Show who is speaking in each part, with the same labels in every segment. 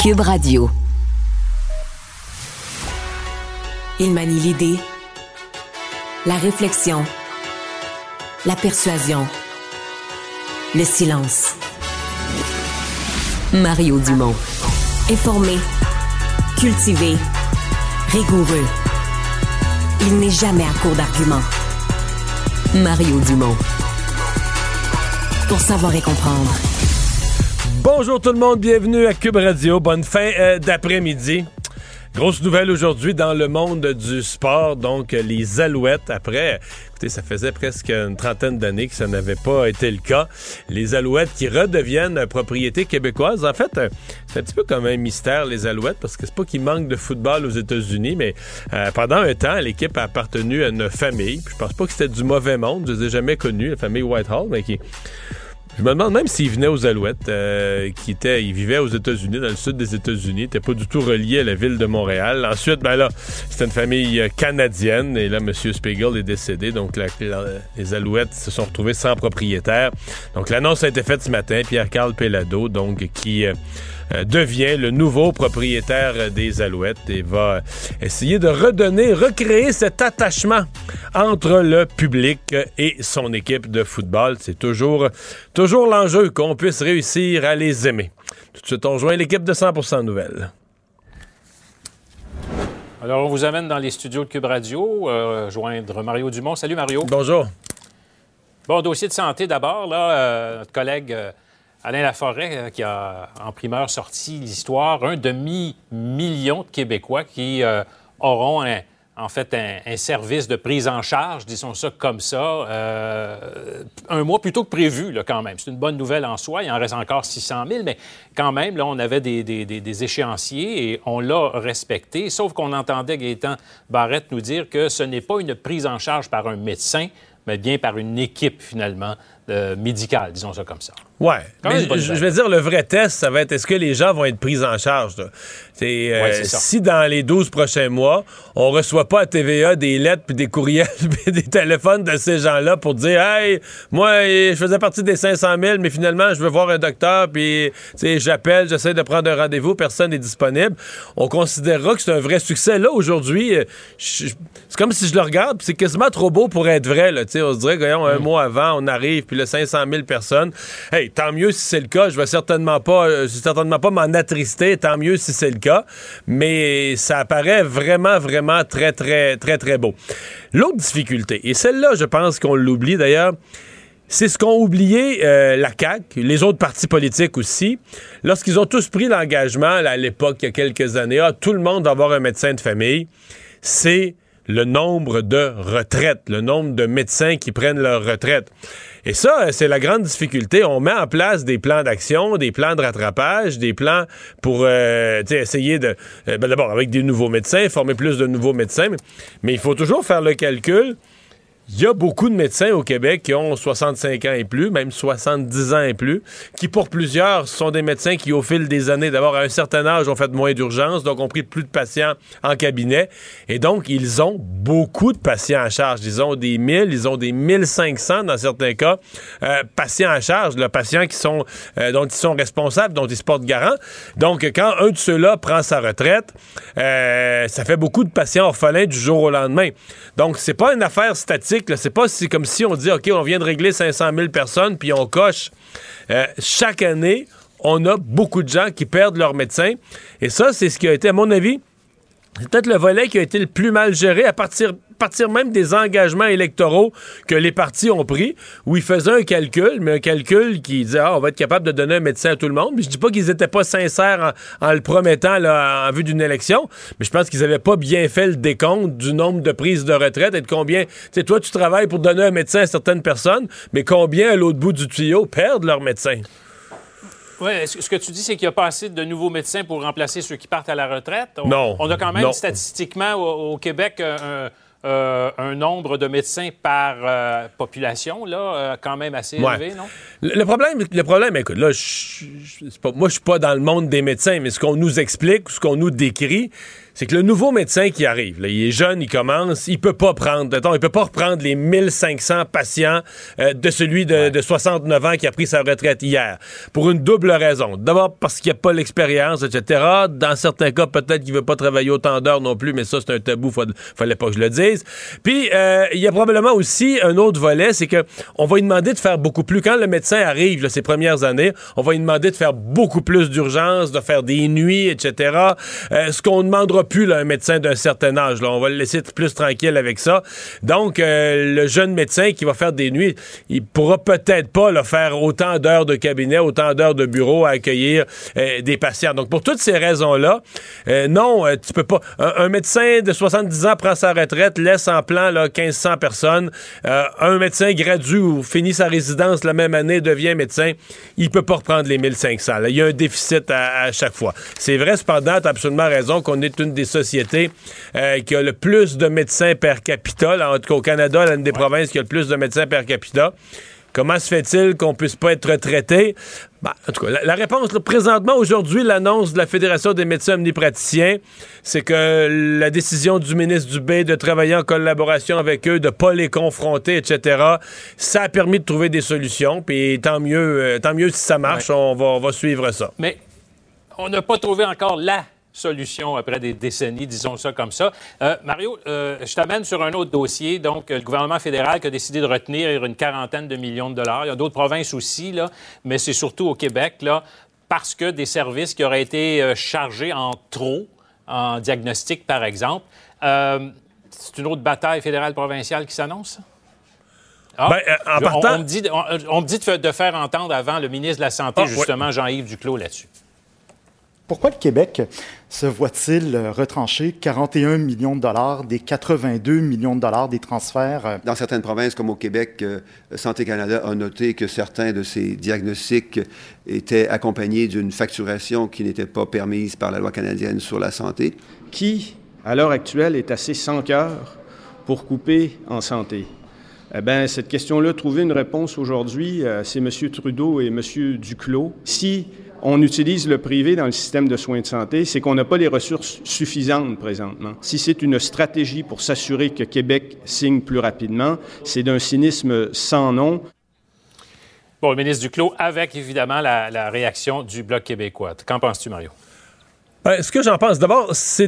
Speaker 1: Cube Radio. Il manie l'idée, la réflexion, la persuasion, le silence. Mario Dumont. Informé, cultivé, rigoureux. Il n'est jamais à court d'arguments. Mario Dumont. Pour savoir et comprendre.
Speaker 2: Bonjour tout le monde, bienvenue à Cube Radio. Bonne fin d'après-midi. Grosse nouvelle aujourd'hui dans le monde du sport, donc les Alouettes, après, écoutez, ça faisait presque une trentaine d'années que ça n'avait pas été le cas. Les Alouettes qui redeviennent propriété québécoise. En fait, c'est un petit peu comme un mystère, les Alouettes, parce que c'est pas qu'il manque de football aux États-Unis, mais pendant un temps, l'équipe a appartenu à une famille. Puis je pense pas que c'était du mauvais monde, je les ai jamais connus, la famille Whitehall, mais qui... Je me demande même s'ils venaient aux Alouettes, ils vivaient aux États-Unis, dans le sud des États-Unis, n'étaient pas du tout reliés à la ville de Montréal. Ensuite, ben là, c'était une famille canadienne, et là, M. Spiegel est décédé, donc les Alouettes se sont retrouvés sans propriétaire. Donc l'annonce a été faite ce matin, Pierre-Carl Pellado, donc qui devient le nouveau propriétaire des Alouettes et va essayer de recréer cet attachement entre le public et son équipe de football. C'est toujours l'enjeu qu'on puisse réussir à les aimer. Tout de suite, on rejoint l'équipe de 100% Nouvelles.
Speaker 3: Alors, on vous amène dans les studios de Cube Radio, joindre Mario Dumont. Salut, Mario.
Speaker 2: Bonjour.
Speaker 3: Bon, dossier de santé d'abord. Là, notre collègue Alain Laforêt, qui a en primeur sorti l'histoire, un demi-million de Québécois qui auront un service de prise en charge, disons ça comme ça, un mois plus tôt que prévu, là, quand même. C'est une bonne nouvelle en soi. Il en reste encore 600 000, mais quand même, là, on avait des échéanciers et on l'a respecté, sauf qu'on entendait Gaétan Barrette nous dire que ce n'est pas une prise en charge par un médecin, mais bien par une équipe, finalement, médicale, disons ça comme ça.
Speaker 2: Ouais, mais je vais dire, le vrai test, ça va être est-ce que les gens vont être pris en charge, là? C'est si dans les 12 prochains mois, on reçoit pas à TVA des lettres puis des courriels puis des téléphones de ces gens-là pour dire « Hey, moi, je faisais partie des 500 000, mais finalement, je veux voir un docteur, puis j'appelle, j'essaie de prendre un rendez-vous, personne n'est disponible. » On considérera que c'est un vrai succès. Là, aujourd'hui, c'est comme si je le regarde, puis c'est quasiment trop beau pour être vrai, là. On se dirait un mois avant, on arrive, puis là, 500 000 personnes. Hey, tant mieux si c'est le cas. Je vais certainement pas m'en attrister. Tant mieux si c'est le cas. Mais ça apparaît vraiment, vraiment très, très, très, très beau. L'autre difficulté, et celle-là, je pense qu'on l'oublie d'ailleurs, c'est ce qu'ont oublié la CAQ, les autres partis politiques aussi, lorsqu'ils ont tous pris l'engagement, là, à l'époque, il y a quelques années, tout le monde va avoir un médecin de famille, c'est le nombre de retraites, le nombre de médecins qui prennent leur retraite. Et ça, c'est la grande difficulté. On met en place des plans d'action, des plans de rattrapage, des plans pour essayer de... d'abord, avec des nouveaux médecins, former plus de nouveaux médecins, mais il faut toujours faire le calcul. Il y a beaucoup de médecins au Québec qui ont 65 ans et plus, même 70 ans et plus, qui pour plusieurs sont des médecins qui, au fil des années, d'abord à un certain âge, ont fait moins d'urgence, donc ont pris plus de patients en cabinet. Et donc, ils ont beaucoup de patients à charge. Ils ont des 1000, ils ont des 1500 dans certains cas, patients à charge, là, patients dont ils sont responsables, dont ils se portent garant. Donc, quand un de ceux-là prend sa retraite, ça fait beaucoup de patients orphelins du jour au lendemain. Donc, c'est pas une affaire statique. Là, c'est pas comme si on dit, OK, on vient de régler 500 000 personnes, puis on coche. Chaque année, on a beaucoup de gens qui perdent leur médecin. Et ça, c'est ce qui a été, à mon avis, c'est peut-être le volet qui a été le plus mal géré à partir même des engagements électoraux que les partis ont pris, où ils faisaient un calcul, mais un calcul qui disait on va être capable de donner un médecin à tout le monde. Mais je dis pas qu'ils étaient pas sincères en le promettant là, en vue d'une élection, mais je pense qu'ils avaient pas bien fait le décompte du nombre de prises de retraite et de combien... Tu sais, toi, tu travailles pour donner un médecin à certaines personnes, mais combien à l'autre bout du tuyau perdent leur médecin?
Speaker 3: Oui, ce que tu dis, c'est qu'il n'y a pas assez de nouveaux médecins pour remplacer ceux qui partent à la retraite.
Speaker 2: Non.
Speaker 3: On a quand même statistiquement au Québec un nombre de médecins par population, là, quand même assez élevé, non?
Speaker 2: Le problème, écoute, là, moi, je suis pas dans le monde des médecins, mais ce qu'on nous explique, ce qu'on nous décrit, c'est que le nouveau médecin qui arrive, là, il est jeune, il commence, il peut pas reprendre les 1500 patients de celui de 69 ans qui a pris sa retraite hier. Pour une double raison. D'abord, parce qu'il n'y a pas l'expérience, etc. Dans certains cas, peut-être qu'il veut pas travailler autant d'heures non plus, mais ça, c'est un tabou, fallait pas que je le dise. Puis, il y a probablement aussi un autre volet, c'est que on va lui demander de faire beaucoup plus. Quand le médecin arrive, là, ces premières années, on va lui demander de faire beaucoup plus d'urgence, de faire des nuits, etc. Ce qu'on demandera plus là, un médecin d'un certain âge. Là. On va le laisser plus tranquille avec ça. Donc, le jeune médecin qui va faire des nuits, il pourra peut-être pas là, faire autant d'heures de cabinet, autant d'heures de bureau à accueillir des patients. Donc, pour toutes ces raisons-là, non, tu peux pas... Un médecin de 70 ans prend sa retraite, laisse en plan là, 1500 personnes. Un médecin gradue ou finit sa résidence la même année, devient médecin, il peut pas reprendre les 1500. Là. Il y a un déficit à chaque fois. C'est vrai, cependant, tu as absolument raison qu'on est une des sociétés qui a le plus de médecins per capita. Là, en tout cas, au Canada, l'une des provinces qui a le plus de médecins per capita. Comment se fait-il qu'on puisse pas être traité? Ben, en tout cas, la réponse, là, présentement, aujourd'hui, l'annonce de la Fédération des médecins omnipraticiens, c'est que la décision du ministre Dubé de travailler en collaboration avec eux, de pas les confronter, etc., ça a permis de trouver des solutions, puis tant mieux si ça marche, on va suivre ça.
Speaker 3: Mais on n'a pas trouvé encore la solution après des décennies, disons ça comme ça. Mario, je t'amène sur un autre dossier. Donc, le gouvernement fédéral qui a décidé de retenir une quarantaine de millions de dollars. Il y a d'autres provinces aussi, là, mais c'est surtout au Québec, là, parce que des services qui auraient été chargés en trop, en diagnostic, par exemple. C'est une autre bataille fédérale-provinciale qui s'annonce? Ah, en partant... on me dit de faire entendre avant le ministre de la Santé, justement, Jean-Yves Duclos, là-dessus.
Speaker 4: Pourquoi le Québec se voit-il retrancher 41 millions de dollars des 82 millions de dollars des transferts?
Speaker 5: Dans certaines provinces, comme au Québec, Santé Canada a noté que certains de ces diagnostics étaient accompagnés d'une facturation qui n'était pas permise par la loi canadienne sur la santé.
Speaker 6: Qui, à l'heure actuelle, est assez sans cœur pour couper en santé? Eh bien, cette question-là, trouver une réponse aujourd'hui, c'est M. Trudeau et M. Duclos. Si on utilise le privé dans le système de soins de santé, c'est qu'on n'a pas les ressources suffisantes présentement. Si c'est une stratégie pour s'assurer que Québec signe plus rapidement, c'est d'un cynisme sans nom.
Speaker 3: Bon, le ministre Duclos, avec évidemment la réaction du Bloc québécois. Qu'en penses-tu, Mario?
Speaker 2: Ce que j'en pense, d'abord, c'est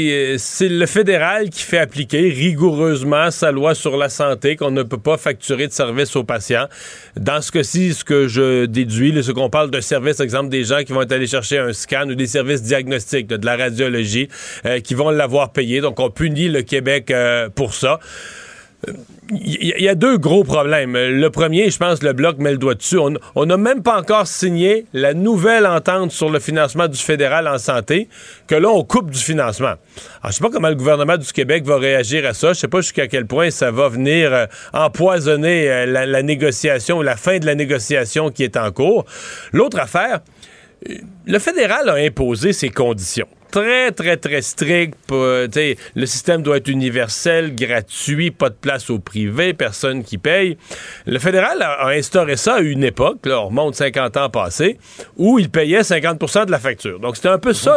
Speaker 2: le fédéral qui fait appliquer rigoureusement sa loi sur la santé, qu'on ne peut pas facturer de services aux patients. Dans ce cas-ci, ce que je déduis, ce qu'on parle de services, par exemple, des gens qui vont être allés chercher un scan ou des services diagnostiques, de la radiologie, qui vont l'avoir payé. Donc, on punit le Québec pour ça. Il y a deux gros problèmes. Le premier, je pense, le Bloc met le doigt dessus. On n'a même pas encore signé la nouvelle entente sur le financement du fédéral en santé, que là, on coupe du financement. Alors, je sais pas comment le gouvernement du Québec va réagir à ça. Je sais pas jusqu'à quel point ça va venir empoisonner la négociation, la fin de la négociation qui est en cours. L'autre affaire, le fédéral a imposé ses conditions. Très, très, très strict. Le système doit être universel, gratuit, pas de place au privé, personne qui paye. Le fédéral a instauré ça à une époque, là, on remonte 50 ans passés, où il payait 50% de la facture. Donc, c'était un peu ça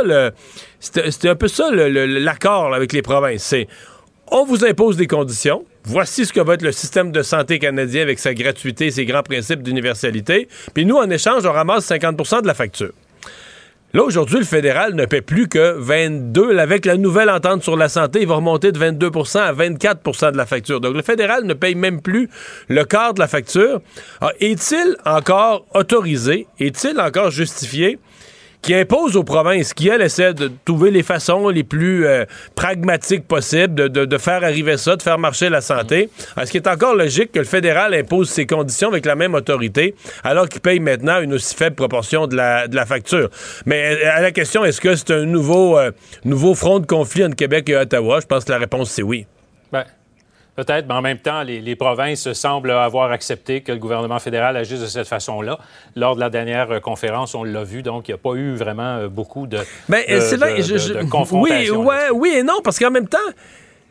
Speaker 2: l'accord là, avec les provinces. C'est, on vous impose des conditions. Voici ce que va être le système de santé canadien avec sa gratuité, ses grands principes d'universalité. Puis nous, en échange, on ramasse 50% de la facture. Là, aujourd'hui, le fédéral ne paie plus que 22. Avec la nouvelle entente sur la santé, il va remonter de 22% à 24% de la facture. Donc, le fédéral ne paye même plus le quart de la facture. Alors, est-il encore autorisé, est-il encore justifié qui impose aux provinces, qui, elles, essaient de trouver les façons les plus pragmatiques possibles de faire arriver ça, de faire marcher la santé. Est-ce qu'il est encore logique que le fédéral impose ses conditions avec la même autorité, alors qu'il paye maintenant une aussi faible proportion de la facture? Mais à la question, est-ce que c'est un nouveau front de conflit entre Québec et Ottawa? Je pense que la réponse, c'est oui.
Speaker 3: Ben, peut-être, mais en même temps, les provinces semblent avoir accepté que le gouvernement fédéral agisse de cette façon-là. Lors de la dernière conférence, on l'a vu, donc il n'y a pas eu vraiment beaucoup de confrontation.
Speaker 2: Oui et non, parce qu'en même temps,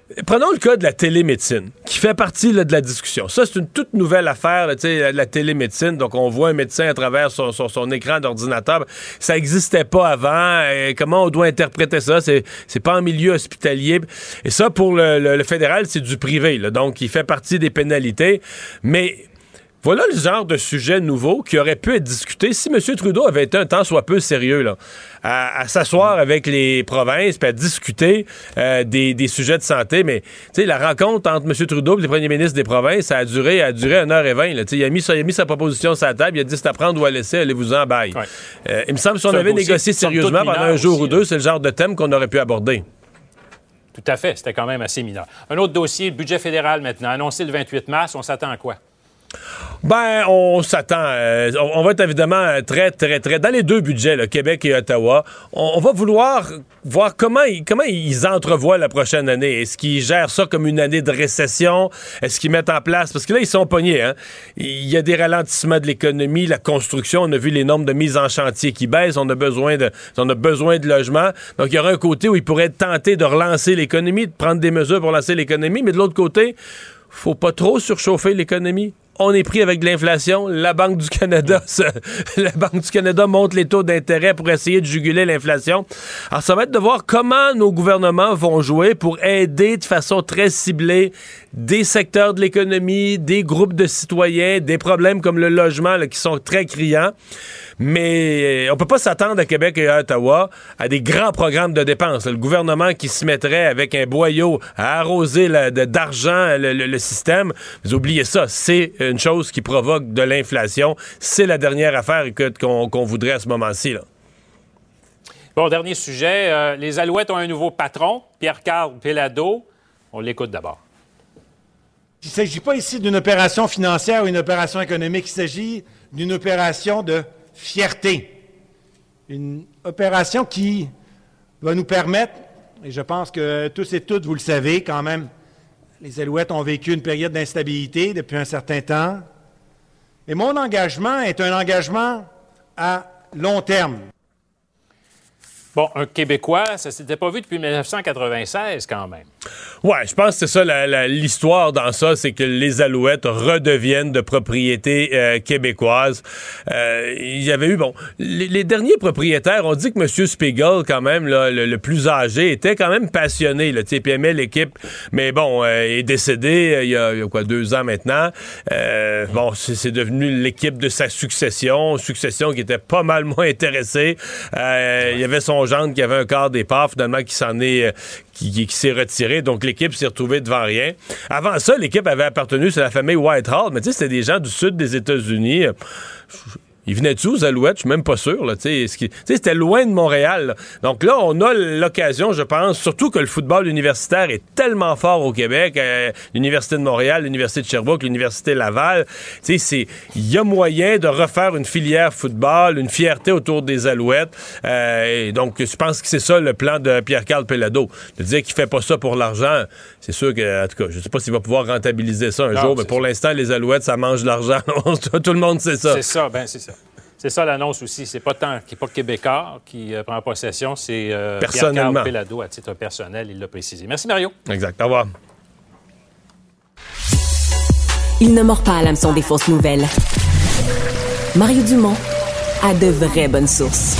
Speaker 2: Prenons le cas de la télémédecine, qui fait partie là, de la discussion. Ça, c'est une toute nouvelle affaire, là, la télémédecine. Donc, on voit un médecin à travers son écran d'ordinateur. Ça n'existait pas avant. Comment on doit interpréter ça? C'est pas en milieu hospitalier. Et ça, pour le fédéral, c'est du privé. Là. Donc, il fait partie des pénalités. Mais voilà le genre de sujet nouveau qui aurait pu être discuté si M. Trudeau avait été un tant soit peu sérieux, là, à s'asseoir avec les provinces puis à discuter des sujets de santé. Mais la rencontre entre M. Trudeau et les premiers ministres des provinces, ça a duré 1h20. Là. Il a mis sa proposition sur la table, il a dit c'est à prendre ou à laisser, allez-vous-en, bye. Ouais. Il me semble que si on avait négocié sérieusement pendant un jour ou deux, c'est le genre de thème qu'on aurait pu aborder.
Speaker 3: Tout à fait, c'était quand même assez mineur. Un autre dossier, le budget fédéral maintenant, annoncé le 28 mars, on s'attend à quoi?
Speaker 2: Ben, on s'attend. On va être évidemment très, très, très... Dans les deux budgets, là, Québec et Ottawa, on va vouloir voir comment ils entrevoient la prochaine année. Est-ce qu'ils gèrent ça comme une année de récession? Est-ce qu'ils mettent en place... Parce que là, ils sont pognés. Hein? Il y a des ralentissements de l'économie, la construction. On a vu les nombres de mises en chantier qui baissent. On a besoin de logements. Donc, il y aura un côté où ils pourraient être tentés de relancer l'économie, de prendre des mesures pour lancer l'économie. Mais de l'autre côté, faut pas trop surchauffer l'économie. On est pris avec de l'inflation. La Banque du Canada monte les taux d'intérêt pour essayer de juguler l'inflation. Alors, ça va être de voir comment nos gouvernements vont jouer pour aider de façon très ciblée des secteurs de l'économie, des groupes de citoyens, des problèmes comme le logement là, qui sont très criants. Mais on peut pas s'attendre à Québec et à Ottawa à des grands programmes de dépenses. Le gouvernement qui se mettrait avec un boyau à arroser d'argent le système, vous oubliez ça, c'est une chose qui provoque de l'inflation. C'est la dernière affaire qu'on voudrait à ce moment-ci, là.
Speaker 3: Bon, dernier sujet. Les Alouettes ont un nouveau patron, Pierre-Karl Péladeau. On l'écoute d'abord.
Speaker 7: Il ne s'agit pas ici d'une opération financière ou une opération économique. Il s'agit d'une opération de fierté. Une opération qui va nous permettre, et je pense que tous et toutes, vous le savez quand même, les Alouettes ont vécu une période d'instabilité depuis un certain temps. Et mon engagement est un engagement à long terme.
Speaker 3: Bon, un Québécois, ça ne s'était pas vu depuis 1996 quand même.
Speaker 2: Ouais, je pense que c'est ça l'histoire dans ça, c'est que les Alouettes redeviennent de propriété québécoise. Il y avait eu, les derniers propriétaires, on dit que M. Spiegel, quand même, là, le plus âgé, était quand même passionné, là, puis aimait l'équipe, mais est décédé il y a 2 ans maintenant. C'est devenu l'équipe de sa succession qui était pas mal moins intéressée. Il y avait son gendre qui avait un quart des parts, finalement, qui s'est retiré. Donc, l'équipe s'est retrouvée devant rien. Avant ça, l'équipe avait appartenu à la famille Whitehall, mais tu sais, c'était des gens du sud des États-Unis. Ils venaient-tu aux Alouettes? Je suis même pas sûr. Là, c'était loin de Montréal. Là. Donc là, on a l'occasion, je pense, surtout que le football universitaire est tellement fort au Québec. L'Université de Montréal, l'Université de Sherbrooke, l'Université Laval. Il y a moyen de refaire une filière football, une fierté autour des Alouettes. Et donc, je pense que c'est ça le plan de Pierre-Karl Péladeau. De dire qu'il fait pas ça pour l'argent, c'est sûr que, en tout cas, je sais pas s'il va pouvoir rentabiliser ça un jour, mais pour l'instant, les Alouettes, ça mange de l'argent. Tout le monde sait ça.
Speaker 3: C'est ça, c'est ça. C'est ça l'annonce aussi. C'est pas Québécois qui prend possession, c'est Pierre-Karl Péladeau à titre personnel, il l'a précisé. Merci Mario.
Speaker 2: Exact. Au revoir.
Speaker 1: Il ne mord pas à l'hameçon des fausses nouvelles. Mario Dumont a de vraies bonnes sources.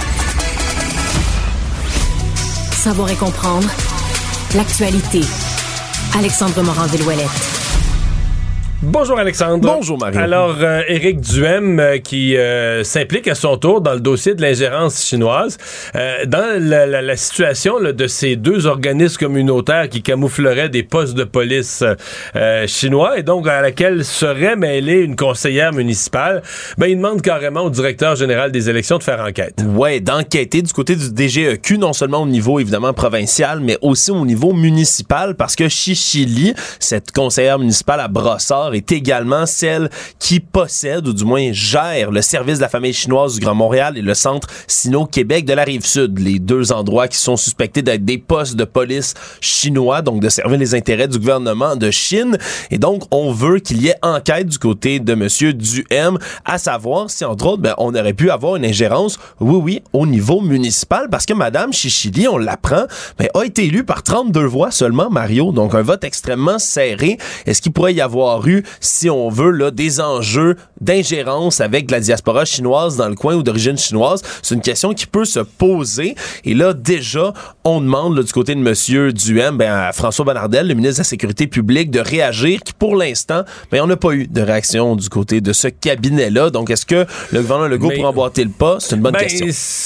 Speaker 1: Savoir et comprendre l'actualité. Alexandre Morin-Villouellette.
Speaker 2: Bonjour Alexandre.
Speaker 8: Bonjour Mario.
Speaker 2: Alors, Éric Duhem qui s'implique à son tour dans le dossier de l'ingérence chinoise. Dans la situation là, de ces 2 organismes communautaires qui camoufleraient des postes de police chinois et donc à laquelle serait mêlée une conseillère municipale, il demande carrément au directeur général des élections de faire enquête.
Speaker 8: Ouais, d'enquêter du côté du DGEQ, non seulement au niveau évidemment provincial, mais aussi au niveau municipal, parce que Chichili, cette conseillère municipale à Brossard, Couche-Tard est également celle qui possède, ou du moins gère, le service de la famille chinoise du Grand Montréal et le centre Sino-Québec de la Rive-Sud. Les deux endroits qui sont suspectés d'être des postes de police chinois, donc de servir les intérêts du gouvernement de Chine. Et donc, on veut qu'il y ait enquête du côté de M. Duhem, à savoir si, entre autres, on aurait pu avoir une ingérence, oui, au niveau municipal, parce que Mme Chichili, on l'apprend, a été élue par 32 voix seulement, Mario, donc un vote extrêmement serré. Est-ce qu'il pourrait y avoir eu, si on veut, là, des enjeux d'ingérence avec la diaspora chinoise dans le coin ou d'origine chinoise? C'est une question qui peut se poser. Et là, déjà, on demande là, du côté de M. Duhem, à François Bonnardel, le ministre de la Sécurité publique, de réagir, qui pour l'instant, on n'a pas eu de réaction du côté de ce cabinet-là. Donc, est-ce que le gouvernement Legault pourra emboîter le pas? C'est une bonne question.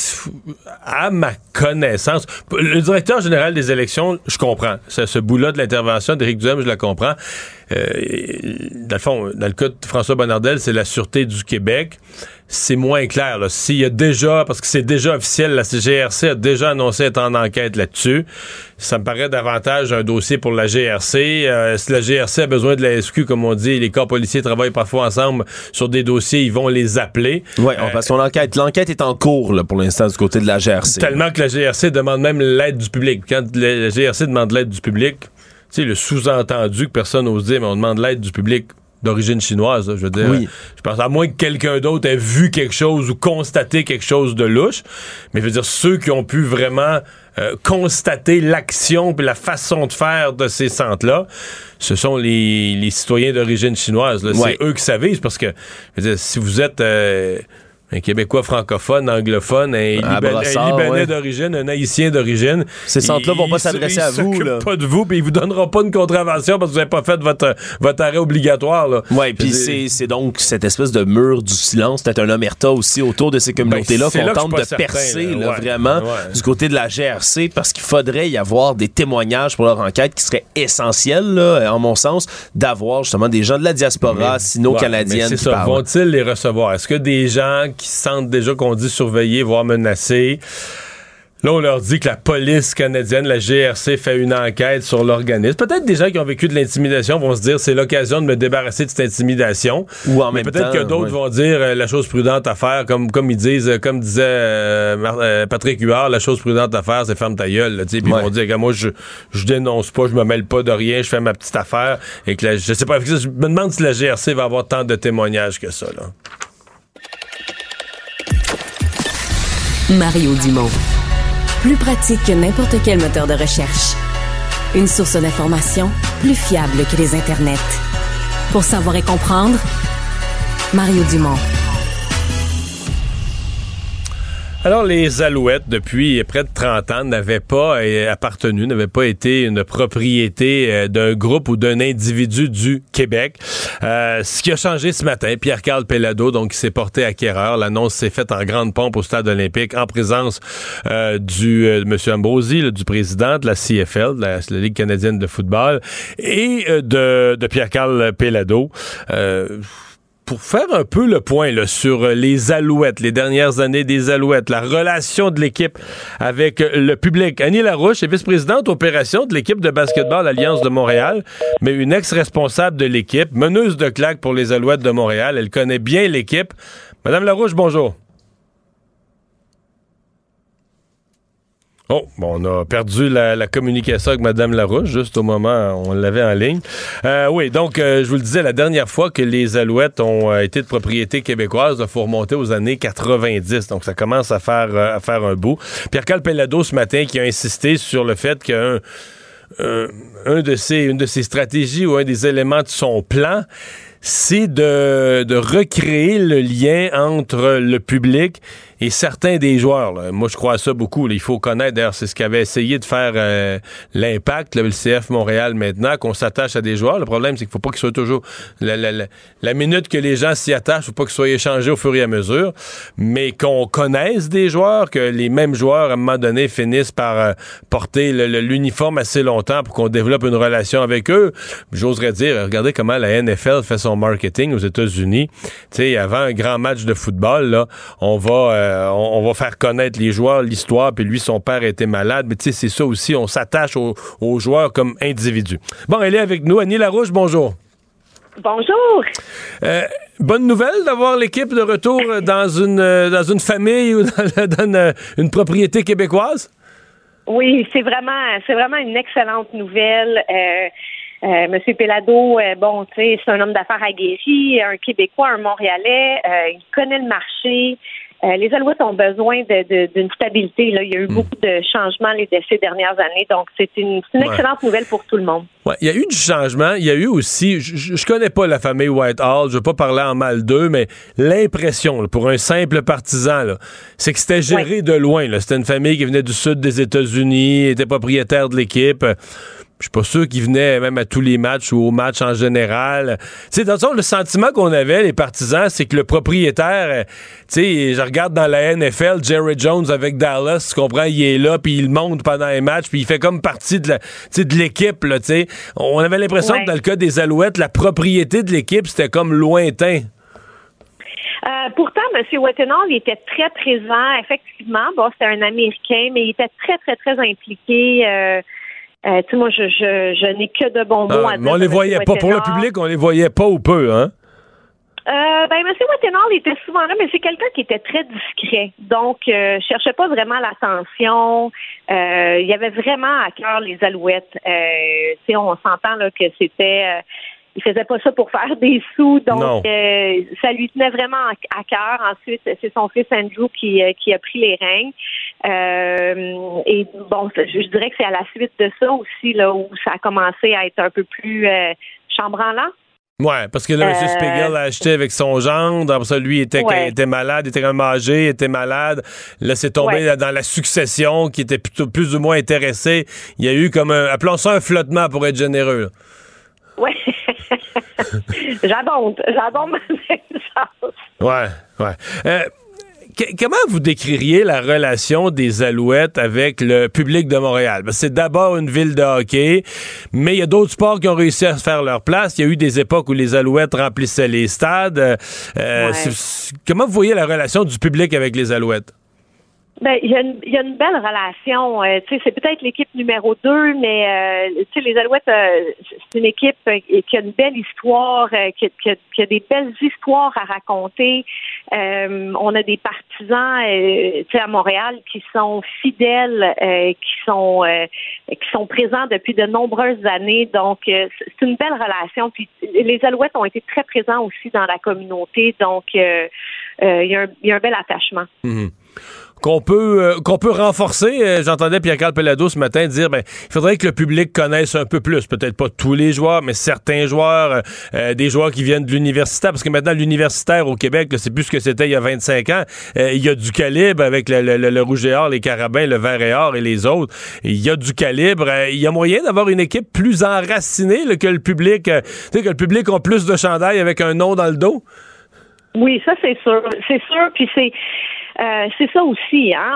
Speaker 2: À ma connaissance, le directeur général des élections, je comprends. Ce bout-là de l'intervention d'Éric Duhem, je la comprends. Dans le fond, dans le cas de François Bonnardel, c'est la Sûreté du Québec. C'est moins clair. Là. S'il y a déjà, parce que c'est déjà officiel, la GRC a déjà annoncé être en enquête là-dessus. Ça me paraît davantage un dossier pour la GRC. Si la GRC a besoin de la SQ, comme on dit, les corps policiers travaillent parfois ensemble sur des dossiers, ils vont les appeler.
Speaker 8: Oui, parce que l'enquête est en cours là, pour l'instant du côté de la GRC.
Speaker 2: Tellement que la GRC demande même l'aide du public. Quand la GRC demande l'aide du public, tu sais, le sous-entendu que personne n'ose dire, mais on demande l'aide du public d'origine chinoise, là, je veux dire.
Speaker 8: Oui.
Speaker 2: Je pense à moins que quelqu'un d'autre ait vu quelque chose ou constaté quelque chose de louche. Mais je veux dire, ceux qui ont pu vraiment constater l'action et la façon de faire de ces centres-là, ce sont les citoyens d'origine chinoise. Là.
Speaker 8: Ouais.
Speaker 2: C'est eux qui savent, parce que, je veux dire, si vous êtes un Québécois francophone, anglophone, un Libanais d'origine, un Haïtien d'origine.
Speaker 8: Ces centres-là vont pas s'adresser à vous. Ils
Speaker 2: s'occupent pas de vous, puis ils vous donneront pas une contravention parce que vous n'avez pas fait votre arrêt obligatoire.
Speaker 8: Oui, puis c'est donc cette espèce de mur du silence, peut-être un omerta aussi autour de ces communautés-là qu'on tente de percer vraiment du côté de la GRC, parce qu'il faudrait y avoir des témoignages pour leur enquête qui seraient essentiels, là, en mon sens, d'avoir justement des gens de la diaspora sino-canadienne qui parlent.
Speaker 2: Vont-ils les recevoir? Est-ce que des gens qui sentent déjà qu'on dit surveiller, voire menacer. Là, on leur dit que la police canadienne, la GRC, fait une enquête sur l'organisme. Peut-être des gens qui ont vécu de l'intimidation vont se dire c'est l'occasion de me débarrasser de cette intimidation.
Speaker 8: Ou en même
Speaker 2: peut-être
Speaker 8: temps,
Speaker 2: que d'autres vont dire la chose prudente à faire, comme ils disent, comme disait Patrick Huard, la chose prudente à faire, c'est ferme ta gueule. Puis ils vont dire que moi, je dénonce pas, je me mêle pas de rien, je fais ma petite affaire. Et que je sais pas, je me demande si la GRC va avoir tant de témoignages que ça, là.
Speaker 1: Mario Dumont. Plus pratique que n'importe quel moteur de recherche. Une source d'information plus fiable que les internets. Pour savoir et comprendre, Mario Dumont.
Speaker 2: Alors, les Alouettes, depuis près de 30 ans, n'avaient pas été une propriété d'un groupe ou d'un individu du Québec. Ce qui a changé ce matin, Pierre-Carl Péladeau, donc, qui s'est porté acquéreur. L'annonce s'est faite en grande pompe au Stade olympique, en présence de M. Ambrosi, du président de la CFL, de la Ligue canadienne de football, et de Pierre-Carl Péladeau. Pour faire un peu le point là, sur les Alouettes, les dernières années des Alouettes, la relation de l'équipe avec le public. Annie Larouche est vice-présidente opération de l'équipe de basketball Alliance de Montréal, mais une ex-responsable de l'équipe, meneuse de claques pour les Alouettes de Montréal. Elle connaît bien l'équipe. Madame Larouche, bonjour. Oh, bon, on a perdu la communication avec Mme Larouche, juste au moment où on l'avait en ligne. Oui, donc, je vous le disais, la dernière fois que les Alouettes ont été de propriété québécoise, il faut remonter aux années 90. Donc, ça commence à faire un bout. Pierre-Carl Péladeau, ce matin, qui a insisté sur le fait qu'une de ses stratégies ou un des éléments de son plan, c'est de recréer le lien entre le public et certains des joueurs. Là. Moi, je crois à ça beaucoup. Là. Il faut connaître, d'ailleurs, c'est ce qu'avait essayé de faire l'Impact, le CF Montréal maintenant, qu'on s'attache à des joueurs. Le problème, c'est qu'il ne faut pas qu'ils soient toujours... La minute que les gens s'y attachent, il ne faut pas qu'ils soient échangés au fur et à mesure, mais qu'on connaisse des joueurs, que les mêmes joueurs, à un moment donné, finissent par porter l'uniforme assez longtemps pour qu'on développe une relation avec eux. J'oserais dire, regardez comment la NFL fait son marketing aux États-Unis. Tu sais, avant un grand match de football, là, on va faire connaître les joueurs, l'histoire, puis lui, son père était malade. Mais tu sais, c'est ça aussi, on s'attache aux joueurs comme individus. Bon, elle est avec nous. Annie Larouche, bonjour.
Speaker 9: Bonjour.
Speaker 2: Bonne nouvelle d'avoir l'équipe de retour dans une famille ou dans une propriété québécoise?
Speaker 9: Oui, c'est vraiment une excellente nouvelle. Monsieur Pellado, c'est un homme d'affaires aguerri, un Québécois, un Montréalais, il connaît le marché. Les Alouettes ont besoin d'une stabilité. Là. Il y a eu beaucoup de changements ces dernières années, donc c'est une excellente nouvelle pour tout le monde.
Speaker 2: Ouais, il y a eu du changement. Il y a eu aussi, je connais pas la famille Whitehall, je veux pas parler en mal d'eux, mais l'impression, là, pour un simple partisan, là, c'est que c'était géré de loin. Là. C'était une famille qui venait du sud des États-Unis, était propriétaire de l'équipe. Je suis pas sûr qu'ils venaient même à tous les matchs ou aux matchs en général. Tu sais, dans le fond, le sentiment qu'on avait, les partisans, c'est que le propriétaire, tu sais, je regarde dans la NFL, Jerry Jones avec Dallas, tu comprends, il est là, puis il monte pendant un match, puis il fait comme partie de l'équipe, là, tu sais. On avait l'impression que dans le cas des Alouettes, la propriété de l'équipe, c'était comme lointain.
Speaker 9: Pourtant, M. Whitehall, il était très présent, effectivement. Bon, c'était un Américain, mais il était très, très, très impliqué. Moi, je n'ai que de bons mots à dire.
Speaker 2: Mais on les voyait pas. Pour le public, on les voyait pas ou peu, hein?
Speaker 9: M. Whitehall était souvent là, mais c'est quelqu'un qui était très discret. Donc, cherchait pas vraiment l'attention. Il y avait vraiment à cœur les Alouettes. On s'entend là que c'était... il faisait pas ça pour faire des sous, donc ça lui tenait vraiment à cœur. Ensuite, c'est son fils Andrew qui a pris les rênes. Et bon, je dirais que c'est à la suite de ça aussi là où ça a commencé à être un peu plus chambranlant.
Speaker 2: Ouais, parce que là, M. Spiegel l'a acheté avec son gendre. Après ça, lui, était malade, était quand même âgé, était malade. Là, c'est tombé dans la succession qui était plutôt plus ou moins intéressée. Il y a eu comme appelons ça un flottement pour être généreux.
Speaker 9: Oui. J'abonde ma chance.
Speaker 2: Ouais. Comment vous décririez la relation des Alouettes avec le public de Montréal? C'est d'abord une ville de hockey, mais il y a d'autres sports qui ont réussi à se faire leur place. Il y a eu des époques où les Alouettes remplissaient les stades. Comment vous voyez la relation du public avec les Alouettes?
Speaker 9: Il y a une belle relation. C'est peut-être l'équipe numéro 2, mais les Alouettes, c'est une équipe qui a une belle histoire, qui a des belles histoires à raconter. On a des partisans à Montréal qui sont fidèles, qui sont présents depuis de nombreuses années. Donc, c'est une belle relation. Puis les Alouettes ont été très présents aussi dans la communauté. Donc, il y a un bel attachement.
Speaker 2: Mm-hmm. Qu'on peut renforcer. J'entendais Pierre-Carl Pellado ce matin dire il faudrait que le public connaisse un peu plus, peut-être pas tous les joueurs, mais certains joueurs, des joueurs qui viennent de l'universitaire, parce que maintenant l'universitaire au Québec, là, c'est plus ce que c'était il y a 25 ans. Il y a du calibre avec le rouge et or, les carabins, le vert et or et les autres. Il y a du calibre. Il y a moyen d'avoir une équipe plus enracinée là, que le public. Que le public a plus de chandail avec un nom dans le dos.
Speaker 9: Oui, ça c'est sûr. C'est sûr, puis c'est ça aussi, hein.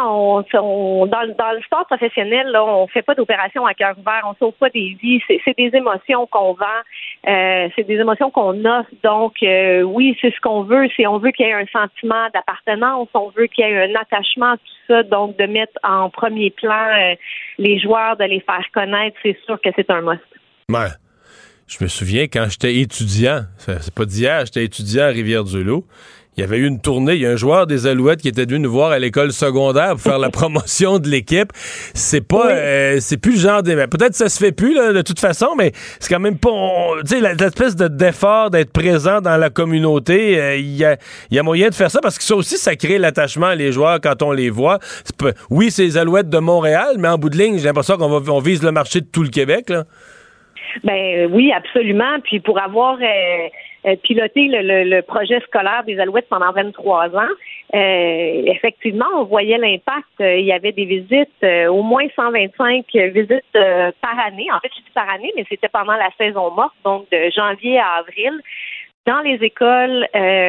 Speaker 9: Dans le sport professionnel, là, on fait pas d'opération à cœur ouvert, on sauve pas des vies. C'est des émotions qu'on vend, c'est des émotions qu'on offre. Donc, oui, c'est ce qu'on veut. On veut qu'il y ait un sentiment d'appartenance, on veut qu'il y ait un attachement, tout ça. Donc, de mettre en premier plan les joueurs, de les faire connaître, c'est sûr que c'est un must.
Speaker 2: Ouais. Je me souviens quand j'étais étudiant, c'est pas d'hier, j'étais étudiant à Rivière-du-Loup. Il y avait eu une tournée, il y a un joueur des Alouettes qui était venu nous voir à l'école secondaire pour faire la promotion de l'équipe. C'est pas, c'est plus le genre peut-être que ça se fait plus là, de toute façon, mais c'est quand même pas, tu sais, l'espèce d'effort d'être présent dans la communauté. Il y a moyen de faire ça parce que ça aussi, ça crée l'attachement les joueurs quand on les voit. Oui, c'est les Alouettes de Montréal, mais en bout de ligne, j'ai l'impression qu'on vise le marché de tout le Québec là.
Speaker 9: Oui, absolument. Puis pour avoir piloté le projet scolaire des Alouettes pendant 23 ans, effectivement, on voyait l'impact. Il y avait des visites, au moins 125 visites par année. En fait, je dis par année, mais c'était pendant la saison morte, donc de janvier à avril, dans les écoles.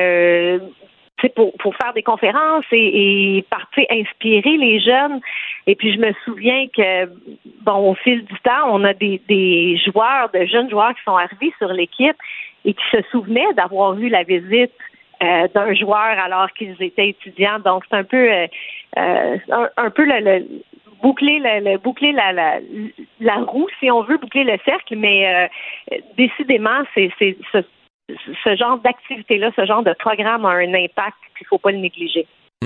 Speaker 9: Pour faire des conférences et partir inspirer les jeunes. Et puis je me souviens que au fil du temps, on a des joueurs, de jeunes joueurs qui sont arrivés sur l'équipe et qui se souvenaient d'avoir vu la visite d'un joueur alors qu'ils étaient étudiants. Donc c'est un peu boucler la roue, si on veut, boucler le cercle, mais décidément, c'est ce genre d'activité-là, ce genre de programme a un impact, puis il ne faut pas le négliger.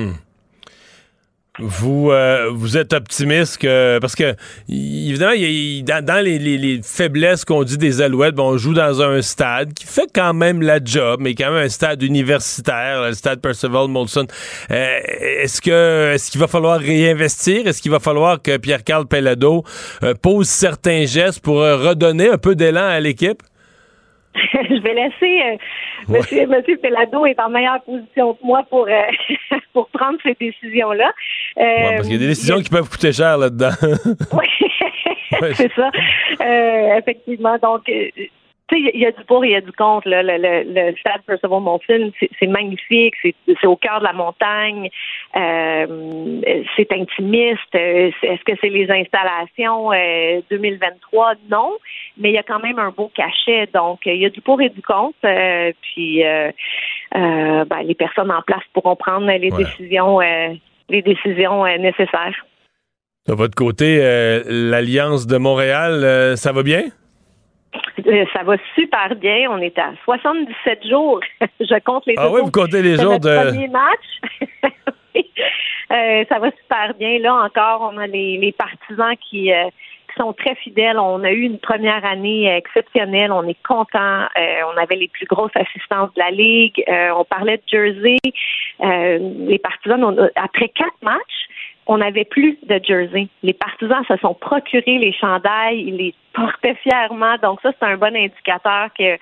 Speaker 2: Vous êtes optimiste parce que, évidemment, dans les faiblesses qu'on dit des Alouettes, on joue dans un stade qui fait quand même la job, mais quand même un stade universitaire, le stade Percival Molson. Est-ce qu'il va falloir réinvestir? Est-ce qu'il va falloir que Pierre-Karl Péladeau pose certains gestes pour redonner un peu d'élan à l'équipe?
Speaker 9: Je vais laisser Monsieur Péladeau est en meilleure position que moi pour prendre ces décisions-là.
Speaker 2: Parce qu'il y a des décisions qui peuvent coûter cher là-dedans.
Speaker 9: Oui, c'est ça. Effectivement. Donc, il y a du pour et il y a du contre. Là. Le stade Percival Molson, c'est magnifique. C'est au cœur de la montagne. C'est intimiste. Est-ce que c'est les installations 2023? Non. Mais il y a quand même un beau cachet. Donc, il y a du pour et du contre. Puis, les personnes en place pourront prendre les décisions nécessaires.
Speaker 2: De votre côté, l'Alliance de Montréal, ça va bien?
Speaker 9: Ça va super bien. On est à 77 jours. Je compte les
Speaker 2: vous comptez les jours de
Speaker 9: premier match. Ça va super bien. Là encore, on a les partisans qui sont très fidèles. On a eu une première année exceptionnelle. On est contents. On avait les plus grosses assistances de la Ligue. On parlait de Jersey. Les partisans, après 4 matchs, on n'avait plus de jersey. Les partisans se sont procurés les chandails, ils les portaient fièrement. Donc ça, c'est un bon indicateur que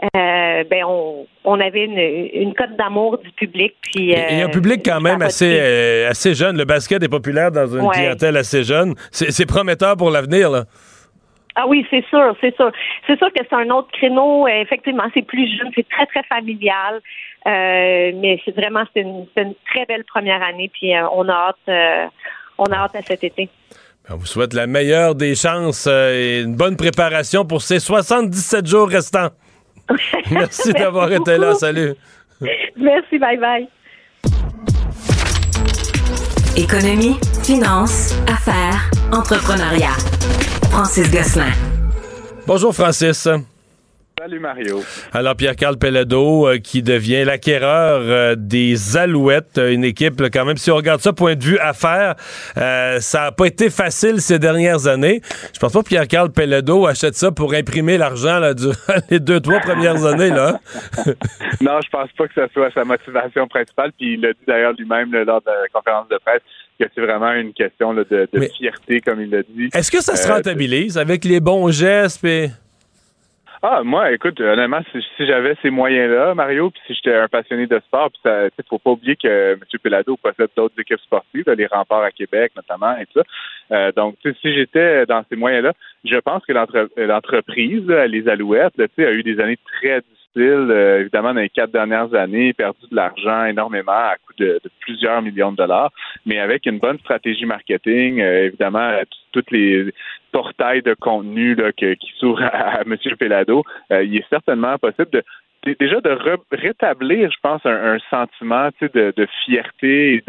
Speaker 9: on avait une cote d'amour du public. Puis,
Speaker 2: il y a un public quand même assez jeune. Le basket est populaire dans une clientèle assez jeune. C'est prometteur pour l'avenir, là.
Speaker 9: Ah oui, c'est sûr. C'est sûr que c'est un autre créneau. Effectivement, c'est plus jeune, c'est très, très familial. Mais c'est une très belle première année. Puis on a hâte à cet été.
Speaker 2: On vous souhaite la meilleure des chances et une bonne préparation pour ces 77 jours restants. Merci d'avoir été là. Salut.
Speaker 9: Merci. Bye bye.
Speaker 1: Économie, finance, affaires, entrepreneuriat. Francis Gosselin.
Speaker 2: Bonjour Francis.
Speaker 10: Salut Mario.
Speaker 2: Alors Pierre-Karl Péladeau qui devient l'acquéreur des Alouettes, une équipe là, quand même, si on regarde ça point de vue affaires, ça n'a pas été facile ces dernières années. Je pense pas que Pierre-Karl Péladeau achète ça pour imprimer l'argent là, durant les 2-3 premières années. Là.
Speaker 10: Non, je pense pas que ce soit sa motivation principale, puis il l'a dit d'ailleurs lui-même là, lors de la conférence de presse, que c'est vraiment une question là, de fierté, comme il l'a dit.
Speaker 2: Est-ce que ça se rentabilise avec les bons gestes et...
Speaker 10: Moi, écoute, honnêtement, si j'avais ces moyens-là, Mario, puis si j'étais un passionné de sport, puis ça, faut pas oublier que M. Péladeau possède d'autres équipes sportives, là, les Remparts à Québec notamment, et tout ça. Donc, si j'étais dans ces moyens-là, je pense que l'entreprise, là, les Alouettes, là, a eu des années très difficiles, évidemment, dans les 4 dernières années, perdu de l'argent énormément à coût de plusieurs millions de dollars, mais avec une bonne stratégie marketing, évidemment, toutes les portails de contenu là, qui s'ouvrent à M. Péladeau, il est certainement possible de rétablir, je pense, un sentiment de fierté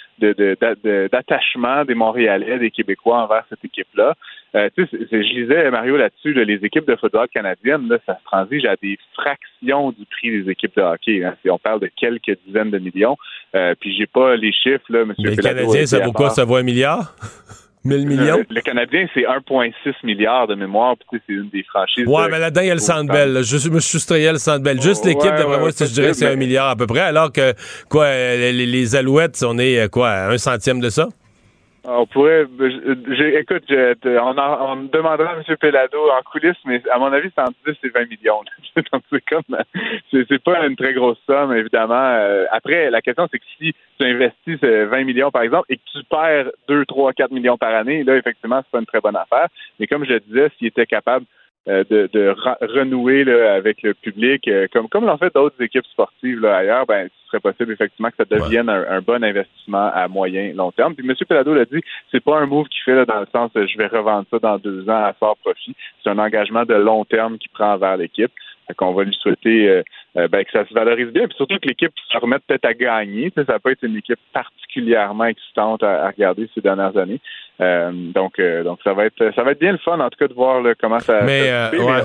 Speaker 10: et d'attachement des Montréalais, des Québécois envers cette équipe-là. Je lisais, Mario, là-dessus, là, les équipes de football canadiennes, là, ça se transige à des fractions du prix des équipes de hockey. Hein. On parle de quelques dizaines de millions. Puis j'ai pas les chiffres, là, M. Péladeau.
Speaker 2: Les Canadiens, ça vaut quoi? Ça vaut 1 milliard? 1000 millions?
Speaker 10: Le Canadien, c'est 1,6 milliard de mémoire, puis c'est une des franchises.
Speaker 2: Ouais, mais là-dedans, il y a le Centre Bell. Je me soustrayais le Centre Bell. Juste l'équipe, d'après moi, je dirais que c'est 1 milliard à peu près, alors que, les Alouettes, on est, à 1/100 de ça?
Speaker 10: On pourrait... Écoute, on demandera à M. Péladeau en coulisses, mais à mon avis, c'est entre 10 et 20 millions. Donc, c'est pas une très grosse somme, évidemment. Après, la question, c'est que si tu investis 20 millions, par exemple, et que tu perds 2, 3, 4 millions par année, là, effectivement, c'est pas une très bonne affaire. Mais comme je le disais, s'il était capable de renouer là, avec le public, comme l'ont fait d'autres équipes sportives là, ailleurs, ce serait possible effectivement que ça devienne un bon investissement à moyen long terme. Puis M. Péladeau l'a dit, c'est pas un move qu'il fait là, dans le sens je vais revendre ça dans 2 ans à fort profit. C'est un engagement de long terme qu'il prend envers l'équipe. Qu'on va lui souhaiter que ça se valorise bien, puis surtout que l'équipe se remette peut-être à gagner. Ça peut être une équipe particulièrement excitante à regarder ces dernières années. Donc ça va être bien le fun, en tout cas, de voir là, comment ça...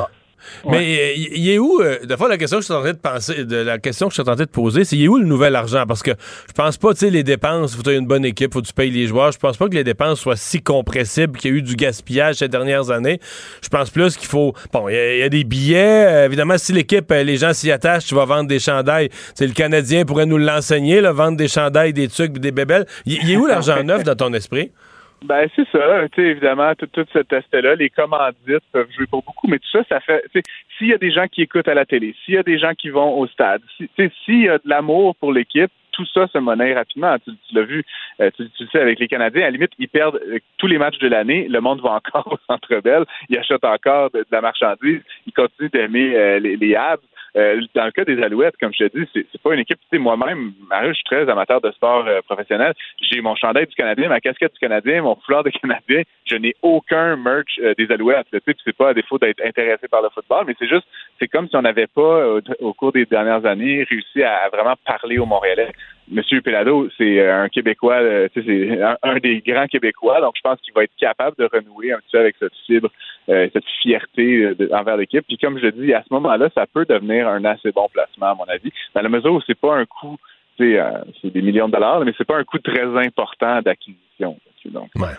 Speaker 2: Mais il est où, de fois, la question que je suis en train de penser, la question que je suis en train de poser, c'est il est où le nouvel argent? Parce que je pense pas, tu sais, les dépenses, faut que tu aies une bonne équipe, faut que tu payes les joueurs. Je pense pas que les dépenses soient si compressibles, qu'il y a eu du gaspillage ces dernières années. Je pense plus qu'il faut, bon, il y a des billets, évidemment, si l'équipe, les gens s'y attachent, tu vas vendre des chandails. C'est le Canadien pourrait nous l'enseigner, là, vendre des chandails, des trucs, des bébelles. Il est où l'argent neuf dans ton esprit?
Speaker 10: Ben, c'est ça. Tu sais, évidemment, tout cet aspect-là, les commandites peuvent jouer pour beaucoup, mais tout ça fait, tu sais, s'il y a des gens qui écoutent à la télé, s'il y a des gens qui vont au stade, s'il y a de l'amour pour l'équipe, tout ça se monnaie rapidement. Tu l'as vu, tu le sais, avec les Canadiens, à la limite, ils perdent tous les matchs de l'année, le monde va encore au Centre Bell, ils achètent encore de la marchandise, ils continuent d'aimer les Habs. Dans le cas des Alouettes, comme je te dis, c'est pas une équipe. Tu sais, moi-même, Mario, je suis très amateur de sport professionnel. J'ai mon chandail du Canadien, ma casquette du Canadien, mon foulard du Canadien. Je n'ai aucun merch des Alouettes. Tu sais, c'est pas à défaut d'être intéressé par le football, mais c'est comme si on n'avait pas, au cours des dernières années, réussi à vraiment parler aux Montréalais. Monsieur Pelado, c'est un Québécois, c'est un des grands Québécois, donc je pense qu'il va être capable de renouer un petit peu avec cette fibre, cette fierté envers l'équipe. Puis comme je dis, à ce moment-là, ça peut devenir un assez bon placement, à mon avis, dans la mesure où c'est pas un coût, c'est des millions de dollars, mais c'est pas un coût très important d'acquisition. Donc.
Speaker 2: Ouais.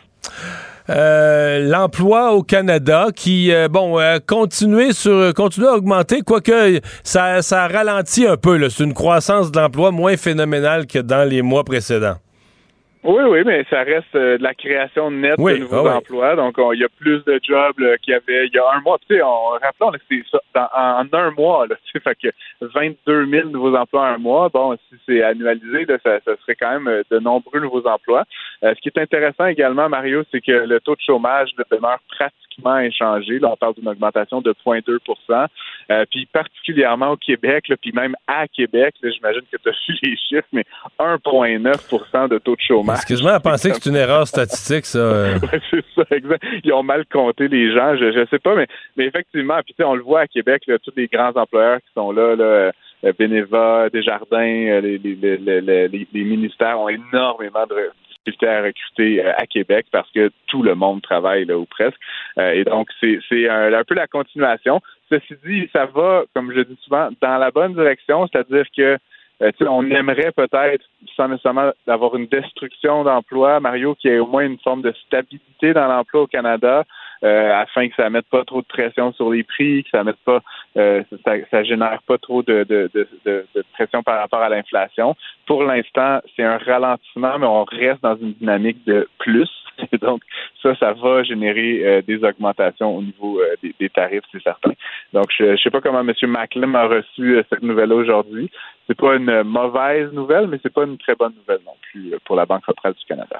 Speaker 2: L'emploi au Canada qui, continue à augmenter, quoique ça ralentit un peu. Là. C'est une croissance de l'emploi moins phénoménale que dans les mois précédents.
Speaker 10: Oui, mais ça reste de la création nette de nouveaux emplois. Donc, il y a plus de jobs qu'il y avait il y a un mois. Tu sais, rappelons que c'est ça, en un mois. Là, fait que 22 000 nouveaux emplois en un mois. Bon, si c'est annualisé, là, ça serait quand même de nombreux nouveaux emplois. Ce qui est intéressant également, Mario, c'est que le taux de chômage demeure pratiquement inchangé. Là, on parle d'une augmentation de 0,2 %. Puis particulièrement au Québec, là, puis même à Québec, là, j'imagine que tu as vu les chiffres, mais 1,9 % de taux de chômage.
Speaker 2: Excuse-moi à penser que c'est une erreur statistique, ça.
Speaker 10: Oui, c'est ça, exact. Ils ont mal compté les gens, je sais pas, mais effectivement, puis tu sais, on le voit à Québec, là, tous les grands employeurs qui sont là, Beneva, Desjardins, les ministères ont énormément de difficultés à recruter à Québec parce que tout le monde travaille, là, ou presque. Et donc, c'est un peu la continuation. Ceci dit, ça va, comme je dis souvent, dans la bonne direction, c'est-à-dire que on aimerait peut-être, sans nécessairement avoir une destruction d'emploi, Mario, qu'il y ait au moins une forme de stabilité dans l'emploi au Canada, afin que ça ne mette pas trop de pression sur les prix, que ça mette pas, ça génère pas trop de pression par rapport à l'inflation. Pour l'instant, c'est un ralentissement, mais on reste dans une dynamique de plus. Et donc, ça va générer des augmentations au niveau des tarifs, c'est certain. Donc, je sais pas comment M. Macklem a reçu cette nouvelle-là aujourd'hui. C'est pas une mauvaise nouvelle, mais c'est pas une très bonne nouvelle non plus pour la Banque centrale du Canada.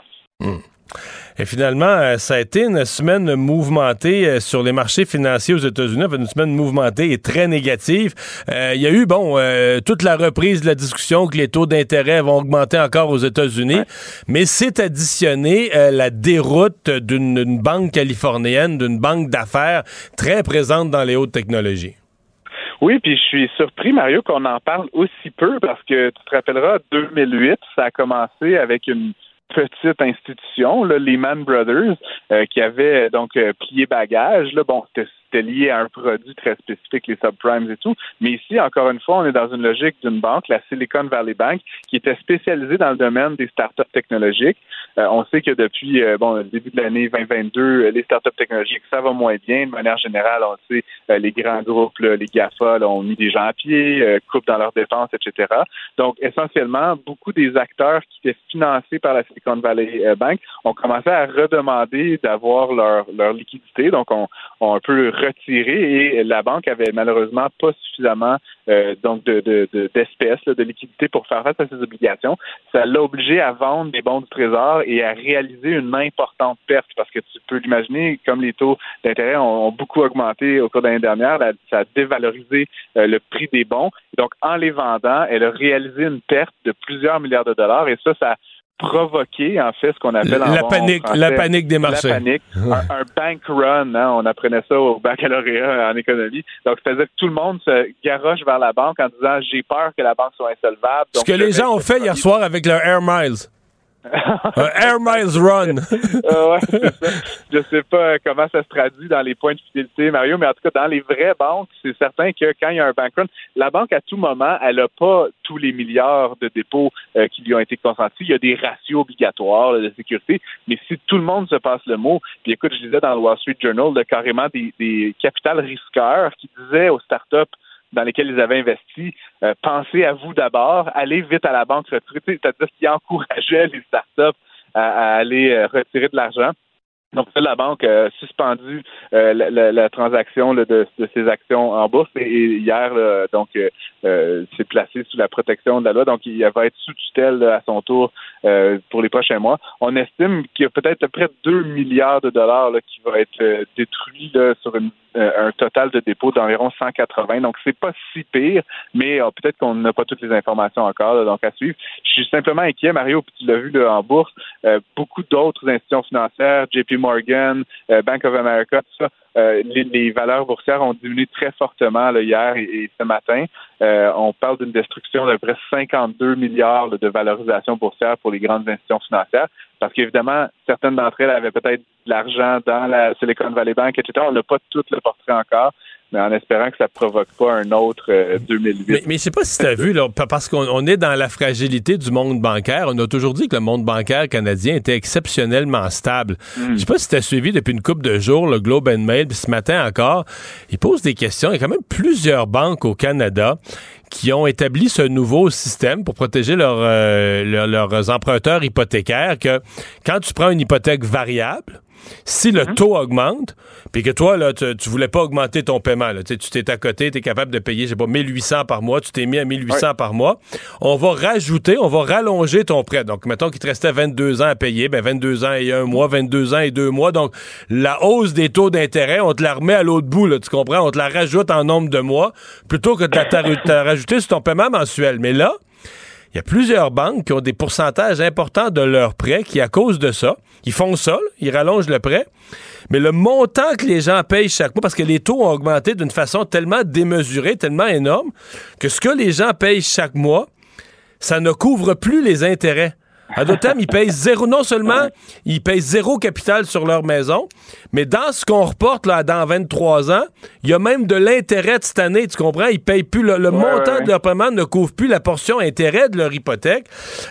Speaker 2: Et finalement, ça a été une semaine mouvementée sur les marchés financiers aux États-Unis. Une semaine mouvementée et très négative. Il y a eu, toute la reprise de la discussion que les taux d'intérêt vont augmenter encore aux États-Unis, mais c'est additionné la déroute d'une banque californienne, d'une banque d'affaires très présente dans les hautes technologies.
Speaker 10: Oui, puis je suis surpris, Mario, qu'on en parle aussi peu parce que tu te rappelleras, 2008, ça a commencé avec une petite institution, là, Lehman Brothers, qui avait donc plié bagage. Là, bon, c'était lié à un produit très spécifique, les subprimes et tout. Mais ici, encore une fois, on est dans une logique d'une banque, la Silicon Valley Bank, qui était spécialisée dans le domaine des startups technologiques. On sait que depuis le début de l'année 2022, les startups technologiques, ça va moins bien. De manière générale, on sait les grands groupes, là, les GAFA, là, ont mis des gens à pied, coupent dans leurs dépenses, etc. Donc, essentiellement, beaucoup des acteurs qui étaient financés par la Silicon Valley Bank ont commencé à redemander d'avoir leur liquidité. Donc, on un peu retiré et la banque avait malheureusement pas suffisamment d'espèces, de liquidité pour faire face à ses obligations. Ça l'a obligé à vendre des bons du Trésor et à réaliser une importante perte parce que tu peux l'imaginer, comme les taux d'intérêt ont beaucoup augmenté au cours de l'année dernière, ça a dévalorisé le prix des bons. Donc, en les vendant, elle a réalisé une perte de plusieurs milliards de dollars et ça provoquer, en fait, ce qu'on appelle
Speaker 2: la panique des marchés.
Speaker 10: La panique, un bank run, hein, on apprenait ça au baccalauréat en économie. Donc, c'est-à-dire que tout le monde se garoche vers la banque en disant « j'ai peur que la banque soit insolvable ».
Speaker 2: Ce que les gens ont fait hier soir avec leur Air Miles. Air Miles Run.
Speaker 10: Ouais, c'est ça. Je sais pas comment ça se traduit dans les points de fidélité, Mario, mais en tout cas, dans les vraies banques, c'est certain que quand il y a un bank run, la banque, à tout moment, elle n'a pas tous les milliards de dépôts qui lui ont été consentis. Il y a des ratios obligatoires de sécurité, mais si tout le monde se passe le mot, puis écoute, je disais dans le Wall Street Journal, carrément des capitales risqueurs qui disaient aux startups dans lesquels ils avaient investi, pensez à vous d'abord, allez vite à la banque retirer, c'est-à-dire qu'ils encourageaient les startups à aller retirer de l'argent. Donc, la banque a suspendu la transaction de ses actions en bourse et hier, s'est placé sous la protection de la loi. Donc, il va être sous tutelle à son tour pour les prochains mois. On estime qu'il y a peut-être à peu près 2 milliards de dollars qui vont être détruits sur un total de dépôt d'environ 180. Donc, c'est pas si pire, mais peut-être qu'on n'a pas toutes les informations encore, donc à suivre. Je suis simplement inquiet, Mario, puis tu l'as vu en bourse, beaucoup d'autres institutions financières, JP Morgan, Bank of America, tout ça, les valeurs boursières ont diminué très fortement hier et ce matin. On parle d'une destruction d'à peu près 52 milliards de valorisation boursière pour les grandes institutions financières, parce qu'évidemment, certaines d'entre elles avaient peut-être de l'argent dans la Silicon Valley Bank, etc. On n'a pas tout le portrait encore, mais en espérant que ça ne provoque pas un autre 2008.
Speaker 2: Mais je ne sais pas si tu as vu, là, parce qu'on est dans la fragilité du monde bancaire. On a toujours dit que le monde bancaire canadien était exceptionnellement stable. Je ne sais pas si tu as suivi depuis une couple de jours le Globe and Mail, puis ce matin encore, ils posent des questions. Il y a quand même plusieurs banques au Canada qui ont établi ce nouveau système pour protéger leurs emprunteurs hypothécaires, que quand tu prends une hypothèque variable, si le taux augmente, puis que toi, là, tu voulais pas augmenter ton paiement, là, tu t'es à côté, tu es capable de payer, je sais pas, 1800 par mois, tu t'es mis à 1800 par mois, on va rallonger ton prêt. Donc, mettons qu'il te restait 22 ans à payer, 22 ans et 1 mois, 22 ans et 2 mois. Donc, la hausse des taux d'intérêt, on te la remet à l'autre bout, là, tu comprends? On te la rajoute en nombre de mois, plutôt que de la rajouter sur ton paiement mensuel. Mais là, il y a plusieurs banques qui ont des pourcentages importants de leurs prêts qui, à cause de ça, ils font ça, là, ils rallongent le prêt, mais le montant que les gens payent chaque mois, parce que les taux ont augmenté d'une façon tellement démesurée, tellement énorme, que ce que les gens payent chaque mois, ça ne couvre plus les intérêts. À d'autres termes, ils payent zéro. Non seulement ils payent zéro capital sur leur maison, mais dans ce qu'on reporte là, dans 23 ans, il y a même de l'intérêt de cette année, tu comprends? Ils payent plus le montant de leur paiement ne couvre plus la portion intérêt de leur hypothèque.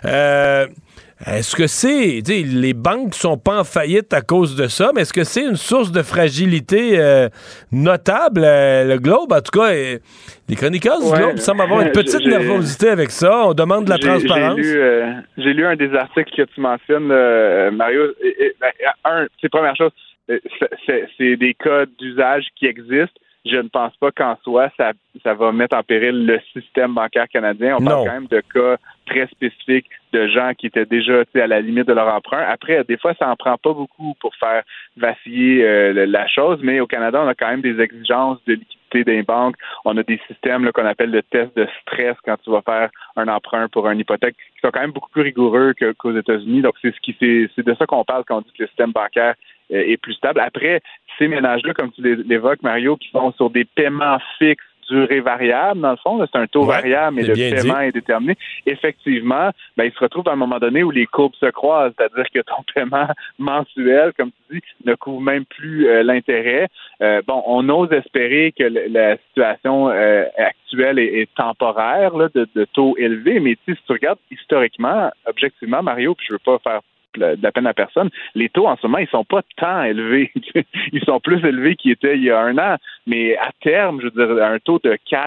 Speaker 2: Est-ce que c'est... Les banques sont pas en faillite à cause de ça, mais est-ce que c'est une source de fragilité notable? Le Globe, en tout cas, les chroniqueurs du Globe semblent avoir une petite nervosité avec ça. On demande de la transparence.
Speaker 10: J'ai lu un des articles que tu mentionnes, Mario. C'est première chose, c'est des cas d'usage qui existent. Je ne pense pas qu'en soi, ça va mettre en péril le système bancaire canadien. On parle quand même de cas très spécifiques de gens qui étaient déjà à la limite de leur emprunt. Après, des fois, ça en prend pas beaucoup pour faire vaciller la chose, mais au Canada, on a quand même des exigences de liquidité des banques. On a des systèmes qu'on appelle le test de stress quand tu vas faire un emprunt pour une hypothèque, qui sont quand même beaucoup plus rigoureux qu'aux États-Unis. Donc, c'est de ça qu'on parle quand on dit que le système bancaire est plus stable. Après, ces ménages-là, comme tu l'évoques, Mario, qui sont sur des paiements fixes, durée variable, dans le fond, là, c'est un taux variable, mais le paiement est déterminé. Effectivement, ils se retrouvent à un moment donné où les courbes se croisent, c'est-à-dire que ton paiement mensuel, comme tu dis, ne couvre même plus l'intérêt. On ose espérer que la situation actuelle est temporaire, là, de taux élevés, mais si tu regardes historiquement, objectivement, Mario, puis je veux pas faire de la peine à personne, les taux en ce moment, ils sont pas tant élevés. Ils sont plus élevés qu'ils étaient il y a un an. Mais à terme, je veux dire, un taux de 4%,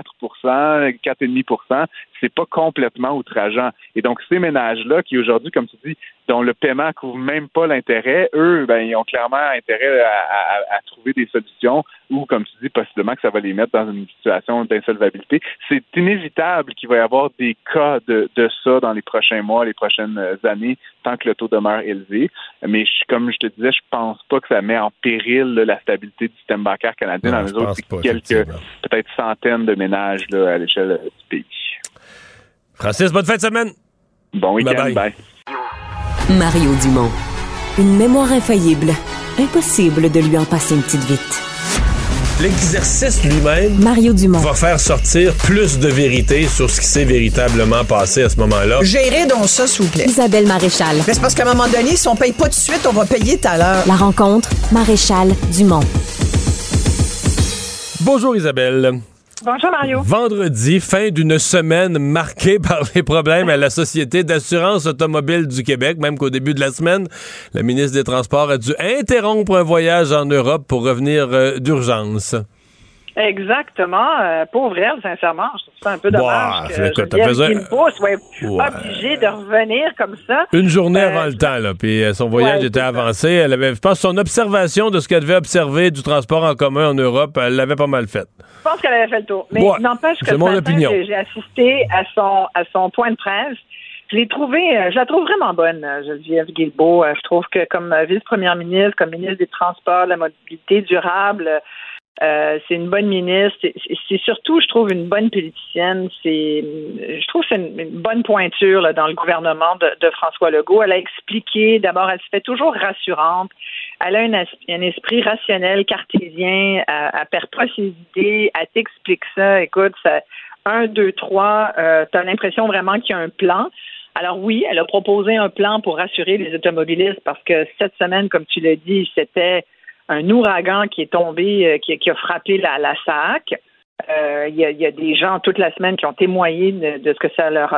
Speaker 10: 4,5%, c'est pas complètement outrageant. Et donc, ces ménages-là, qui aujourd'hui, comme tu dis, dont le paiement couvre même pas l'intérêt, eux, ils ont clairement intérêt à trouver des solutions ou, comme tu dis, possiblement que ça va les mettre dans une situation d'insolvabilité. C'est inévitable qu'il va y avoir des cas de ça dans les prochains mois, les prochaines années, tant que le taux demeure élevé. Mais comme je te disais, je pense pas que ça met en péril la stabilité du système bancaire canadien. Dans les autres, c'est quelques, peut-être centaines de ménages là, à l'échelle du pays.
Speaker 2: Francis, bonne fin de semaine.
Speaker 10: Bon week-end. Bye.
Speaker 1: Mario Dumont. Une mémoire infaillible. Impossible de lui en passer une petite vite.
Speaker 2: l'exercice lui-même
Speaker 1: Mario Dumont.
Speaker 2: va faire sortir plus de vérité sur ce qui s'est véritablement passé à ce moment-là.
Speaker 11: Gérez donc ça, s'il vous plaît.
Speaker 1: Isabelle Maréchal.
Speaker 11: Mais c'est parce qu'à un moment donné, si on paye pas tout de suite, on va payer tout à l'heure.
Speaker 1: La rencontre, Maréchal Dumont.
Speaker 2: Bonjour Isabelle.
Speaker 12: Bonjour Mario.
Speaker 2: Vendredi, fin d'une semaine marquée par les problèmes à la Société d'assurance automobile du Québec, même qu'au début de la semaine, la ministre des Transports a dû interrompre un voyage en Europe pour revenir d'urgence.
Speaker 12: Exactement. Pauvre elle, sincèrement, je trouve ça un peu dommage que Guilbeault soit obligé de revenir comme ça.
Speaker 2: Une journée avant le temps, là, puis son voyage était avancé. Elle avait, je pense, son observation de ce qu'elle devait observer du transport en commun en Europe, elle l'avait pas mal faite.
Speaker 12: Je pense qu'elle avait fait le tour. Mais n'empêche que ce matin, j'ai assisté à son point de presse. Je la trouve vraiment bonne, Geneviève Guilbeault. Je trouve que comme vice-première ministre, comme ministre des Transports, de la mobilité durable, c'est une bonne ministre. C'est surtout, je trouve, une bonne politicienne. Je trouve que c'est une bonne pointure là, dans le gouvernement de François Legault. Elle a expliqué, d'abord, elle se fait toujours rassurante. Elle a un esprit rationnel, cartésien. Elle perd pas ses idées. Elle t'explique ça. Écoute, 1, 2, 3, t'as l'impression vraiment qu'il y a un plan. Alors oui, elle a proposé un plan pour rassurer les automobilistes parce que cette semaine, comme tu l'as dit, c'était un ouragan qui est tombé, qui a frappé la SAAC. Il y a des gens toute la semaine qui ont témoigné de ce que ça leur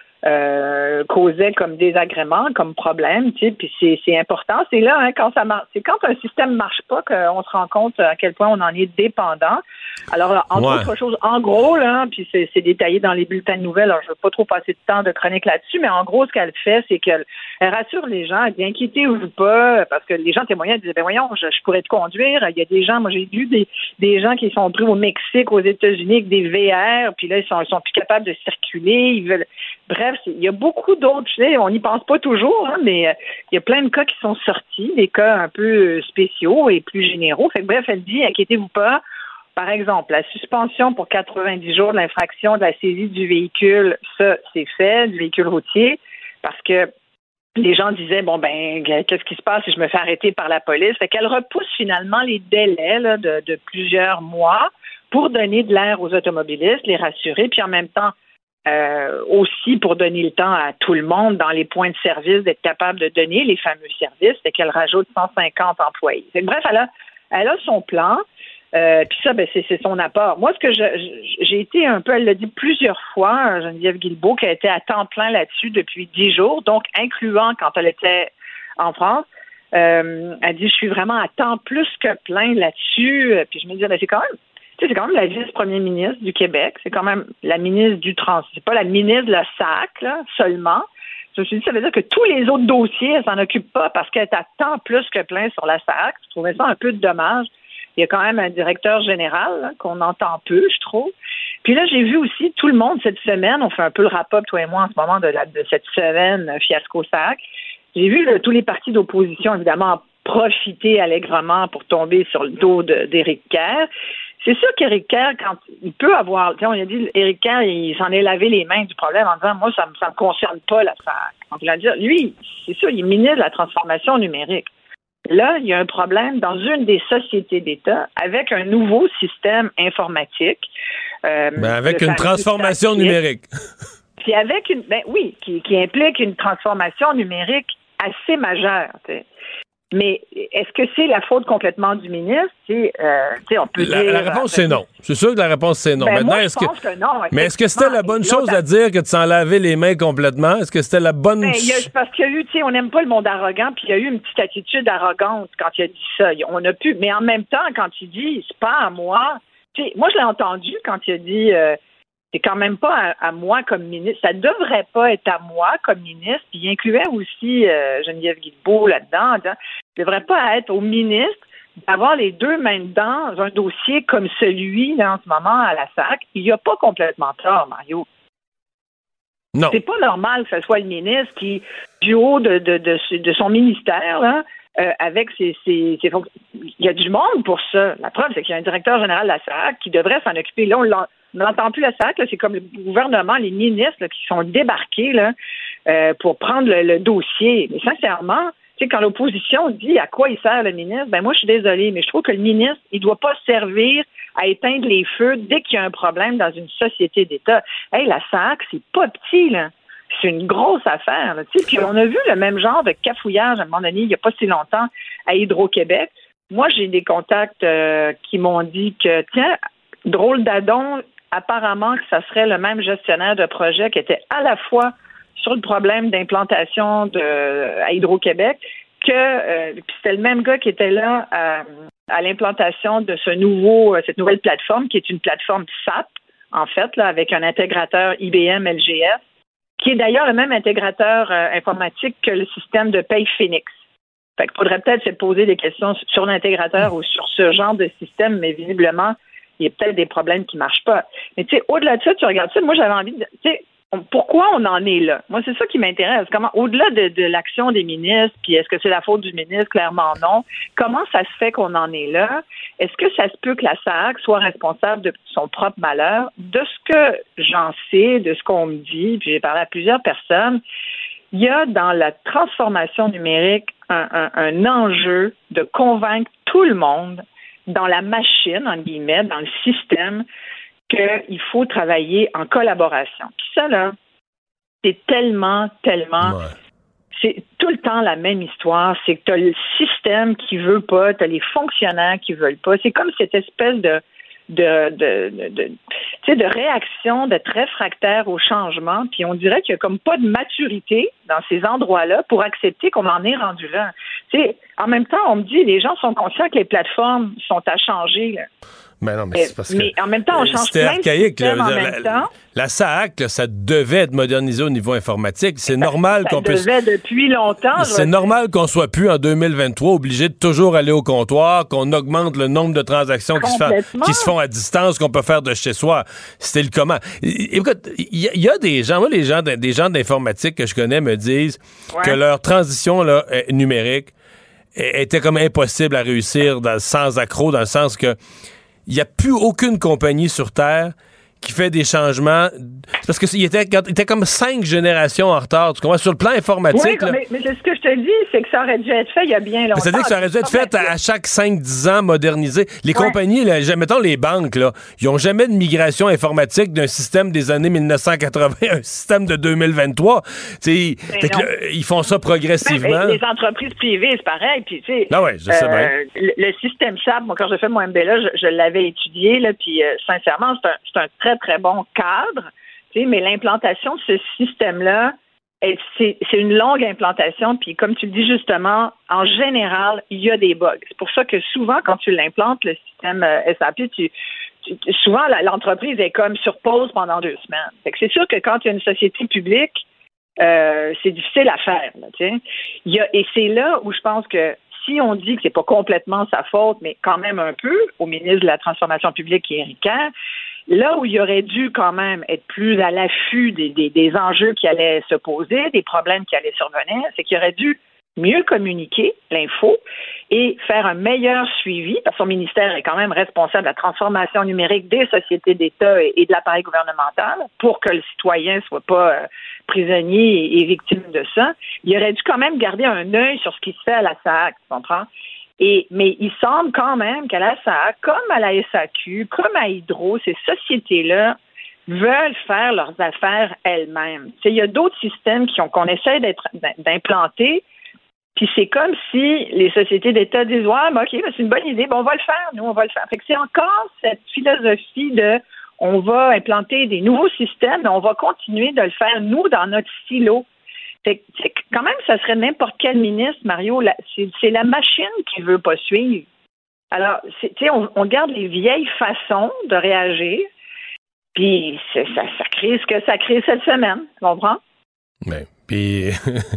Speaker 12: causait comme désagrément, comme problème, tu sais, puis c'est important. C'est là, hein, quand ça marche, c'est quand un système marche pas qu'on se rend compte à quel point on en est dépendant. Alors, entre autres choses, en gros, là, puis c'est détaillé dans les bulletins de nouvelles, alors je veux pas trop passer de temps de chronique là-dessus, mais en gros, ce qu'elle fait, c'est qu'elle rassure les gens, elle dit inquiétez ou pas, parce que les gens témoignaient, elle disait, ben voyons, je pourrais te conduire. Il y a des gens, moi j'ai vu des gens qui sont pris au Mexique, aux États-Unis avec des VR, puis là, ils sont plus capables de circuler, ils veulent... Bref, il y a beaucoup d'autres, tu sais, on n'y pense pas toujours, hein, mais il y a plein de cas qui sont sortis, des cas un peu spéciaux et plus généraux. Fait que bref, elle dit, inquiétez-vous pas. Par exemple, la suspension pour 90 jours de l'infraction de la saisie du véhicule, ça, c'est fait, du véhicule routier, parce que les gens disaient, bon, ben, qu'est-ce qui se passe si je me fais arrêter par la police? Fait qu'elle repousse finalement les délais là, de plusieurs mois pour donner de l'air aux automobilistes, les rassurer, puis en même temps, aussi pour donner le temps à tout le monde dans les points de service d'être capable de donner les fameux services, c'est qu'elle rajoute 150 employés. Fait que, bref, elle a son plan, puis ça, ben, c'est son apport. Moi, ce que j'ai été un peu, elle l'a dit plusieurs fois, Geneviève Guilbeault, qui a été à temps plein là-dessus depuis 10 jours, donc incluant quand elle était en France. Elle dit, je suis vraiment à temps plus que plein là-dessus. Puis je me disais, ben, c'est quand même la vice-première ministre du Québec. C'est quand même la ministre du transport. C'est pas la ministre de la SAC, là, seulement. Je me suis dit, ça veut dire que tous les autres dossiers, elle s'en occupe pas parce qu'elle est à temps plus que plein sur la SAC. Je trouvais ça un peu dommage. Il y a quand même un directeur général là, qu'on entend peu, je trouve. Puis là, j'ai vu aussi tout le monde cette semaine. On fait un peu le wrap-up, toi et moi, en ce moment, de cette semaine fiasco SAC. J'ai vu tous les partis d'opposition, évidemment, profiter allègrement pour tomber sur le dos d'Éric Kerr. C'est sûr qu'Éric Kerr, quand il peut avoir... On a dit, Éric Kerr, il s'en est lavé les mains du problème en disant, moi, ça me concerne pas, la SAC. Donc, il a dit, lui, c'est sûr, il est ministre de la transformation numérique. Là, il y a un problème dans une des sociétés d'État avec un nouveau système informatique.
Speaker 2: Avec une transformation numérique.
Speaker 12: Puis avec qui implique une transformation numérique assez majeure. T'sais. Mais est-ce que c'est la faute complètement du ministre? On peut dire,
Speaker 2: la réponse, c'est non. Je suis sûr que la réponse, c'est non.
Speaker 12: Ben
Speaker 2: Maintenant,
Speaker 12: moi, je pense que non.
Speaker 2: Mais est-ce que c'était la bonne chose à dire que de s'en laver les mains complètement? Est-ce que c'était la bonne...
Speaker 12: parce qu'il y a eu, on n'aime pas le monde arrogant, puis il y a eu une petite attitude arrogante quand il a dit ça. On a pu... Mais en même temps, quand il dit, c'est pas à moi... moi, je l'ai entendu quand il a dit... c'est quand même pas à moi comme ministre. Ça devrait pas être à moi comme ministre. Puis il incluait aussi Geneviève Guilbeault là-dedans. Ça devrait pas être au ministre d'avoir les deux mains dedans dans un dossier comme celui là, en ce moment à la SAC. Il n'y a pas complètement tort, Mario.
Speaker 2: Non.
Speaker 12: C'est pas normal que ce soit le ministre qui, du haut de son ministère, là, avec ses fonctions. Il y a du monde pour ça. La preuve, c'est qu'il y a un directeur général de la SAC qui devrait s'en occuper. Là, on n'entend plus la SAC, là, c'est comme le gouvernement, les ministres là, qui sont débarqués là, pour prendre le dossier. Mais sincèrement, sais, quand l'opposition dit à quoi il sert le ministre, ben moi, je suis désolée, mais je trouve que le ministre, il doit pas servir à éteindre les feux dès qu'il y a un problème dans une société d'État. Hey, la SAC, c'est pas petit, là. C'est une grosse affaire, là, tu sais. Puis on a vu le même genre de cafouillage à un moment donné, il n'y a pas si longtemps, à Hydro-Québec. Moi, j'ai des contacts qui m'ont dit que, tiens, drôle d'adon, apparemment que ça serait le même gestionnaire de projet qui était à la fois sur le problème d'implantation à Hydro-Québec que puis c'était le même gars qui était là à l'implantation de cette nouvelle plateforme qui est une plateforme SAP, en fait, là, avec un intégrateur IBM LGS, qui est d'ailleurs le même intégrateur informatique que le système de paye Phoenix. Fait qu'il faudrait peut-être se poser des questions sur l'intégrateur ou sur ce genre de système, mais visiblement, il y a peut-être des problèmes qui ne marchent pas. Mais tu sais, au-delà de ça, tu regardes ça, moi j'avais envie de... Tu sais, pourquoi on en est là? Moi, c'est ça qui m'intéresse. Comment, au-delà de l'action des ministres, puis est-ce que c'est la faute du ministre? Clairement non. Comment ça se fait qu'on en est là? Est-ce que ça se peut que la SAC soit responsable de son propre malheur? De ce que j'en sais, de ce qu'on me dit, puis j'ai parlé à plusieurs personnes, il y a dans la transformation numérique un enjeu de convaincre tout le monde dans la machine, en guillemets, dans le système, qu'il faut travailler en collaboration. Puis ça, là, c'est tellement... Ouais. C'est tout le temps la même histoire. C'est que tu as le système qui veut pas, tu as les fonctionnaires qui veulent pas. C'est comme cette espèce de réaction de très réfractaire au changement, puis on dirait qu'il n'y a comme pas de maturité dans ces endroits-là pour accepter qu'on en est rendu là. T'sais, en même temps, on me dit, les gens sont conscients que les plateformes sont à changer, là.
Speaker 2: Mais non, mais c'est parce que...
Speaker 12: Mais en même temps, on change plein de systèmes en même temps.
Speaker 2: La SAAC, là, ça devait être modernisé au niveau informatique. C'est normal qu'on puisse...
Speaker 12: Ça devait depuis longtemps.
Speaker 2: C'est normal qu'on soit plus, en 2023, obligé de toujours aller au comptoir, qu'on augmente le nombre de transactions qui se font à distance, qu'on peut faire de chez soi. C'était le comment. Écoute, il y a des gens, moi, des gens d'informatique que je connais me disent que leur transition là, numérique était comme impossible à réussir sans accroc, dans le sens que il n'y a plus aucune compagnie sur Terre qui fait des changements. C'est parce qu'il était comme 5 générations en retard. Tu comprends? Sur le plan informatique.
Speaker 12: Oui, mais ce que je te dis, c'est que ça aurait dû être fait il y a bien longtemps.
Speaker 2: C'est-à-dire que ça aurait dû être fait à chaque 5-10 ans, modernisé. Les compagnies, là, mettons les banques, là, ils n'ont jamais de migration informatique d'un système des années 1980 à un système de 2023. Ils font ça progressivement.
Speaker 12: Les entreprises privées, c'est pareil. Puis,
Speaker 2: ah ouais, je sais bien.
Speaker 12: Le système SAP, moi, quand j'ai fait mon MBA, je l'avais étudié, là, puis sincèrement, c'est un très, très bon cadre, mais l'implantation de ce système-là, c'est une longue implantation, puis comme tu le dis justement, en général, il y a des bugs. C'est pour ça que souvent, quand tu l'implantes, le système SAP, souvent, l'entreprise est comme sur pause pendant 2 semaines. Fait que c'est sûr que quand il y a une société publique, c'est difficile à faire. Là, et c'est là où je pense que si on dit que c'est pas complètement sa faute, mais quand même un peu, au ministre de la Transformation publique qui est Éric Kerr, là où il aurait dû quand même être plus à l'affût des enjeux qui allaient se poser, des problèmes qui allaient survenir, c'est qu'il aurait dû mieux communiquer l'info et faire un meilleur suivi, parce que son ministère est quand même responsable de la transformation numérique des sociétés d'État et de l'appareil gouvernemental pour que le citoyen soit pas prisonnier et victime de ça. Il aurait dû quand même garder un œil sur ce qui se fait à la SAAC, tu comprends? Mais il semble quand même qu'à la SAAC, comme à la SAQ, comme à Hydro, ces sociétés-là veulent faire leurs affaires elles-mêmes. Il y a d'autres systèmes qu'on essaie d'implanter, puis c'est comme si les sociétés d'État disent « Ouais, OK, c'est une bonne idée, on va le faire, nous, on va le faire. » Fait que c'est encore cette philosophie de « On va implanter des nouveaux systèmes, mais on va continuer de le faire, nous, dans notre silo. » Quand même, ça serait n'importe quel ministre, Mario, c'est la machine qui veut pas suivre. Alors, on garde les vieilles façons de réagir, puis ça crée ce que ça crée cette semaine, tu comprends?
Speaker 2: Oui. Puis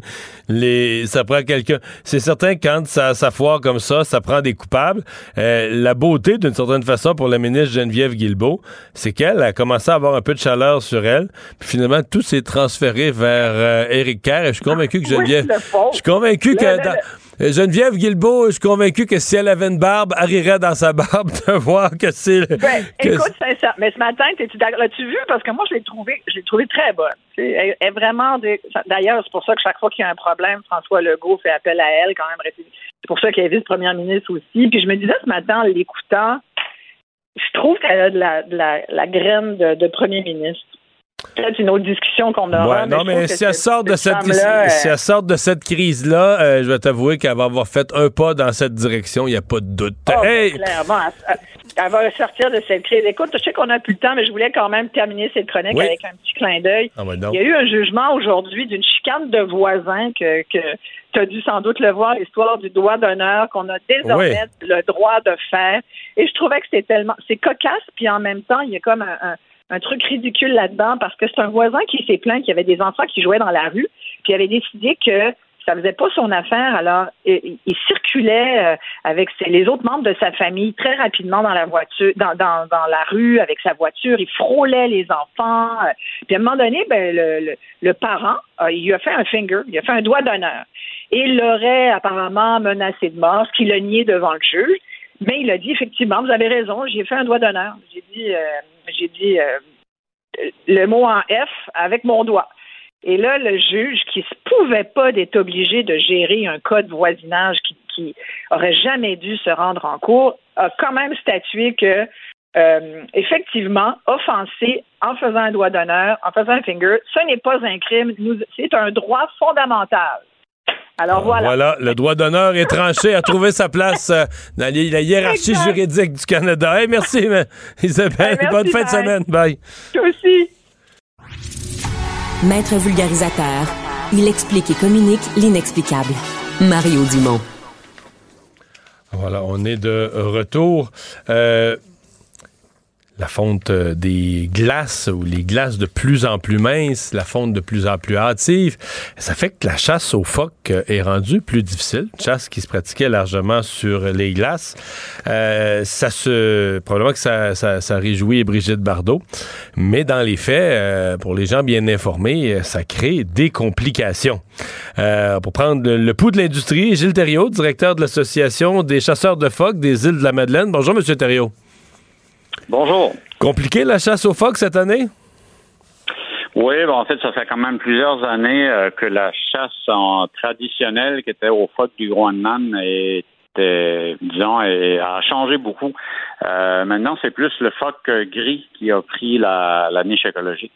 Speaker 2: ça prend quelqu'un. C'est certain que quand ça foire comme ça prend des coupables. La beauté, d'une certaine façon, pour la ministre Geneviève Guilbeault, c'est qu'elle a commencé à avoir un peu de chaleur sur elle. Puis finalement, tout s'est transféré vers Éric Kerr. Et je suis convaincu que Geneviève. Je suis convaincu que. Geneviève Guilbeault, je suis convaincu que si elle avait une barbe, elle rirait dans sa barbe de voir que c'est...
Speaker 12: Écoute, sincèrement, mais ce matin, l'as-tu vu? Parce que moi, je l'ai trouvée très bonne. Elle est vraiment... D'ailleurs, c'est pour ça que chaque fois qu'il y a un problème, François Legault fait appel à elle quand même. C'est pour ça qu'elle est vice-première ministre aussi. Puis je me disais ce matin, en l'écoutant, je trouve qu'elle a de la graine de premier ministre. Peut-être une autre discussion qu'on aura.
Speaker 2: Ouais, non, mais si elle sort de cette crise-là, je vais t'avouer qu'elle va avoir fait un pas dans cette direction, il n'y a pas de doute.
Speaker 12: Clairement, elle va sortir de cette crise. Écoute, je sais qu'on n'a plus le temps, mais je voulais quand même terminer cette chronique avec un petit clin d'œil. Il y a eu un jugement aujourd'hui d'une chicane de voisins que tu as dû sans doute le voir, l'histoire du doigt d'honneur qu'on a désormais le droit de faire. Et je trouvais que c'est cocasse, puis en même temps, il y a comme un truc ridicule là-dedans parce que c'est un voisin qui s'est plaint qu'il y avait des enfants qui jouaient dans la rue, puis il avait décidé que ça faisait pas son affaire, alors il circulait avec les autres membres de sa famille très rapidement dans la voiture, dans la rue avec sa voiture, il frôlait les enfants, puis à un moment donné, le parent, il lui a fait un finger, il a fait un doigt d'honneur, et il l'aurait apparemment menacé de mort, ce qu'il a nié devant le juge, mais il a dit effectivement, vous avez raison, j'ai fait un doigt d'honneur, j'ai dit le mot en F avec mon doigt. Et là, le juge, qui ne pouvait pas d'être obligé de gérer un cas de voisinage qui aurait jamais dû se rendre en cours, a quand même statué que, effectivement, offenser en faisant un doigt d'honneur, en faisant un finger, ce n'est pas un crime, c'est un droit fondamental. Alors voilà,
Speaker 2: le droit d'honneur est tranché, a trouvé sa place dans la hiérarchie juridique du Canada. Hey, merci, Isabelle. Merci, bonne fin de semaine. Bye.
Speaker 12: Toi aussi.
Speaker 1: Maître vulgarisateur, il explique et communique l'inexplicable. Mario Dumont.
Speaker 2: Voilà, on est de retour. La fonte des glaces ou les glaces de plus en plus minces, la fonte de plus en plus hâtive, ça fait que la chasse aux phoques est rendue plus difficile. Une chasse qui se pratiquait largement sur les glaces. Probablement que ça réjouit Brigitte Bardot. Mais dans les faits, pour les gens bien informés, ça crée des complications. Pour prendre le pouls de l'industrie, Gilles Thériault, directeur de l'Association des chasseurs de phoques des îles de la Madeleine. Bonjour, M. Thériault.
Speaker 13: Bonjour.
Speaker 2: Compliqué la chasse aux phoques cette année?
Speaker 13: Oui, en fait, ça fait quand même plusieurs années que la chasse traditionnelle qui était aux phoques du Groenland a changé beaucoup. Maintenant, c'est plus le phoque gris qui a pris la niche écologique.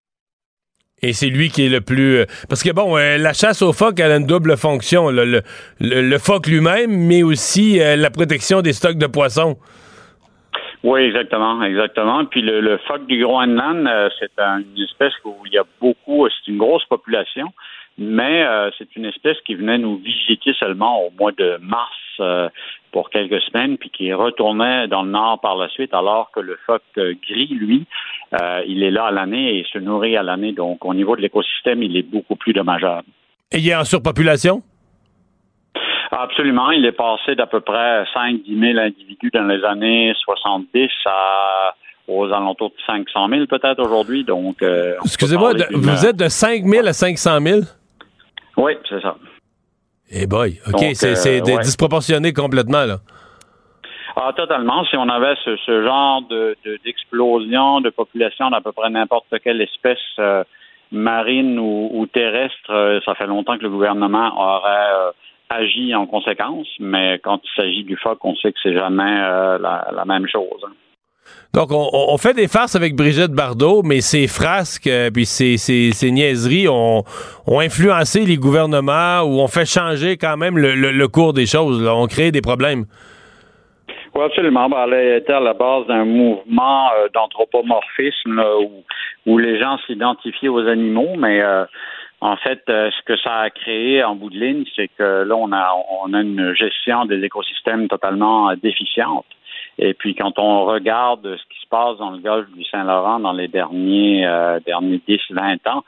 Speaker 2: Et c'est lui qui est le plus... Parce que, la chasse aux phoques, elle a une double fonction. Le phoque lui-même, mais aussi la protection des stocks de poissons.
Speaker 13: Oui, exactement. Puis le phoque du Groenland, c'est une espèce où il y a c'est une grosse population, mais c'est une espèce qui venait nous visiter seulement au mois de mars pour quelques semaines, puis qui retournait dans le nord par la suite, alors que le phoque gris, lui, il est là à l'année et se nourrit à l'année. Donc, au niveau de l'écosystème, il est beaucoup plus dommageable.
Speaker 2: Et il est en surpopulation?
Speaker 13: Absolument. Il est passé d'à peu près 5-10 000 individus dans les années 70 aux alentours de 500 000 peut-être aujourd'hui. Donc,
Speaker 2: excusez-moi, vous êtes de 5 000 à 500 000?
Speaker 13: Oui, c'est ça.
Speaker 2: Eh boy, OK, donc, c'est disproportionné complètement, là.
Speaker 13: Ah, totalement. Si on avait ce genre d'explosion de population d'à peu près n'importe quelle espèce marine ou terrestre, ça fait longtemps que le gouvernement aurait agit en conséquence, mais quand il s'agit du phoque, on sait que c'est jamais la même chose.
Speaker 2: Donc, on fait des farces avec Brigitte Bardot, mais ces frasques puis ces niaiseries ont influencé les gouvernements ou ont fait changer quand même le cours des choses. Là. On crée des problèmes.
Speaker 13: Oui, absolument. Elle était à la base d'un mouvement d'anthropomorphisme là, où les gens s'identifiaient aux animaux, mais en fait, ce que ça a créé en bout de ligne, c'est que là, on a une gestion des écosystèmes totalement déficiente. Et puis, quand on regarde ce qui se passe dans le golfe du Saint-Laurent dans les derniers 10-20 ans,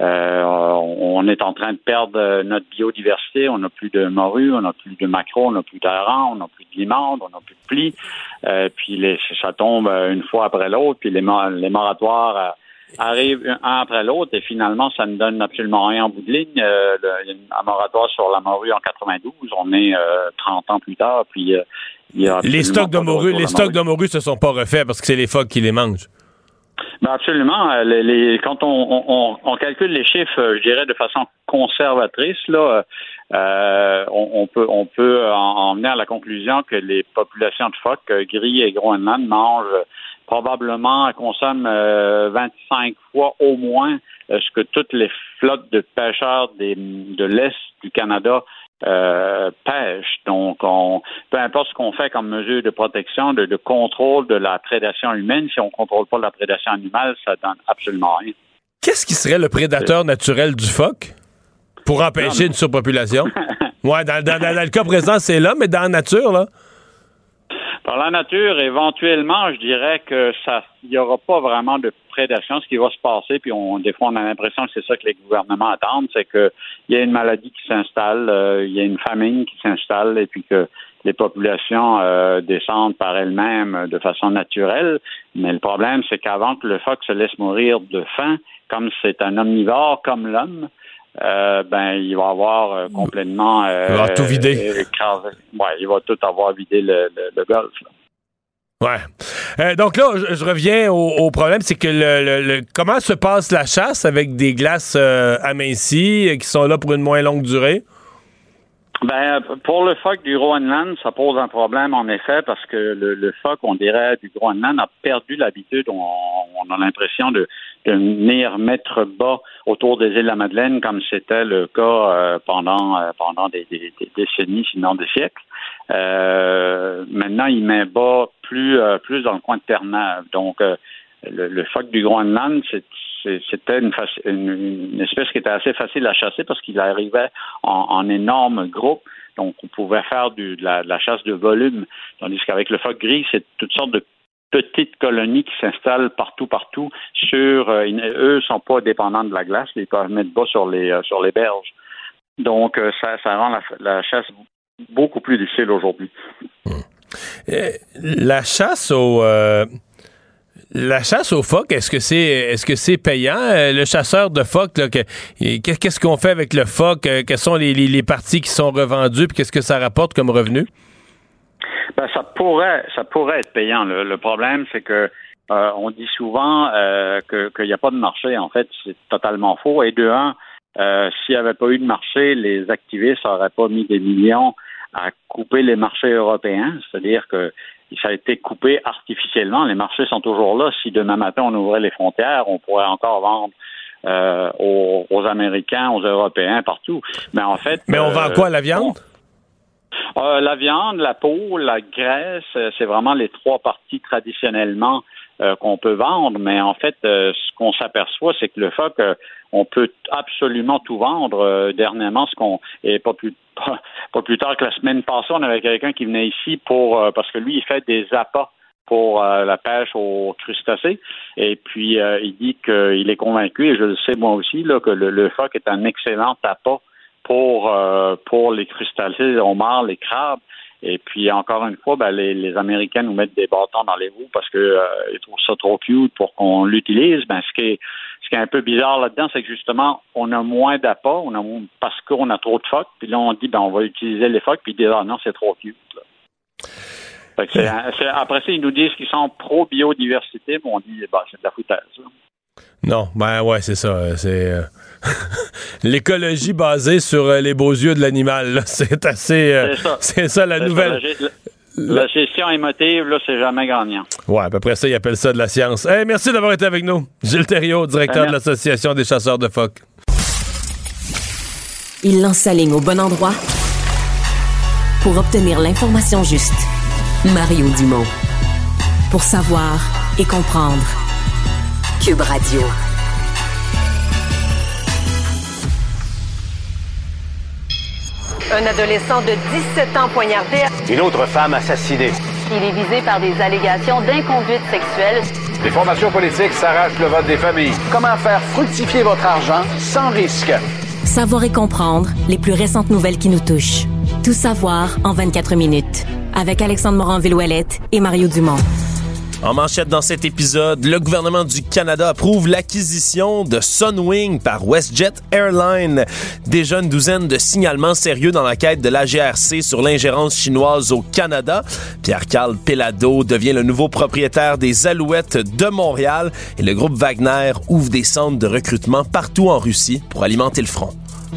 Speaker 13: on est en train de perdre notre biodiversité. On n'a plus de morues, on n'a plus de maquereaux, on n'a plus d'harengs, on n'a plus de limandes, on n'a plus de plis. Puis ça tombe une fois après l'autre. Puis les moratoires arrivent un après l'autre et finalement, ça ne donne absolument rien en bout de ligne. Il y a un moratoire sur la morue en 92. On est 30 ans plus tard, puis il y a
Speaker 2: les stocks de morue se sont pas refaits parce que c'est les phoques qui les mangent.
Speaker 13: Ben absolument. Quand on calcule les chiffres, je dirais de façon conservatrice, là, on peut en venir à la conclusion que les populations de phoques gris et Groenland consomment 25 fois au moins ce que toutes les flottes de pêcheurs de l'Est du Canada pêche. Donc, peu importe ce qu'on fait comme mesure de protection, de contrôle de la prédation humaine, si on ne contrôle pas la prédation animale, ça donne absolument rien.
Speaker 2: Qu'est-ce qui serait le prédateur naturel du phoque pour empêcher une surpopulation? Ouais, dans le cas présent, c'est l'homme, mais dans la nature, là?
Speaker 13: Dans la nature, éventuellement, je dirais que il n'y aura pas vraiment de prédation. Ce qui va se passer, puis des fois, on a l'impression que c'est ça que les gouvernements attendent, c'est qu'il y a une maladie qui s'installe, il y a une famine qui s'installe, et puis que les populations descendent par elles-mêmes de façon naturelle. Mais le problème, c'est qu'avant que le phoque se laisse mourir de faim, comme c'est un omnivore comme l'homme, il va avoir complètement
Speaker 2: il va tout vider.
Speaker 13: Écrasé. Ouais, il va tout avoir vidé le golfe. Là.
Speaker 2: Ouais. Donc là, je reviens au problème, c'est que comment se passe la chasse avec des glaces amincies qui sont là pour une moins longue durée?
Speaker 13: Ben, pour le phoque du Groenland, ça pose un problème en effet parce que le phoque, on dirait, du Groenland a perdu l'habitude. On a l'impression de venir mettre bas autour des îles de la Madeleine comme c'était le cas pendant des décennies, sinon des siècles. Maintenant, il met bas plus dans le coin de Terre-Neuve. Donc, le phoque du Groenland, c'était une espèce qui était assez facile à chasser parce qu'il arrivait en énormes groupes. Donc, on pouvait faire de la chasse de volume. Tandis qu'avec le phoque gris, c'est toutes sortes de petites colonies qui s'installent partout. Eux sont pas dépendants de la glace. Ils peuvent mettre bas sur les berges. Donc, ça rend la chasse beaucoup plus difficile aujourd'hui.
Speaker 2: La chasse aux phoques, est-ce que c'est payant? Le chasseur de phoques, là, qu'est-ce qu'on fait avec le phoque? Quelles sont les parties qui sont revendues? Puis qu'est-ce que ça rapporte comme revenu?
Speaker 13: Ben, ça pourrait être payant. Le problème, c'est que on dit souvent qu'il n'y a pas de marché. En fait, c'est totalement faux. Et de un, s'il n'y avait pas eu de marché, les activistes n'auraient pas mis des millions à couper les marchés européens. C'est-à-dire que ça a été coupé artificiellement. Les marchés sont toujours là. Si demain matin, on ouvrait les frontières, on pourrait encore vendre aux Américains, aux Européens, partout. Mais en fait...
Speaker 2: Mais on vend quoi, la viande?
Speaker 13: La viande, la peau, la graisse, c'est vraiment les trois parties traditionnellement qu'on peut vendre. Mais en fait, ce qu'on s'aperçoit, c'est que le phoque, on peut absolument tout vendre. Dernièrement, pas plus tard que la semaine passée, on avait quelqu'un qui venait ici parce que lui, il fait des appâts pour la pêche aux crustacés. Et puis, il dit qu'il est convaincu, et je le sais moi aussi, là, que le phoque est un excellent appât pour les crustacés, les homards, les crabes. Et puis, encore une fois, les Américains nous mettent des bâtons dans les roues parce que ils trouvent ça trop cute pour qu'on l'utilise. Ce qui est un peu bizarre là-dedans, c'est que justement, on a moins d'appâts, parce qu'on a trop de phoques. Puis là, on dit, on va utiliser les phoques. Puis ils disent, non, c'est trop cute. Là. Fait que après ça, ils nous disent qu'ils sont pro-biodiversité, mais on dit, c'est de la foutaise. Là.
Speaker 2: Non, c'est ça. C'est l'écologie basée sur les beaux yeux de l'animal. Là. C'est assez... c'est ça la nouvelle...
Speaker 13: La gestion émotive, là, c'est jamais gagnant.
Speaker 2: Ouais, à peu près ça, ils appellent ça de la science. Hey, merci d'avoir été avec nous. Gilles Thériault, directeur de l'Association des chasseurs de phoques.
Speaker 1: Il lance sa ligne au bon endroit pour obtenir l'information juste. Mario Dumont. Pour savoir et comprendre. Cube Radio.
Speaker 14: Un adolescent de 17 ans poignardé.
Speaker 15: Une autre femme assassinée.
Speaker 14: Il est visé par des allégations d'inconduite sexuelle.
Speaker 15: Les formations politiques s'arrachent le vote des familles. Comment faire fructifier votre argent sans risque?
Speaker 1: Savoir et comprendre les plus récentes nouvelles qui nous touchent. Tout savoir en 24 minutes. Avec Alexandre Morin-Villouellette et Mario Dumont.
Speaker 8: En manchette dans cet épisode, le gouvernement du Canada approuve l'acquisition de Sunwing par WestJet Airlines. Déjà une douzaine de signalements sérieux dans l'enquête de la GRC sur l'ingérence chinoise au Canada. Pierre-Carl Péladeau devient le nouveau propriétaire des Alouettes de Montréal et le groupe Wagner ouvre des centres de recrutement partout en Russie pour alimenter le front.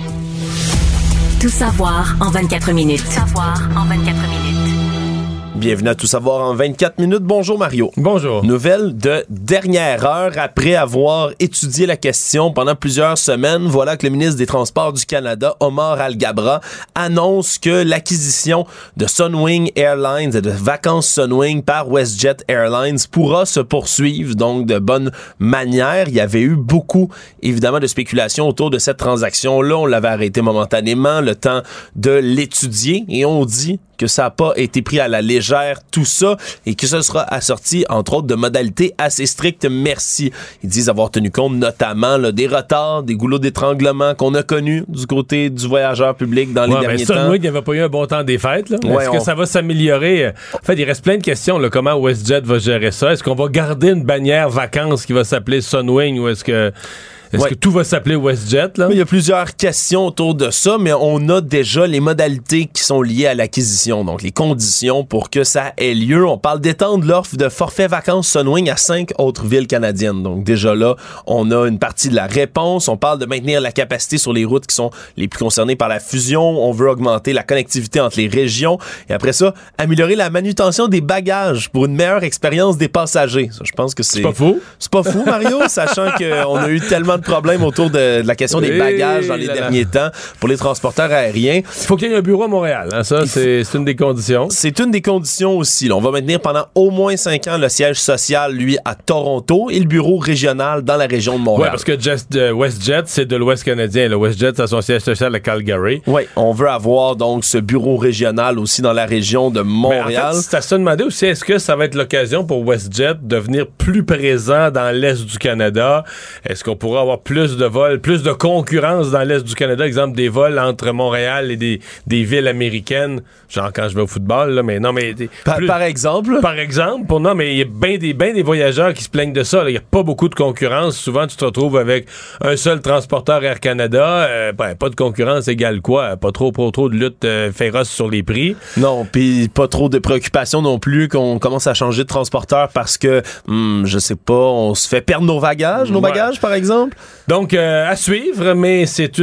Speaker 1: Tout savoir en 24 minutes. Tout savoir en 24 minutes.
Speaker 8: Bienvenue à Tout savoir en 24 minutes. Bonjour Mario.
Speaker 2: Bonjour.
Speaker 8: Nouvelle de dernière heure. Après avoir étudié la question pendant plusieurs semaines, voilà que le ministre des Transports du Canada, Omar Al-Gabra, annonce que l'acquisition de Sunwing Airlines et de vacances Sunwing par WestJet Airlines pourra se poursuivre donc de bonne manière. Il y avait eu beaucoup, évidemment, de spéculation autour de cette transaction-là. On l'avait arrêté momentanément, le temps de l'étudier, et on dit que ça n'a pas été pris à la légère, tout ça, et que ce sera assorti, entre autres, de modalités assez strictes. Merci. Ils disent avoir tenu compte notamment là, des retards, des goulots d'étranglement qu'on a connus du côté du voyageur public dans les derniers temps.
Speaker 2: Il n'y avait pas eu un bon temps des fêtes. Là. Est-ce que ça va s'améliorer? En fait, il reste plein de questions. Là, comment WestJet va gérer ça? Est-ce qu'on va garder une bannière vacances qui va s'appeler Sunwing ou est-ce que tout va s'appeler WestJet, là?
Speaker 8: Il y a plusieurs questions autour de ça, mais on a déjà les modalités qui sont liées à l'acquisition, donc les conditions pour que ça ait lieu. On parle d'étendre l'offre de forfait vacances Sunwing à 5 autres villes canadiennes. Donc déjà là, on a une partie de la réponse. On parle de maintenir la capacité sur les routes qui sont les plus concernées par la fusion. On veut augmenter la connectivité entre les régions. Et après ça, améliorer la manutention des bagages pour une meilleure expérience des passagers. Ça, je pense que c'est
Speaker 2: pas fou.
Speaker 8: C'est pas fou, Mario, sachant qu'on a eu tellement de problème autour de la question des bagages dans les derniers temps pour les transporteurs aériens.
Speaker 2: Il faut qu'il y ait un bureau à Montréal. Hein? Ça, c'est une des conditions.
Speaker 8: C'est une des conditions aussi. Là. On va maintenir pendant au moins 5 ans le siège social, lui, à Toronto et le bureau régional dans la région de Montréal.
Speaker 2: Oui, parce que WestJet, c'est de l'Ouest canadien. Le WestJet a son siège social à Calgary.
Speaker 8: Oui, on veut avoir donc ce bureau régional aussi dans la région de Montréal.
Speaker 2: Mais en fait, c'est à se demander aussi, est-ce que ça va être l'occasion pour WestJet de devenir plus présent dans l'Est du Canada? Est-ce qu'on pourra avoir plus de vols, plus de concurrence dans l'Est du Canada, exemple des vols entre Montréal et des villes américaines, genre quand je vais au football, là, mais non, mais...
Speaker 8: Par exemple?
Speaker 2: Par exemple, mais il y a bien des voyageurs qui se plaignent de ça. Il n'y a pas beaucoup de concurrence. Souvent, tu te retrouves avec un seul transporteur Air Canada. Pas de concurrence égale quoi? Pas trop de lutte féroce sur les prix.
Speaker 8: Non, puis pas trop de préoccupation non plus qu'on commence à changer de transporteur parce que, je sais pas, on se fait perdre nos bagages, bagages, par exemple.
Speaker 2: Donc, à suivre, mais c'est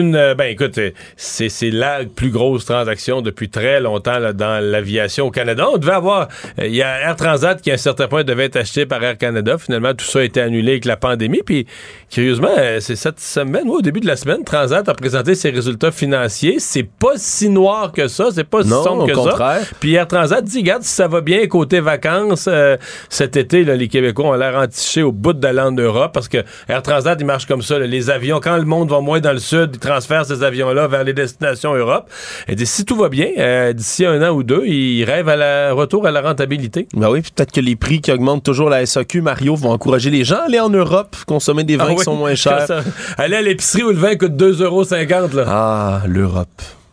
Speaker 2: c'est la plus grosse transaction depuis très longtemps là, dans l'aviation au Canada. On devait avoir, il y a Air Transat qui à un certain point devait être acheté par Air Canada. Finalement, tout ça a été annulé avec la pandémie. Puis, curieusement, c'est cette semaine, au début de la semaine, Transat a présenté ses résultats financiers. C'est pas si noir que ça, c'est pas si sombre que
Speaker 8: contraire.
Speaker 2: Ça. Puis Air Transat dit, regarde, si ça va bien côté vacances, cet été, là, les Québécois ont l'air entichés au bout de la lande d'Europe parce que Air Transat, il marche comme ça. Là, les avions, quand le monde va moins dans le sud, ils transfèrent ces avions-là vers les destinations Europe. Et si tout va bien, d'ici 1 an ou 2, ils rêvent retour à la rentabilité.
Speaker 8: Ben oui, puis peut-être que les prix qui augmentent toujours la SAQ, Mario, vont encourager les gens à aller en Europe, consommer des vins qui sont moins chers.
Speaker 2: Aller à l'épicerie où le vin coûte 2,50 €. Là.
Speaker 8: Ah, l'Europe.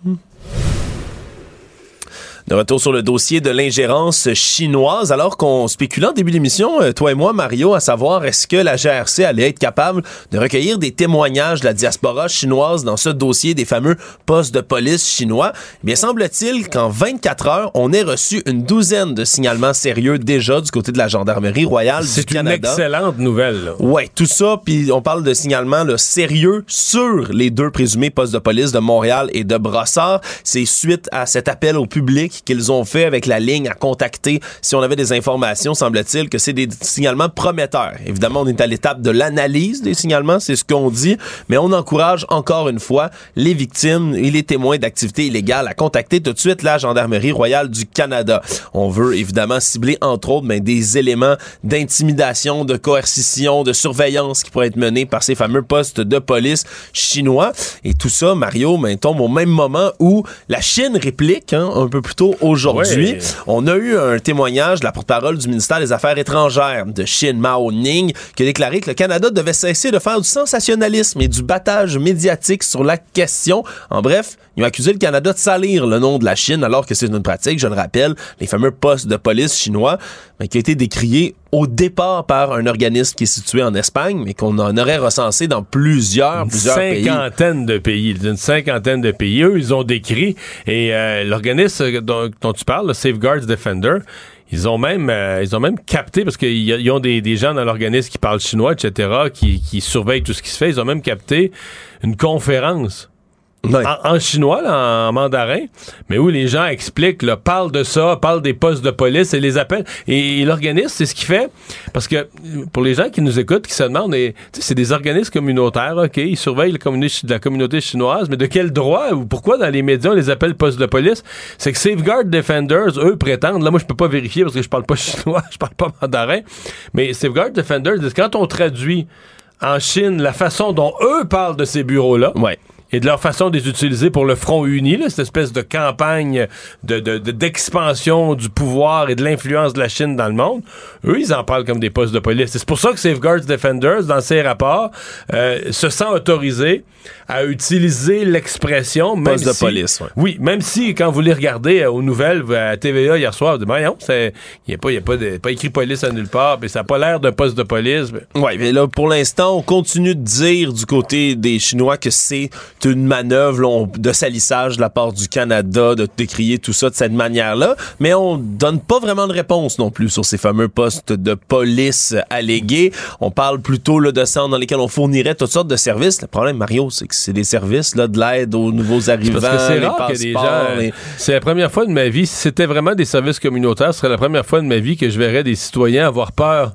Speaker 8: De retour sur le dossier de l'ingérence chinoise, alors qu'on spéculait en début d'émission, toi et moi, Mario, à savoir est-ce que la GRC allait être capable de recueillir des témoignages de la diaspora chinoise dans ce dossier des fameux postes de police chinois. Eh bien, semble-t-il qu'en 24 heures, on ait reçu une douzaine de signalements sérieux déjà du côté de la Gendarmerie royale du Canada.
Speaker 2: C'est une excellente nouvelle.
Speaker 8: Oui, tout ça, puis on parle de signalements là, sérieux sur les 2 présumés postes de police de Montréal et de Brossard. C'est suite à cet appel au public qu'ils ont fait avec la ligne à contacter si on avait des informations, semble-t-il que c'est des signalements prometteurs. Évidemment, on est à l'étape de l'analyse des signalements, c'est ce qu'on dit, mais on encourage encore une fois les victimes et les témoins d'activités illégales à contacter tout de suite la Gendarmerie royale du Canada. On veut évidemment cibler entre autres des éléments d'intimidation, de coercition, de surveillance qui pourraient être menés par ces fameux postes de police chinois. Et tout ça, Mario, tombe au même moment où la Chine réplique un peu plus tôt aujourd'hui. Ouais. On a eu un témoignage de la porte-parole du ministère des Affaires étrangères de Chine, Mao Ning, qui a déclaré que le Canada devait cesser de faire du sensationnalisme et du battage médiatique sur la question. En bref, ils ont accusé le Canada de salir le nom de la Chine alors que c'est une pratique, je le rappelle, les fameux postes de police chinois, qui a été décrié au départ par un organisme qui est situé en Espagne, mais qu'on en aurait recensé dans plusieurs pays.
Speaker 2: Une cinquantaine de pays. Eux, ils ont décrit, et l'organisme dont tu parles, le Safeguards Defender, ils ont même capté, parce qu'ils ont des gens dans l'organisme qui parlent chinois, etc., qui surveillent tout ce qui se fait. Ils ont même capté une conférence en chinois, là, en mandarin, mais où les gens expliquent, là, parlent de ça, parlent des postes de police et les appellent. Et l'organisme, c'est ce qu'il fait, parce que pour les gens qui nous écoutent, qui se demandent, c'est des organismes communautaires, OK, ils surveillent la communauté chinoise, mais de quel droit ou pourquoi dans les médias on les appelle postes de police? C'est que Safeguard Defenders, eux, prétendent, là, moi, je peux pas vérifier parce que je parle pas chinois, je parle pas mandarin, mais Safeguard Defenders, quand on traduit en Chine la façon dont eux parlent de ces bureaux-là, et de leur façon de les utiliser pour le Front uni, là, cette espèce de campagne d'expansion du pouvoir et de l'influence de la Chine dans le monde, eux, ils en parlent comme des postes de police. C'est pour ça que Safeguards Defenders, dans ses rapports, se sent autorisé à utiliser l'expression même
Speaker 8: poste de police. Ouais.
Speaker 2: Oui, même si, quand vous les regardez aux nouvelles, à TVA hier soir, vous dites, voyons, il n'y a pas écrit police à nulle part, mais ça n'a pas l'air d'un poste de police.
Speaker 8: Oui, mais là, pour l'instant, on continue de dire du côté des Chinois que c'est une manœuvre de salissage de la part du Canada, de décrier tout ça de cette manière-là, mais on donne pas vraiment de réponse non plus sur ces fameux postes de police allégués. On parle plutôt là, de centres dans lesquels on fournirait toutes sortes de services. Le problème, Mario, c'est que c'est des services là, de l'aide aux nouveaux arrivants,
Speaker 2: parce que c'est rare que des gens... C'est la première fois de ma vie, si c'était vraiment des services communautaires, ce serait la première fois de ma vie que je verrais des citoyens avoir peur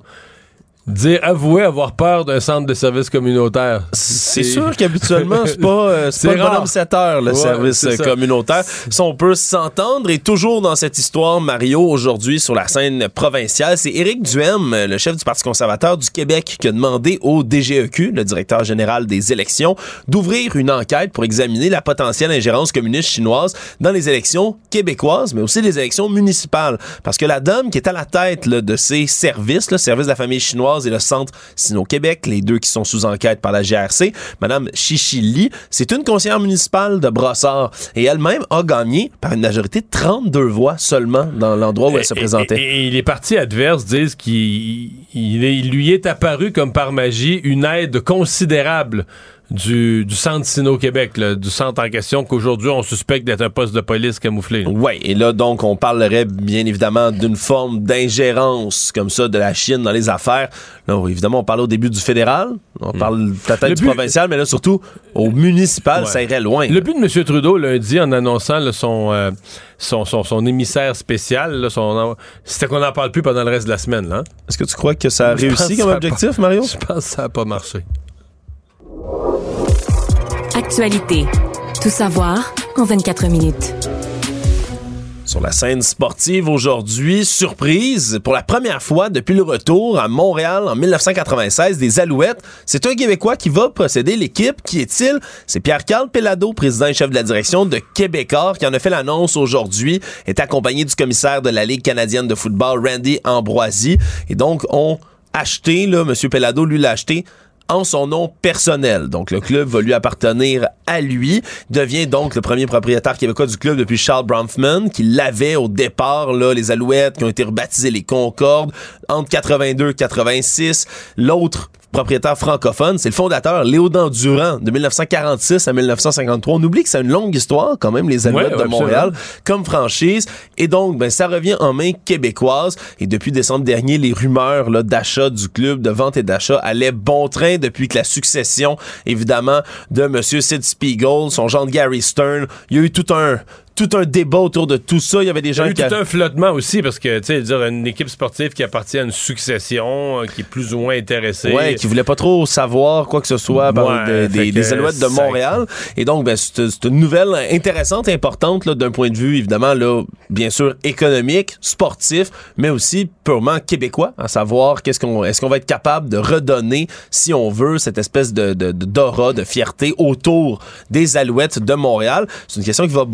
Speaker 2: avouer avoir peur d'un centre de services communautaires.
Speaker 8: C'est sûr qu'habituellement, c'est pas bonhomme 7 heures, le service communautaire. Si on peut s'entendre, et toujours dans cette histoire, Mario, aujourd'hui, sur la scène provinciale, c'est Éric Duhem, le chef du Parti conservateur du Québec, qui a demandé au DGEQ, le directeur général des élections, d'ouvrir une enquête pour examiner la potentielle ingérence communiste chinoise dans les élections québécoises, mais aussi les élections municipales. Parce que la dame qui est à la tête là, de ces services, le service de la famille chinoise et le Centre Sino-Québec, les deux qui sont sous enquête par la GRC, Mme Chichi Li, c'est une conseillère municipale de Brossard et elle-même a gagné par une majorité de 32 voix seulement dans l'endroit où elle se présentait.
Speaker 2: Et les partis adverses disent qu'il lui est apparu comme par magie une aide considérable du Centre Sino-Québec, là, du centre en question qu'aujourd'hui on suspecte d'être un poste de police camouflé.
Speaker 8: Oui, et là donc on parlerait bien évidemment d'une forme d'ingérence comme ça de la Chine dans les affaires. Là, évidemment, on parlait au début du fédéral, on parle peut-être du provincial, mais là surtout au municipal, ça irait loin.
Speaker 2: Le but de M. Trudeau lundi en annonçant là, son émissaire spécial, là, c'était qu'on n'en parle plus pendant le reste de la semaine. Là, hein?
Speaker 8: Est-ce que tu crois que ça a réussi comme objectif, Mario?
Speaker 2: Je pense que ça n'a pas marché.
Speaker 1: Actualité. Tout savoir en 24 minutes.
Speaker 8: Sur la scène sportive aujourd'hui, surprise, pour la première fois depuis le retour à Montréal en 1996 des Alouettes, c'est un Québécois qui va posséder l'équipe. Qui est-il? C'est Pierre-Carl Péladeau, président et chef de la direction de Québécois, qui en a fait l'annonce aujourd'hui, est accompagné du commissaire de la Ligue canadienne de football, Randy Ambroisie. Et donc, on a acheté, là, M. Péladeau, lui, l'a acheté en son nom personnel. Donc, le club va lui appartenir à lui. Il devient donc le premier propriétaire québécois du club depuis Charles Bronfman, qui l'avait au départ, là, les Alouettes, qui ont été rebaptisés les Concordes, entre 82 et 86. L'autre propriétaire francophone, c'est le fondateur Léodan Durand, de 1946 à 1953. On oublie que c'est une longue histoire, quand même, les Alouettes de Montréal, comme franchise. Et donc, ça revient en main québécoise. Et depuis décembre dernier, les rumeurs là, d'achat du club, de vente et d'achat, allaient bon train depuis que la succession, évidemment, de M. Sid Spiegel, son gendre Gary Stern, il y a eu tout un débat autour de tout ça. Il y avait des gens
Speaker 2: qui... Il y a eu tout un flottement aussi, parce que, tu sais, dire une équipe sportive qui appartient à une succession, qui est plus ou moins intéressée.
Speaker 8: Ouais, qui voulait pas trop savoir quoi que ce soit des Alouettes de Montréal. Et donc, c'est une nouvelle intéressante, importante, là, d'un point de vue, évidemment, là, bien sûr, économique, sportif, mais aussi purement québécois, à savoir est-ce qu'on va être capable de redonner, si on veut, cette espèce d'aura, de fierté autour des Alouettes de Montréal. C'est une question qui va bon train.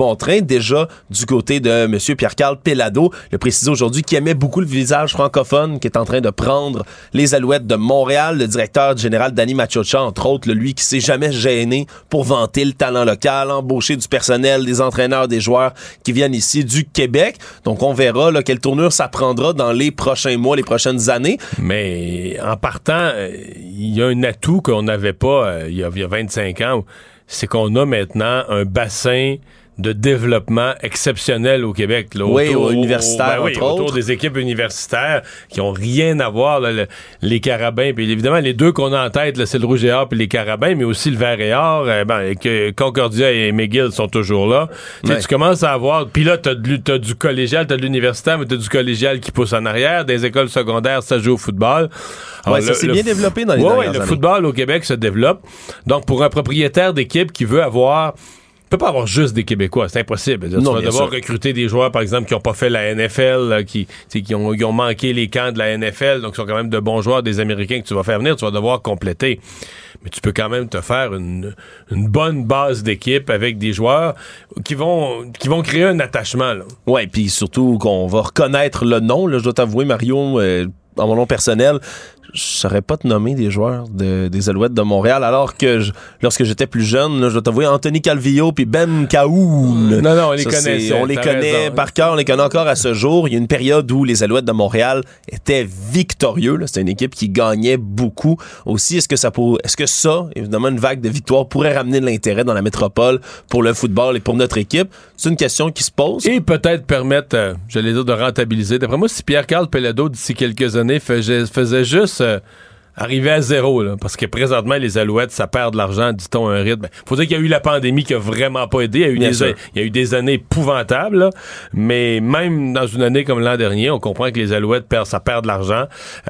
Speaker 8: déjà du côté de M. Pierre-Carl Péladeau. Il a précisé aujourd'hui qu'il aimait beaucoup le visage francophone qui est en train de prendre les Alouettes de Montréal. Le directeur général Danny Machocha, entre autres, lui qui s'est jamais gêné pour vanter le talent local, embaucher du personnel, des entraîneurs, des joueurs qui viennent ici du Québec. Donc on verra là, quelle tournure ça prendra dans les prochains mois, les prochaines années.
Speaker 2: Mais en partant, il y a un atout qu'on n'avait pas il y a 25 ans, c'est qu'on a maintenant un bassin de développement exceptionnel au Québec. Là,
Speaker 8: universitaire,
Speaker 2: autour des équipes universitaires qui ont rien à voir, là, les Carabins. Puis évidemment, les deux qu'on a en tête, là, c'est le Rouge et Or puis les Carabins, mais aussi le Vert et Or. Que Concordia et McGill sont toujours là. Ouais. Tu commences à avoir... Puis là, t'as du collégial, t'as de l'universitaire, mais t'as du collégial qui pousse en arrière. Des écoles secondaires, ça joue au football.
Speaker 8: Alors, ça s'est bien développé dans les dernières années.
Speaker 2: Le football au Québec se développe. Donc, pour un propriétaire d'équipe qui veut avoir... Tu peux pas avoir juste des Québécois, c'est impossible. Tu vas devoir recruter des joueurs, par exemple, qui n'ont pas fait la NFL, qui ont manqué les camps de la NFL, donc qui sont quand même de bons joueurs, des Américains que tu vas faire venir, tu vas devoir compléter. Mais tu peux quand même te faire une bonne base d'équipe avec des joueurs qui vont créer un attachement.
Speaker 8: Oui, puis surtout qu'on va reconnaître le nom. Là, je dois t'avouer, Mario, en mon nom personnel, je saurais pas te nommer des joueurs des Alouettes de Montréal, alors que lorsque j'étais plus jeune, là, je dois t'avouer, Anthony Calvillo puis Ben Cahoun.
Speaker 2: Non, on les connaît.
Speaker 8: On les connaît par cœur, on les connaît encore à ce jour. Il y a une période où les Alouettes de Montréal étaient victorieux. Là. C'était une équipe qui gagnait beaucoup aussi. Est-ce que ça, évidemment, une vague de victoires pourrait ramener de l'intérêt dans la métropole pour le football et pour notre équipe? C'est une question qui se pose.
Speaker 2: Et peut-être permettre, j'allais dire, de rentabiliser. D'après moi, si Pierre-Carl Péladeau, d'ici quelques années, faisait juste arriver à zéro, là, parce que présentement, les Alouettes, ça perd de l'argent, dit-on, un rythme. Faut dire qu'il y a eu la pandémie qui a vraiment pas aidé. Il y a eu des années épouvantables, là, mais même dans une année comme l'an dernier, on comprend que les Alouettes perdent de l'argent.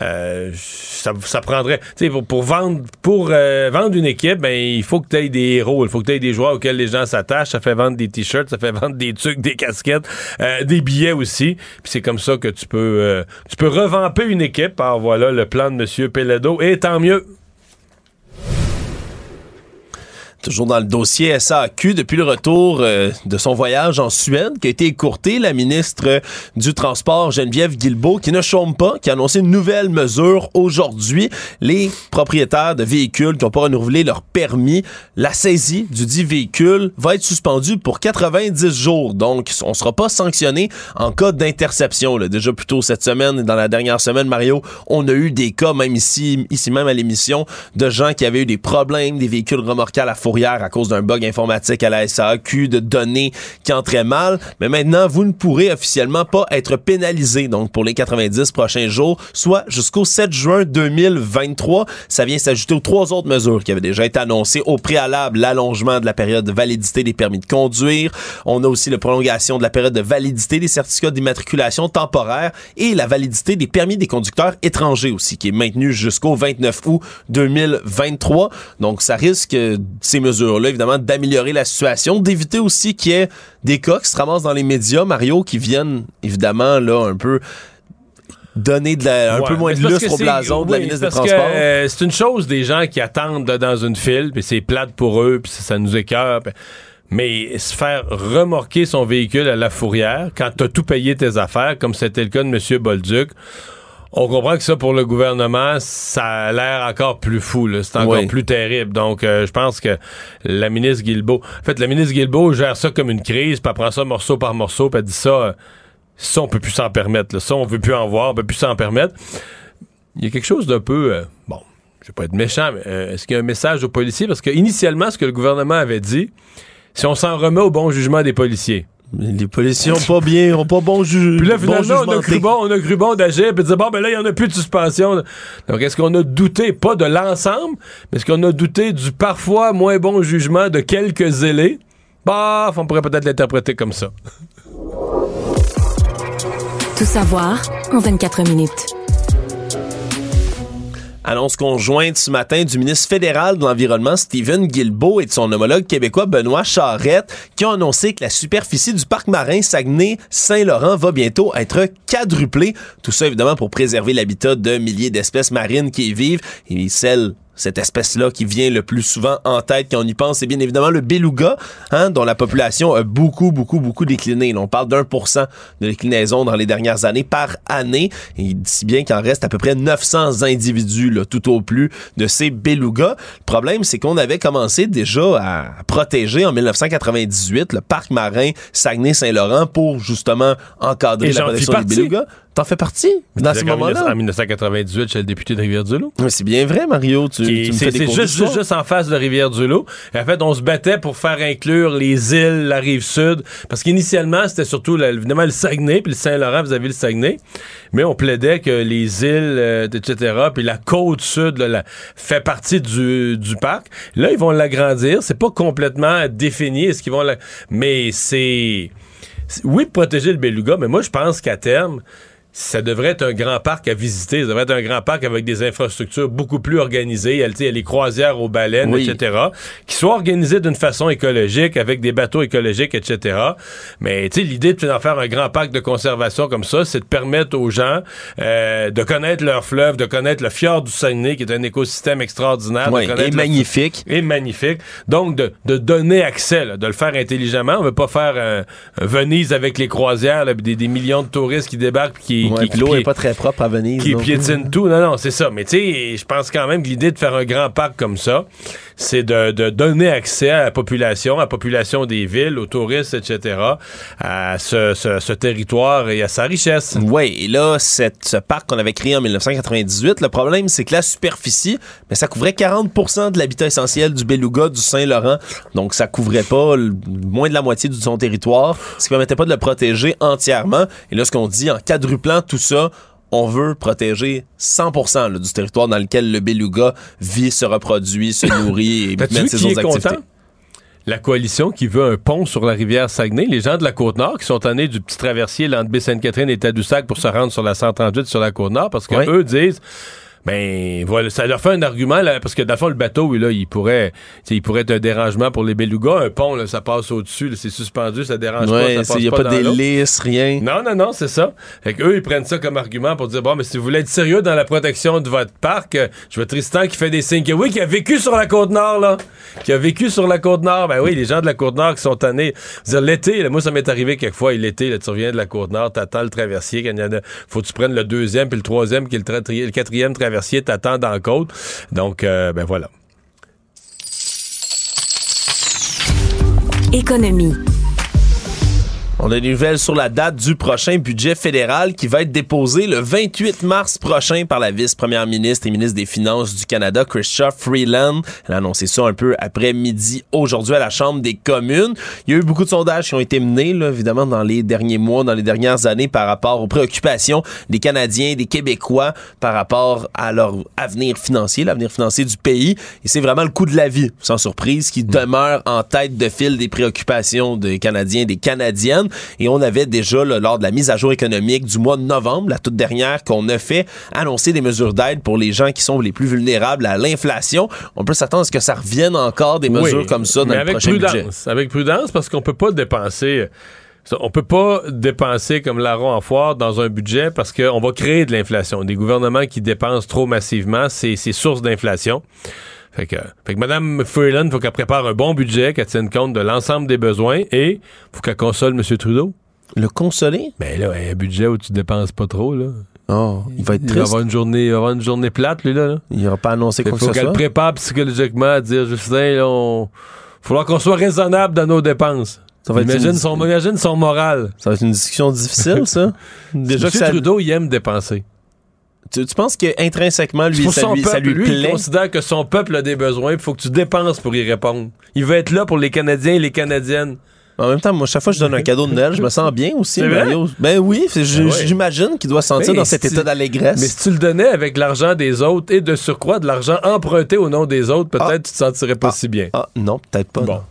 Speaker 2: Ça prendrait... Tu sais, pour vendre une équipe, il faut que tu aies des héros, il faut que tu aies des joueurs auxquels les gens s'attachent. Ça fait vendre des t-shirts, ça fait vendre des trucs, des casquettes, des billets aussi. Puis c'est comme ça que tu peux revamper une équipe. Alors voilà le plan de M. Péladeau. Et tant mieux.
Speaker 8: Toujours dans le dossier SAQ, depuis le retour de son voyage en Suède, qui a été écourté, la ministre du Transport, Geneviève Guilbeault, qui ne chôme pas, qui a annoncé une nouvelle mesure aujourd'hui. Les propriétaires de véhicules qui n'ont pas renouvelé leur permis, la saisie du dit véhicule va être suspendue pour 90 jours. Donc, on ne sera pas sanctionné en cas d'interception. Là. Déjà plus tôt cette semaine et dans la dernière semaine, Mario, on a eu des cas, même ici même à l'émission, de gens qui avaient eu des problèmes, des véhicules remorqués à la fourrière à cause d'un bug informatique à la SAQ, de données qui entraient mal. Mais maintenant, vous ne pourrez officiellement pas être pénalisé, donc pour les 90 prochains jours, soit jusqu'au 7 juin 2023. Ça vient s'ajouter aux 3 autres mesures qui avaient déjà été annoncées au préalable: l'allongement de la période de validité des permis de conduire. On a aussi la prolongation de la période de validité des certificats d'immatriculation temporaire et la validité des permis des conducteurs étrangers aussi, qui est maintenue jusqu'au 29 août 2023. Donc, ça risque, ces mesures-là, évidemment, d'améliorer la situation, d'éviter aussi qu'il y ait des cas qui se ramassent dans les médias, Mario, qui viennent, évidemment, là, un peu donner un peu moins de lustre au blason de la ministre des Transports.
Speaker 2: C'est une chose des gens qui attendent dans une file, puis c'est plate pour eux, puis ça nous écœure, mais se faire remorquer son véhicule à la fourrière quand t'as tout payé tes affaires, comme c'était le cas de M. Bolduc, on comprend que ça, pour le gouvernement, ça a l'air encore plus fou, là. C'est encore plus terrible. Donc, je pense que la ministre Guilbeault... En fait, la ministre Guilbeault gère ça comme une crise, puis elle prend ça morceau par morceau, puis elle dit ça on peut plus s'en permettre, là. Ça, on veut plus en voir, on peut plus s'en permettre. Il y a quelque chose d'un peu... bon, je vais pas être méchant, mais est-ce qu'il y a un message aux policiers? Parce que initialement, ce que le gouvernement avait dit, si on s'en remet au bon jugement des policiers...
Speaker 8: Les policiers ont pas bon jugement.
Speaker 2: Puis là, finalement, on a cru bon d'agir, puis de dire, là, il n'y en a plus de suspension. Donc, est-ce qu'on a douté, pas de l'ensemble, mais est-ce qu'on a douté du parfois moins bon jugement de quelques zélés? On pourrait peut-être l'interpréter comme ça.
Speaker 1: Tout savoir en 24 minutes.
Speaker 8: Annonce conjointe ce matin du ministre fédéral de l'Environnement, Stephen Guilbeault, et de son homologue québécois, Benoît Charette, qui ont annoncé que la superficie du parc marin Saguenay-Saint-Laurent va bientôt être quadruplée. Tout ça, évidemment, pour préserver l'habitat de milliers d'espèces marines qui y vivent et celles cette espèce-là qui vient le plus souvent en tête quand on y pense, c'est bien évidemment le beluga, dont la population a beaucoup décliné. Là, on parle d'1% de déclinaison dans les dernières années par année, et si bien qu'il en reste à peu près 900 individus là, tout au plus de ces belugas. Le problème, c'est qu'on avait commencé déjà à protéger en 1998 le parc marin Saguenay-Saint-Laurent pour justement encadrer la protection des belugas. T'en fais partie dans ce moment-là?
Speaker 2: En 1998, j'étais le député de Rivière-du-Loup.
Speaker 8: Oui, c'est bien vrai, Mario. Tu me fais des cours d'histoire. C'est
Speaker 2: juste en face de Rivière-du-Loup. En fait, on se battait pour faire inclure les îles, la Rive-Sud, parce qu'initialement, c'était surtout évidemment le Saguenay, puis le Saint-Laurent, vous avez le Saguenay, mais on plaidait que les îles, etc., puis la côte sud là, fait partie du parc. Là, ils vont l'agrandir. C'est pas complètement défini. Est-ce qu'ils vont mais c'est... Oui, protéger le beluga, mais moi, je pense qu'à terme, ça devrait être un grand parc à visiter. Ça devrait être un grand parc avec des infrastructures beaucoup plus organisées. Il y a les croisières aux baleines, etc., qui soient organisées d'une façon écologique, avec des bateaux écologiques, etc. Mais l'idée d'en faire un grand parc de conservation comme ça, c'est de permettre aux gens de connaître leur fleuve, de connaître le fjord du Saguenay, qui est un écosystème extraordinaire.
Speaker 8: Oui, et magnifique.
Speaker 2: Et magnifique. Donc, de donner accès, là, de le faire intelligemment. On ne veut pas faire un Venise avec les croisières, là, des millions de touristes qui débarquent et
Speaker 8: l'eau n'est pas très propre à Venise.
Speaker 2: Qui piétine tout. Non, c'est ça. Mais tu sais, je pense quand même que l'idée de faire un grand parc comme ça, c'est de donner accès à la population des villes, aux touristes, etc., à ce territoire et à sa richesse.
Speaker 8: Oui, et là, ce parc qu'on avait créé en 1998, le problème, c'est que la superficie, mais ça couvrait 40% de l'habitat essentiel du beluga du Saint-Laurent. Donc, ça couvrait pas moins de la moitié de son territoire, ce qui permettait pas de le protéger entièrement. Et là, ce qu'on dit en quadruplant tout ça, on veut protéger 100% là, du territoire dans lequel le beluga vit, se reproduit, se nourrit et mène ses autres activités.
Speaker 2: La coalition qui veut un pont sur la rivière Saguenay, les gens de la Côte-Nord qui sont tannés du petit traversier entre Baie-Sainte-Catherine et Tadoussac pour se rendre sur la 138 sur la Côte-Nord, parce que eux disent... Ben voilà, ça leur fait un argument là, parce que dans le fond le bateau là, il pourrait être un dérangement pour les belugas. Un pont là, ça passe au-dessus, là, c'est suspendu, ça dérange pas, ça passe pas. Il y a
Speaker 8: pas d'hélice, rien.
Speaker 2: Non, c'est ça. Fait qu'eux ils prennent ça comme argument pour dire bon, mais si vous voulez être sérieux dans la protection de votre parc, je vois Tristan qui fait des signes que oui, qui a vécu sur la Côte-Nord là, ben oui, les gens de la Côte-Nord qui sont tannés. Dire l'été, là, moi ça m'est arrivé quelquefois, l'été là, tu reviens de la Côte-Nord, t'attends le traversier, quand il y en a, faut que tu prennes le deuxième puis le troisième qui est le quatrième traversier t'attend dans la côte. Donc, ben voilà.
Speaker 1: Économie.
Speaker 8: On a des nouvelles sur la date du prochain budget fédéral qui va être déposé le 28 mars prochain par la vice-première ministre et ministre des Finances du Canada, Chrystia Freeland. Elle a annoncé ça un peu après-midi aujourd'hui à la Chambre des communes. Il y a eu beaucoup de sondages qui ont été menés, là, évidemment, dans les derniers mois, dans les dernières années par rapport aux préoccupations des Canadiens, des Québécois par rapport à leur avenir financier, l'avenir financier du pays. Et c'est vraiment le coût de la vie, sans surprise, qui demeure en tête de file des préoccupations des Canadiens et des Canadiennes. Et on avait déjà, là, lors de la mise à jour économique du mois de novembre, la toute dernière qu'on a fait, annoncer des mesures d'aide pour les gens qui sont les plus vulnérables à l'inflation. On peut s'attendre à ce que ça revienne encore des mesures comme ça dans le prochain budget.
Speaker 2: Avec prudence, parce qu'on peut pas dépenser... On peut pas dépenser comme larron en foire dans un budget parce qu'on va créer de l'inflation. Des gouvernements qui dépensent trop massivement, c'est source d'inflation. Fait que Mme Freeland, faut qu'elle prépare un bon budget, qu'elle tienne compte de l'ensemble des besoins et faut qu'elle console M. Trudeau.
Speaker 8: Le consoler?
Speaker 2: Ben là, un budget où tu dépenses pas trop, là.
Speaker 8: Oh, il va être triste.
Speaker 2: Il va avoir une journée plate, lui, là.
Speaker 8: Il n'aura pas annoncé quoi que ce soit.
Speaker 2: Faut qu'elle prépare psychologiquement à dire, Justin, là, il faudra qu'on soit raisonnable dans nos dépenses. Imagine son moral.
Speaker 8: Ça va être une discussion difficile, ça.
Speaker 2: Déjà M. Trudeau, il aime dépenser.
Speaker 8: Tu penses qu'intrinsèquement, lui, ça lui plaît?
Speaker 2: Il considère que son peuple a des besoins, il faut que tu dépenses pour y répondre. Il veut être là pour les Canadiens et les Canadiennes.
Speaker 8: En même temps, moi, chaque fois que je donne un cadeau de Noël, je me sens bien aussi, Mario. Ben oui, j'imagine qu'il doit se sentir dans cet état d'allégresse.
Speaker 2: Mais si tu le donnais avec l'argent des autres et de surcroît de l'argent emprunté au nom des autres, peut-être tu te sentirais pas si bien.
Speaker 8: Ah, non, peut-être pas. Bon.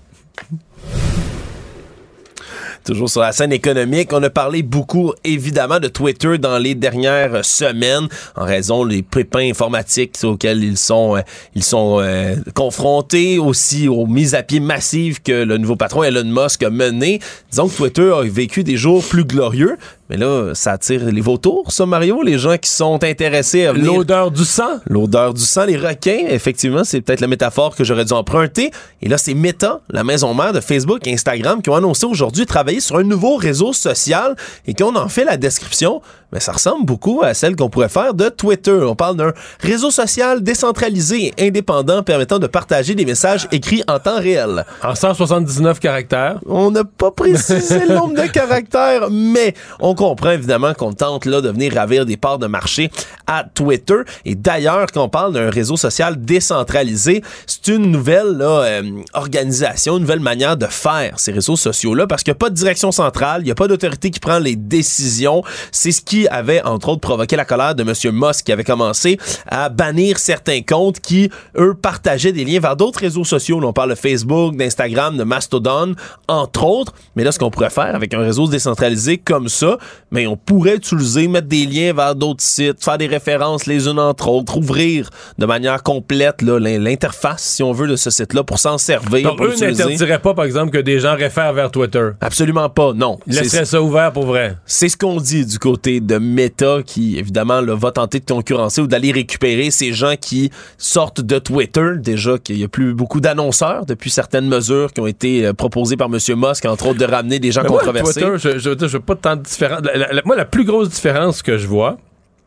Speaker 8: Toujours sur la scène économique, on a parlé beaucoup, évidemment, de Twitter dans les dernières semaines, en raison des pépins informatiques auxquels ils sont confrontés, aussi aux mises à pied massives que le nouveau patron Elon Musk a menées. Disons que Twitter a vécu des jours plus glorieux, Mais là, ça attire les vautours, ça, Mario, les gens qui sont intéressés à venir.
Speaker 2: L'odeur du sang.
Speaker 8: L'odeur du sang, les requins, effectivement, c'est peut-être la métaphore que j'aurais dû emprunter. Et là, c'est Meta, la maison mère de Facebook et Instagram, qui ont annoncé aujourd'hui travailler sur un nouveau réseau social et qu'on en fait la description. Mais ça ressemble beaucoup à celle qu'on pourrait faire de Twitter. On parle d'un réseau social décentralisé et indépendant permettant de partager des messages écrits en temps réel.
Speaker 2: En 179 caractères.
Speaker 8: On n'a pas précisé le nombre de caractères, mais on comprend évidemment qu'on tente là de venir ravir des parts de marché à Twitter. Et d'ailleurs, quand on parle d'un réseau social décentralisé, c'est une nouvelle organisation, une nouvelle manière de faire ces réseaux sociaux-là, parce qu'il n'y a pas de direction centrale, il n'y a pas d'autorité qui prend les décisions. C'est ce qui avait, entre autres, provoqué la colère de M. Musk, qui avait commencé à bannir certains comptes qui, eux, partageaient des liens vers d'autres réseaux sociaux. Là, on parle de Facebook, d'Instagram, de Mastodon, entre autres. Mais là, ce qu'on pourrait faire avec un réseau décentralisé comme ça, mais on pourrait utiliser, mettre des liens vers d'autres sites, faire des références les unes entre autres, ouvrir de manière complète là, l'interface, si on veut, de ce site-là pour s'en servir.
Speaker 2: Donc, eux n'interdiraient pas, par exemple, que des gens réfèrent vers Twitter?
Speaker 8: Absolument pas, non.
Speaker 2: Ils laisseraient ça ouvert pour vrai?
Speaker 8: C'est ce qu'on dit du côté de Meta, qui, évidemment, là, va tenter de concurrencer ou d'aller récupérer ces gens qui sortent de Twitter. Déjà qu'il n'y a plus beaucoup d'annonceurs depuis certaines mesures qui ont été proposées par M. Musk, entre autres de ramener des gens controversés.
Speaker 2: Moi, Twitter, je veux pas tant de différence. Moi, la plus grosse différence que je vois,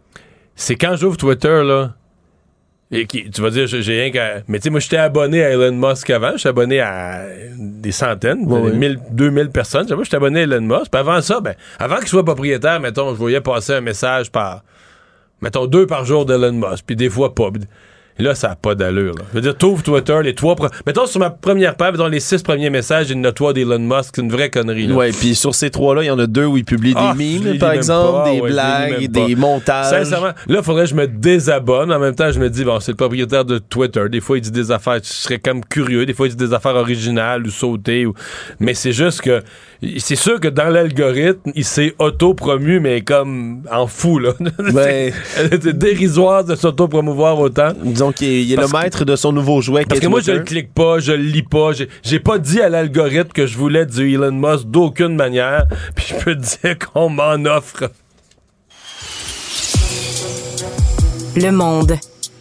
Speaker 2: c'est quand j'ouvre Twitter, là, et tu vas dire, j'ai rien qu'à... Mais tu sais, moi, j'étais abonné à Elon Musk avant. J'étais abonné à des centaines, 2000 personnes. Moi, j'étais abonné à Elon Musk. Puis avant ça, avant qu'il soit propriétaire, mettons, je voyais passer un message par... Mettons, 2 par jour d'Elon Musk. Puis des fois, pas. Et là, ça n'a pas d'allure. Là. Je veux dire, t'ouvres Twitter, les 3... Mettons, sur ma première page, mettons, les 6 premiers messages, il y en a 3 d'Elon Musk. C'est une vraie connerie.
Speaker 8: Oui, puis sur ces 3-là, il y en a 2 où il publie des memes, par exemple, des blagues, des montages.
Speaker 2: Sincèrement, là, il faudrait que je me désabonne. En même temps, je me dis, bon, c'est le propriétaire de Twitter. Des fois, il dit des affaires... Je serais comme curieux. Des fois, il dit des affaires originales ou sautées. Mais c'est juste que... C'est sûr que dans l'algorithme, il s'est auto-promu, mais comme en fou, là. C'est dérisoire de s'auto-promouvoir autant.
Speaker 8: Disons qu'il est le maître de son nouveau jouet.
Speaker 2: Parce que moi, je le clique pas, je le lis pas. J'ai pas dit à l'algorithme que je voulais du Elon Musk d'aucune manière. Puis je peux te dire qu'on m'en offre.
Speaker 1: Le Monde.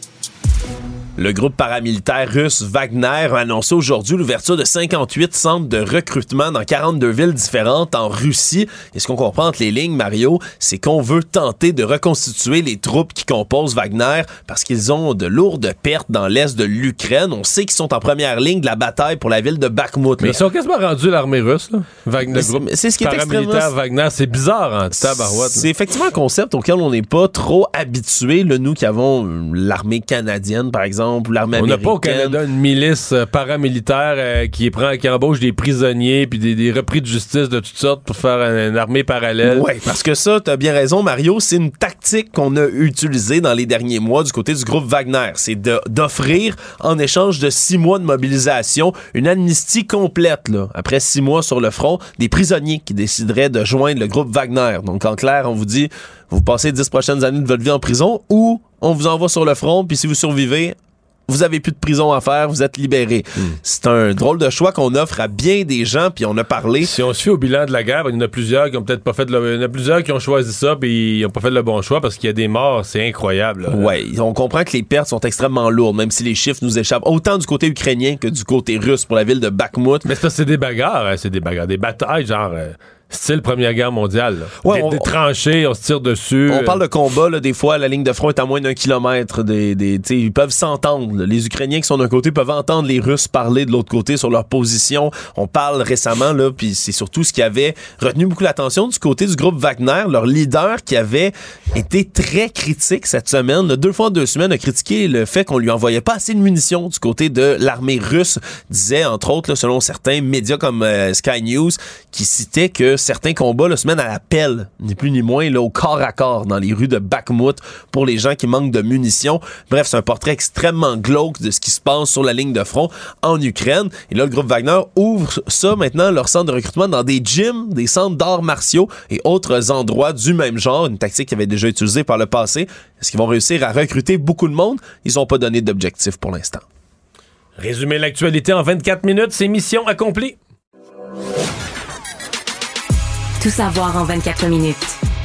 Speaker 8: Le groupe paramilitaire russe Wagner a annoncé aujourd'hui l'ouverture de 58 centres de recrutement dans 42 villes différentes en Russie. Et ce qu'on comprend entre les lignes, Mario, c'est qu'on veut tenter de reconstituer les troupes qui composent Wagner parce qu'ils ont de lourdes pertes dans l'est de l'Ukraine. On sait qu'ils sont en première ligne de la bataille pour la ville de Bakhmut.
Speaker 2: Mais ils sont quasiment rendus l'armée russe, là. Wagner,
Speaker 8: c'est ce qui est
Speaker 2: paramilitaire Wagner. C'est bizarre, hein, tabarouette.
Speaker 8: C'est effectivement un concept auquel on n'est pas trop habitué, là, nous qui avons l'armée canadienne, par exemple. On
Speaker 2: n'a pas au Canada une milice paramilitaire qui embauche des prisonniers puis des repris de justice de toutes sortes pour faire une armée parallèle.
Speaker 8: Oui, parce que ça, t'as bien raison, Mario, c'est une tactique qu'on a utilisée dans les derniers mois du côté du groupe Wagner. C'est d'offrir, en échange de 6 mois de mobilisation, une amnistie complète, là, après 6 mois sur le front, des prisonniers qui décideraient de joindre le groupe Wagner. Donc, en clair, on vous dit, vous passez 10 prochaines années de votre vie en prison ou on vous envoie sur le front, puis si vous survivez, vous avez plus de prison à faire, vous êtes libéré. C'est un drôle de choix qu'on offre à bien des gens, puis on a parlé.
Speaker 2: Si on se fie au bilan de la guerre, il y en a plusieurs qui ont peut-être pas fait il y en a plusieurs qui ont choisi ça, puis ils ont pas fait le bon choix parce qu'il y a des morts, c'est incroyable.
Speaker 8: Oui, on comprend que les pertes sont extrêmement lourdes, même si les chiffres nous échappent, autant du côté ukrainien que du côté russe pour la ville de Bakhmut.
Speaker 2: Mais c'est des bagarres, des batailles genre... Style Première Guerre mondiale. Ouais, des tranchées, on se tire dessus.
Speaker 8: On parle de combat, là, des fois, la ligne de front est à moins d'1 kilomètre. Ils peuvent s'entendre. Là. Les Ukrainiens qui sont d'un côté peuvent entendre les Russes parler de l'autre côté sur leur position. On parle récemment, là, puis c'est surtout ce qui avait retenu beaucoup l'attention du côté du groupe Wagner, leur leader qui avait été très critique cette semaine. Là, 2 fois en 2 semaines, a critiqué le fait qu'on lui envoyait pas assez de munitions du côté de l'armée russe. Disait, entre autres, là, selon certains médias comme Sky News, qui citaient que certains combats là, se mènent à la pelle, ni plus ni moins, là, au corps à corps dans les rues de Bakhmut pour les gens qui manquent de munitions. Bref, c'est un portrait extrêmement glauque de ce qui se passe sur la ligne de front en Ukraine. Et là, le groupe Wagner ouvre ça maintenant, leur centre de recrutement, dans des gyms, des centres d'arts martiaux et autres endroits du même genre. Une tactique qui avait déjà utilisée par le passé. Est-ce qu'ils vont réussir à recruter beaucoup de monde? Ils n'ont pas donné d'objectif pour l'instant.
Speaker 2: Résumer l'actualité en 24 minutes, c'est mission accomplie.
Speaker 1: Tout savoir en 24 minutes.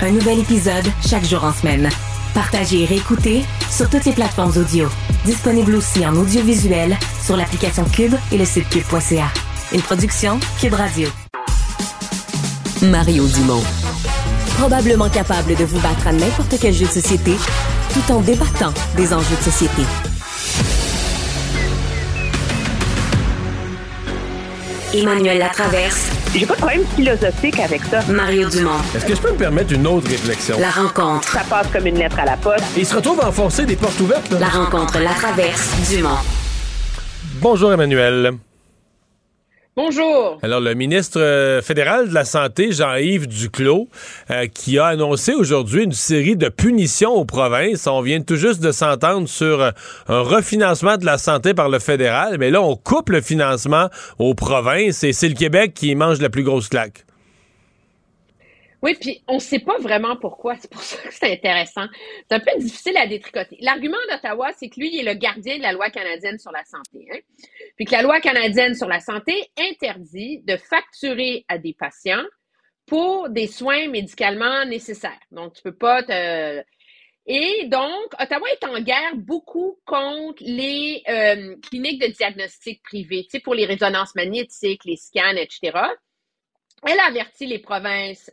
Speaker 1: Un nouvel épisode chaque jour en semaine. Partagez et réécoutez sur toutes les plateformes audio. Disponible aussi en audiovisuel sur l'application Cube et le site cube.ca. Une production Cube Radio. Mario Dumont. Probablement capable de vous battre à n'importe quel jeu de société tout en débattant des enjeux de société. Emmanuel Latraverse.
Speaker 9: J'ai pas de problème philosophique avec ça.
Speaker 1: Mario Dumont.
Speaker 2: Est-ce que je peux me permettre une autre réflexion?
Speaker 1: La rencontre.
Speaker 9: Ça passe comme une lettre à la poste.
Speaker 2: Et il se retrouve à enfoncer des portes ouvertes, là.
Speaker 1: La rencontre Latraverse Dumont.
Speaker 2: Bonjour, Emmanuel.
Speaker 12: Bonjour.
Speaker 2: Alors, le ministre fédéral de la Santé, Jean-Yves Duclos, qui a annoncé aujourd'hui une série de punitions aux provinces. On vient tout juste de s'entendre sur un refinancement de la santé par le fédéral, mais là, on coupe le financement aux provinces et c'est le Québec qui mange la plus grosse claque.
Speaker 12: Oui, puis on ne sait pas vraiment pourquoi. C'est pour ça que c'est intéressant. C'est un peu difficile à détricoter. L'argument d'Ottawa, c'est que lui, il est le gardien de la loi canadienne sur la santé. Hein? Puis que la loi canadienne sur la santé interdit de facturer à des patients pour des soins médicalement nécessaires. Donc, tu peux pas te... Et donc, Ottawa est en guerre beaucoup contre les cliniques de diagnostic privées, tu sais, pour les résonances magnétiques, les scans, etc. Elle a averti les provinces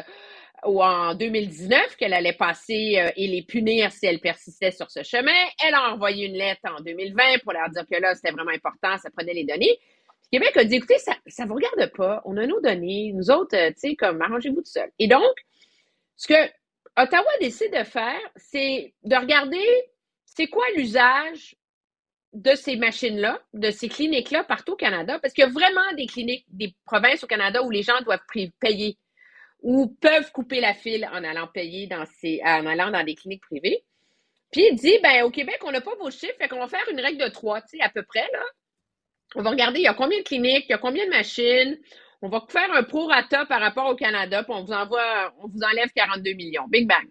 Speaker 12: en 2019 qu'elle allait passer et les punir si elles persistaient sur ce chemin. Elle a envoyé une lettre en 2020 pour leur dire que là, c'était vraiment important, ça prenait les données. Le Québec a dit, écoutez, ça vous regarde pas, on a nos données, nous autres, tu sais, comme arrangez-vous tout seul. Et donc, ce que Ottawa décide de faire, c'est de regarder c'est quoi l'usage de ces machines-là, de ces cliniques-là partout au Canada, parce qu'il y a vraiment des cliniques, des provinces au Canada où les gens doivent payer ou peuvent couper la file en allant payer en allant dans des cliniques privées. Puis il dit, ben au Québec, on n'a pas vos chiffres, fait qu'on va faire une règle de 3, tu sais, à peu près, là. On va regarder, il y a combien de cliniques, il y a combien de machines, on va faire un prorata par rapport au Canada, puis on vous enlève 42 millions. Big bang.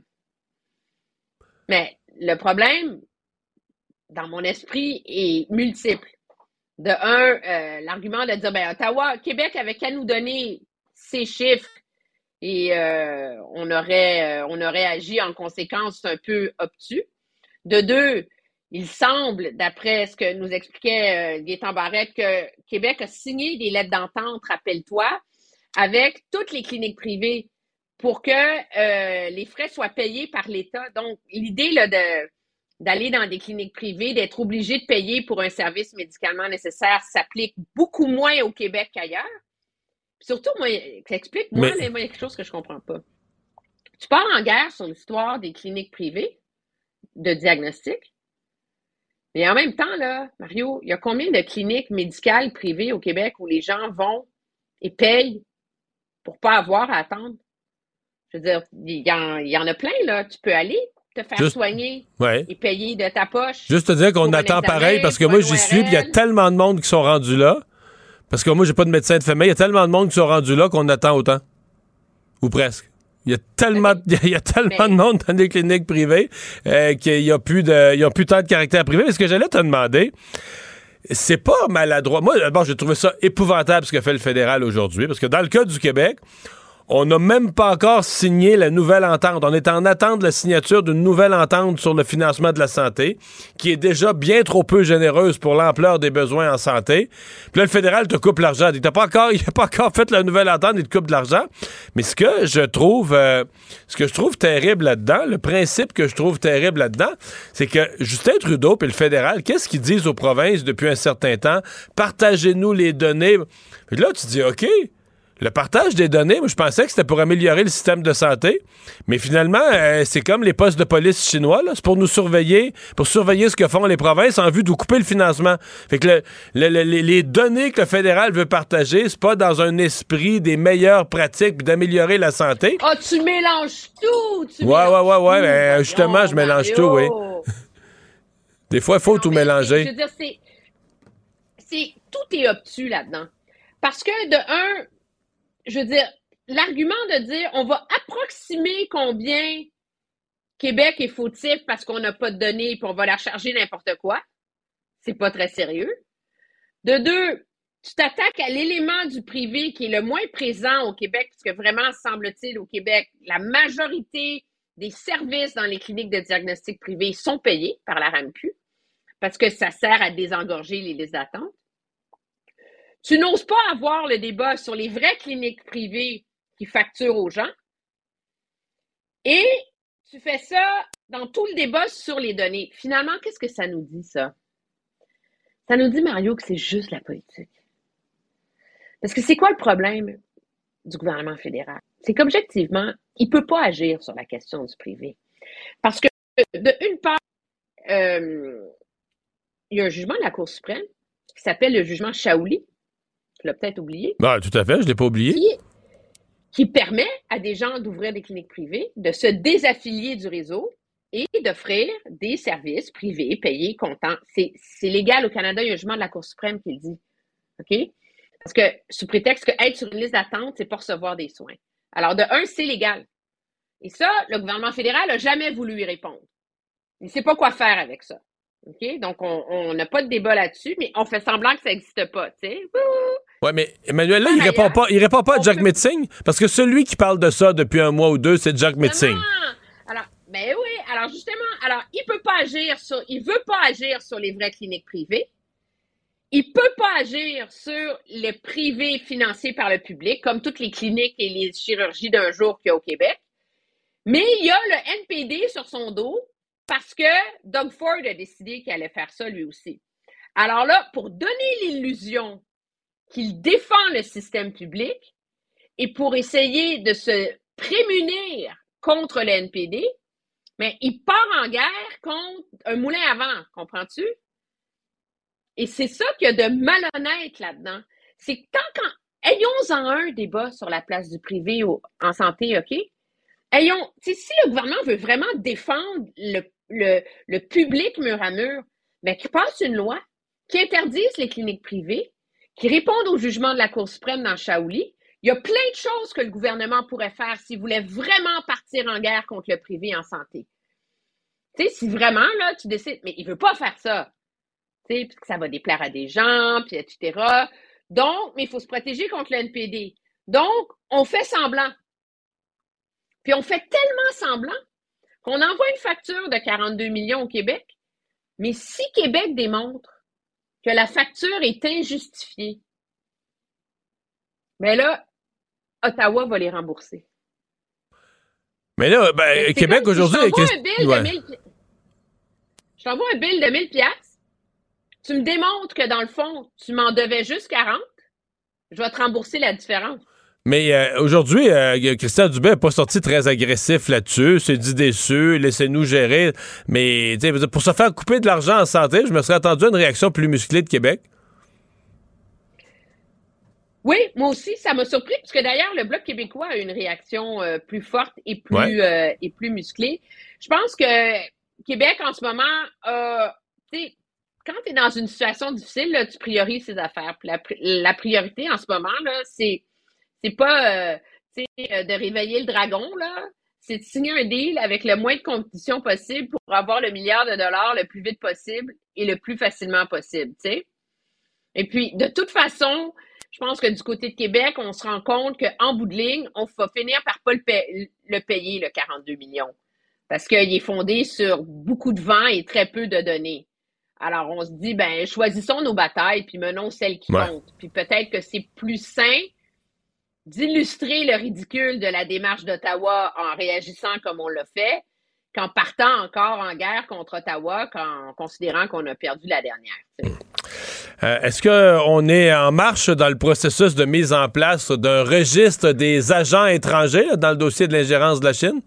Speaker 12: Mais le problème, dans mon esprit, est multiple. De un, l'argument de dire, ben Ottawa, Québec avait qu'à nous donner ces chiffres et on aurait agi en conséquence un peu obtus. De deux, il semble, d'après ce que nous expliquait Gaétan Barrette, que Québec a signé des lettres d'entente, rappelle-toi, avec toutes les cliniques privées pour que les frais soient payés par l'État. Donc, l'idée là, d'aller dans des cliniques privées, d'être obligé de payer pour un service médicalement nécessaire s'applique beaucoup moins au Québec qu'ailleurs. Puis surtout, moi, explique-moi, il y a quelque chose que je comprends pas. Tu pars en guerre sur l'histoire des cliniques privées de diagnostic, mais en même temps, là, Mario, il y a combien de cliniques médicales privées au Québec où les gens vont et payent pour pas avoir à attendre? Je veux dire, il y en a plein, là. Tu peux aller te faire soigner et payer de ta poche.
Speaker 2: Juste te dire qu'on attend pareil, parce que moi, j'y suis, puis il y a tellement de monde qui sont rendus là, parce que moi, j'ai pas de médecin de famille, il y a tellement de monde qui sont rendus là qu'on attend autant. Ou presque. Il y a tellement de monde dans des cliniques privées qu'il n'y a plus tant de caractère privé. Mais ce que j'allais te demander, c'est pas maladroit. Moi, d'abord, j'ai trouvé ça épouvantable ce que fait le fédéral aujourd'hui, parce que dans le cas du Québec, on n'a même pas encore signé la nouvelle entente. On est en attente de la signature d'une nouvelle entente sur le financement de la santé, qui est déjà bien trop peu généreuse pour l'ampleur des besoins en santé. Puis là, le fédéral te coupe l'argent. Il n'a pas encore fait la nouvelle entente, il te coupe de l'argent. Mais ce que je trouve terrible là-dedans, le principe que je trouve terrible là-dedans, c'est que Justin Trudeau et le fédéral, qu'est-ce qu'ils disent aux provinces depuis un certain temps? Partagez-nous les données. Puis là, tu dis, OK, le partage des données, moi, je pensais que c'était pour améliorer le système de santé, mais finalement, c'est comme les postes de police chinois, là. C'est pour nous surveiller, ce que font les provinces en vue de couper le financement. Fait que les données que le fédéral veut partager, c'est pas dans un esprit des meilleures pratiques puis d'améliorer la santé.
Speaker 12: Ah, tu mélanges tout!
Speaker 2: Ouais, mais justement, je mélange tout, oui. Des fois, il faut tout mélanger.
Speaker 12: Je veux dire, tout est obtus là-dedans. Parce que, de un, je veux dire, l'argument de dire on va approximer combien Québec est fautif parce qu'on n'a pas de données et on va leur charger n'importe quoi, c'est pas très sérieux. De deux,
Speaker 16: tu t'attaques à l'élément du privé qui est le moins présent au Québec, parce que vraiment, semble-t-il, au Québec, la majorité des services dans les cliniques de diagnostic privés sont payés par la RAMQ, parce que ça sert à désengorger les listes d'attente. Tu n'oses pas avoir le débat sur les vraies cliniques privées qui facturent aux gens. Et tu fais ça dans tout le débat sur les données. Finalement, qu'est-ce que ça nous dit, ça? Ça nous dit, Mario, que c'est juste la politique. Parce que c'est quoi le problème du gouvernement fédéral? C'est qu'objectivement, il ne peut pas agir sur la question du privé. Parce que, d'une part, il y a un jugement de la Cour suprême qui s'appelle le jugement Shaouli. Tu l'as peut-être oublié.
Speaker 2: Ah, tout à fait, je ne l'ai pas oublié.
Speaker 16: Qui permet à des gens d'ouvrir des cliniques privées, de se désaffilier du réseau et d'offrir des services privés payés comptant. C'est légal au Canada, il y a un jugement de la Cour suprême qui le dit. OK? Parce que, sous prétexte qu'être sur une liste d'attente, c'est pas recevoir des soins. Alors, de un, c'est légal. Et ça, le gouvernement fédéral n'a jamais voulu y répondre. Il ne sait pas quoi faire avec ça. OK? Donc, on n'a pas de débat là-dessus, mais on fait semblant que ça n'existe pas, tu sais.
Speaker 2: Oui, mais Emmanuel, là, il répond pas à Jack Metzing, parce que celui qui parle de ça depuis un mois ou deux, c'est Jack Metzing.
Speaker 16: Alors, ben oui, alors justement, il veut pas agir sur les vraies cliniques privées. Il peut pas agir sur les privés financés par le public, comme toutes les cliniques et les chirurgies d'un jour qu'il y a au Québec. Mais il y a le NPD sur son dos parce que Doug Ford a décidé qu'il allait faire ça lui aussi. Alors là, pour donner l'illusion qu'il défend le système public et pour essayer de se prémunir contre le NPD, mais il part en guerre contre un moulin à vent, comprends-tu? Et c'est ça qu'il y a de malhonnête là-dedans. C'est que ayons-en un débat sur la place du privé en santé, OK? Si le gouvernement veut vraiment défendre le public mur à mur, mais qu'il passe une loi qui interdise les cliniques privées, qui répondent au jugement de la Cour suprême dans Shaouli. Il y a plein de choses que le gouvernement pourrait faire s'il voulait vraiment partir en guerre contre le privé en santé. Tu sais, si vraiment, là, tu décides, mais il veut pas faire ça. Tu sais, parce que ça va déplaire à des gens, puis etc. Donc, mais il faut se protéger contre le NPD. Donc, on fait semblant. Puis on fait tellement semblant qu'on envoie une facture de 42 millions au Québec, mais si Québec démontre que la facture est injustifiée, mais là, Ottawa va les rembourser.
Speaker 2: Mais là, Québec aujourd'hui...
Speaker 16: Je t'envoie un bill de 1000 piastres. Tu me démontres que dans le fond, tu m'en devais juste 40. Je vais te rembourser la différence.
Speaker 2: Mais aujourd'hui, Christian Dubé n'est pas sorti très agressif là-dessus. C'est dit déçu, laissez-nous gérer. Mais pour se faire couper de l'argent en santé, je me serais attendu à une réaction plus musclée de Québec.
Speaker 16: Oui, moi aussi, ça m'a surpris, parce que d'ailleurs, le Bloc québécois a une réaction plus forte et plus musclée. Je pense que Québec, en ce moment, quand tu es dans une situation difficile, là, tu priorises ses affaires. Puis la priorité en ce moment, là, c'est pas de réveiller le dragon, là. C'est de signer un deal avec le moins de conditions possible pour avoir le milliard de dollars le plus vite possible et le plus facilement possible, tu sais. Et puis, de toute façon, je pense que du côté de Québec, on se rend compte qu'en bout de ligne, on va finir par pas le payer, le 42 millions. Parce qu'il est fondé sur beaucoup de vent et très peu de données. Alors, on se dit, choisissons nos batailles puis menons celles qui comptent. Puis peut-être que c'est plus sain d'illustrer le ridicule de la démarche d'Ottawa en réagissant comme on l'a fait, qu'en partant encore en guerre contre Ottawa, en considérant qu'on a perdu la dernière.
Speaker 2: Est-ce qu'on est en marche dans le processus de mise en place d'un registre des agents étrangers là, dans le dossier de l'ingérence de la Chine?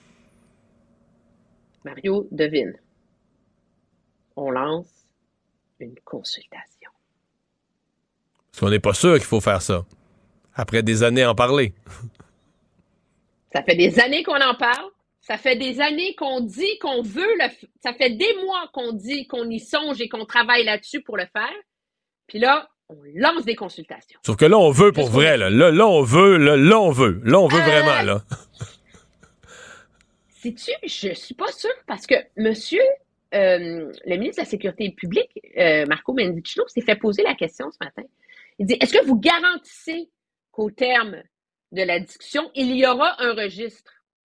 Speaker 16: Mario, devine. On lance une consultation.
Speaker 2: Parce qu'on n'est pas sûr qu'il faut faire ça. Après des années à en parler.
Speaker 16: Ça fait des années qu'on en parle. Ça fait des années qu'on dit qu'on veut ça fait des mois qu'on dit qu'on y songe et qu'on travaille là-dessus pour le faire. Puis là, on lance des consultations.
Speaker 2: Sauf que là, on veut pour vrai. Là, on veut. Là, on veut. Là, on veut vraiment. Là.
Speaker 16: Sais-tu, je suis pas sûre parce que monsieur, le ministre de la Sécurité publique, Marco Mendicino, s'est fait poser la question ce matin. Il dit, est-ce que vous garantissez qu'au terme de la discussion, il y aura un registre?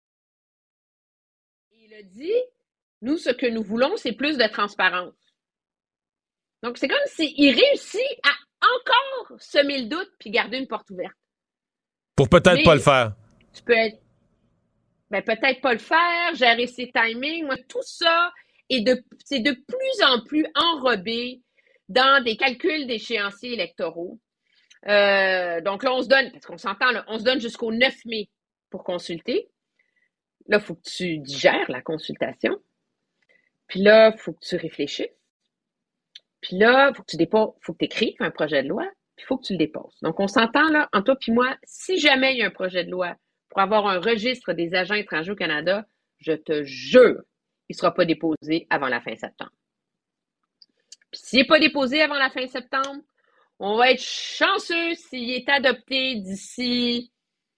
Speaker 16: Il a dit, nous, ce que nous voulons, c'est plus de transparence. Donc, c'est comme s'il réussit à encore semer le doute puis garder une porte ouverte.
Speaker 2: Pour peut-être pas le faire.
Speaker 16: Tu peux être... peut-être pas le faire, gérer ses timings. Moi, tout ça, c'est de plus en plus enrobé dans des calculs d'échéanciers électoraux. Donc là, on se donne, parce qu'on s'entend, là, on se donne jusqu'au 9 mai pour consulter. Là, il faut que tu digères la consultation. Puis là, il faut que tu réfléchisses. Puis là, il faut que tu écrives un projet de loi, puis il faut que tu le déposes. Donc, on s'entend là, entre toi et moi, si jamais il y a un projet de loi pour avoir un registre des agents étrangers au Canada, je te jure, il ne sera pas déposé avant la fin septembre. Puis s'il n'est pas déposé avant la fin septembre, on va être chanceux s'il est adopté d'ici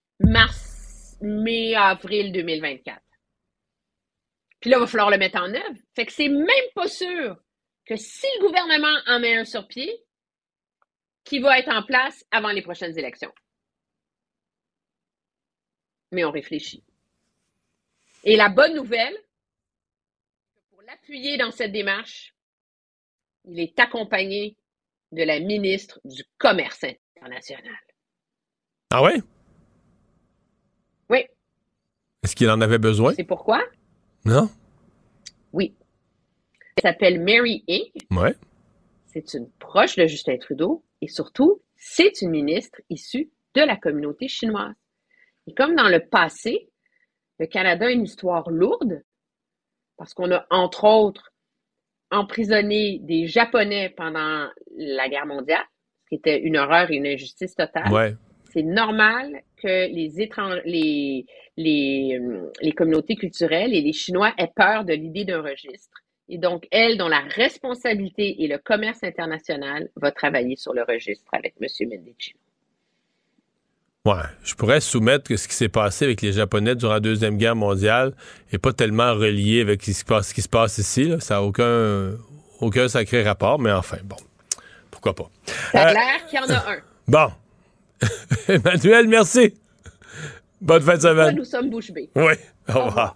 Speaker 16: mai, avril 2024. Puis là, il va falloir le mettre en œuvre. Fait que c'est même pas sûr que si le gouvernement en met un sur pied, qu'il va être en place avant les prochaines élections. Mais on réfléchit. Et la bonne nouvelle, pour l'appuyer dans cette démarche, il est accompagné de la ministre du Commerce international.
Speaker 2: Ah ouais?
Speaker 16: Oui.
Speaker 2: Est-ce qu'il en avait besoin?
Speaker 16: C'est pourquoi?
Speaker 2: Non?
Speaker 16: Oui. Elle s'appelle Mary Ng.
Speaker 2: Ouais.
Speaker 16: C'est une proche de Justin Trudeau et surtout, c'est une ministre issue de la communauté chinoise. Et comme dans le passé, le Canada a une histoire lourde parce qu'on a, entre autres, emprisonné des Japonais pendant la guerre mondiale, ce qui était une horreur et une injustice totale.
Speaker 2: Ouais.
Speaker 16: C'est normal que les communautés culturelles et les Chinois aient peur de l'idée d'un registre. Et donc, elle, dont la responsabilité est le commerce international, va travailler sur le registre avec M. Mendicino.
Speaker 2: Ouais, je pourrais soumettre que ce qui s'est passé avec les Japonais durant la Deuxième Guerre mondiale n'est pas tellement relié avec ce qui se passe ici. Là. Ça n'a aucun sacré rapport, mais enfin, bon, pourquoi pas.
Speaker 16: Ça a l'air qu'il y en a un.
Speaker 2: Bon. Emmanuel, merci. Bonne fin de semaine.
Speaker 16: Nous sommes bouche bée.
Speaker 2: Oui, au revoir.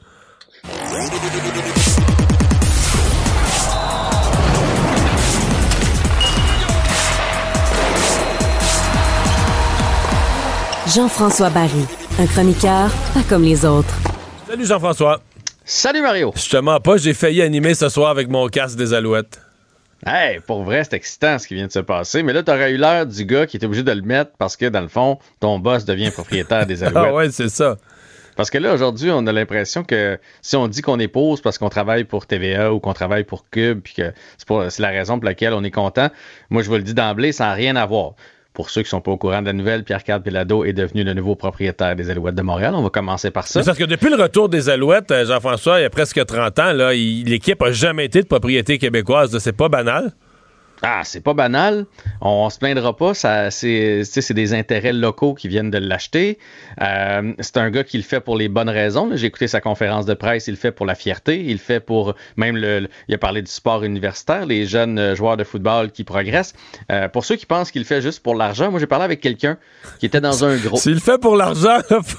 Speaker 1: Jean-François Barry, un chroniqueur pas comme les autres.
Speaker 2: Salut Jean-François.
Speaker 17: Salut Mario.
Speaker 2: Justement pas, j'ai failli animer ce soir avec mon casque des Alouettes.
Speaker 17: Hey, pour vrai, c'est excitant ce qui vient de se passer. Mais là, t'aurais eu l'air du gars qui était obligé de le mettre parce que, dans le fond, ton boss devient propriétaire des Alouettes.
Speaker 2: Ah ouais, c'est ça.
Speaker 17: Parce que là, aujourd'hui, on a l'impression que si on dit qu'on est pauvre parce qu'on travaille pour TVA ou qu'on travaille pour Cube, puis que c'est la raison pour laquelle on est content, moi, je vous le dis d'emblée, ça n'a rien à voir. Pour ceux qui ne sont pas au courant de la nouvelle, Pierre-Carl Péladeau est devenu le nouveau propriétaire des Alouettes de Montréal. On va commencer par ça.
Speaker 2: C'est parce que depuis le retour des Alouettes, Jean-François, il y a presque 30 ans, là, l'équipe n'a jamais été de propriété québécoise. C'est pas banal?
Speaker 17: Ah, c'est pas banal. On se plaindra pas. C'est des intérêts locaux qui viennent de l'acheter. C'est un gars qui le fait pour les bonnes raisons. J'ai écouté sa conférence de presse. Il le fait pour la fierté. Il le fait pour même il a parlé du sport universitaire, les jeunes joueurs de football qui progressent. Pour ceux qui pensent qu'il le fait juste pour l'argent, moi j'ai parlé avec quelqu'un qui était dans un groupe.
Speaker 2: S'il le fait pour l'argent,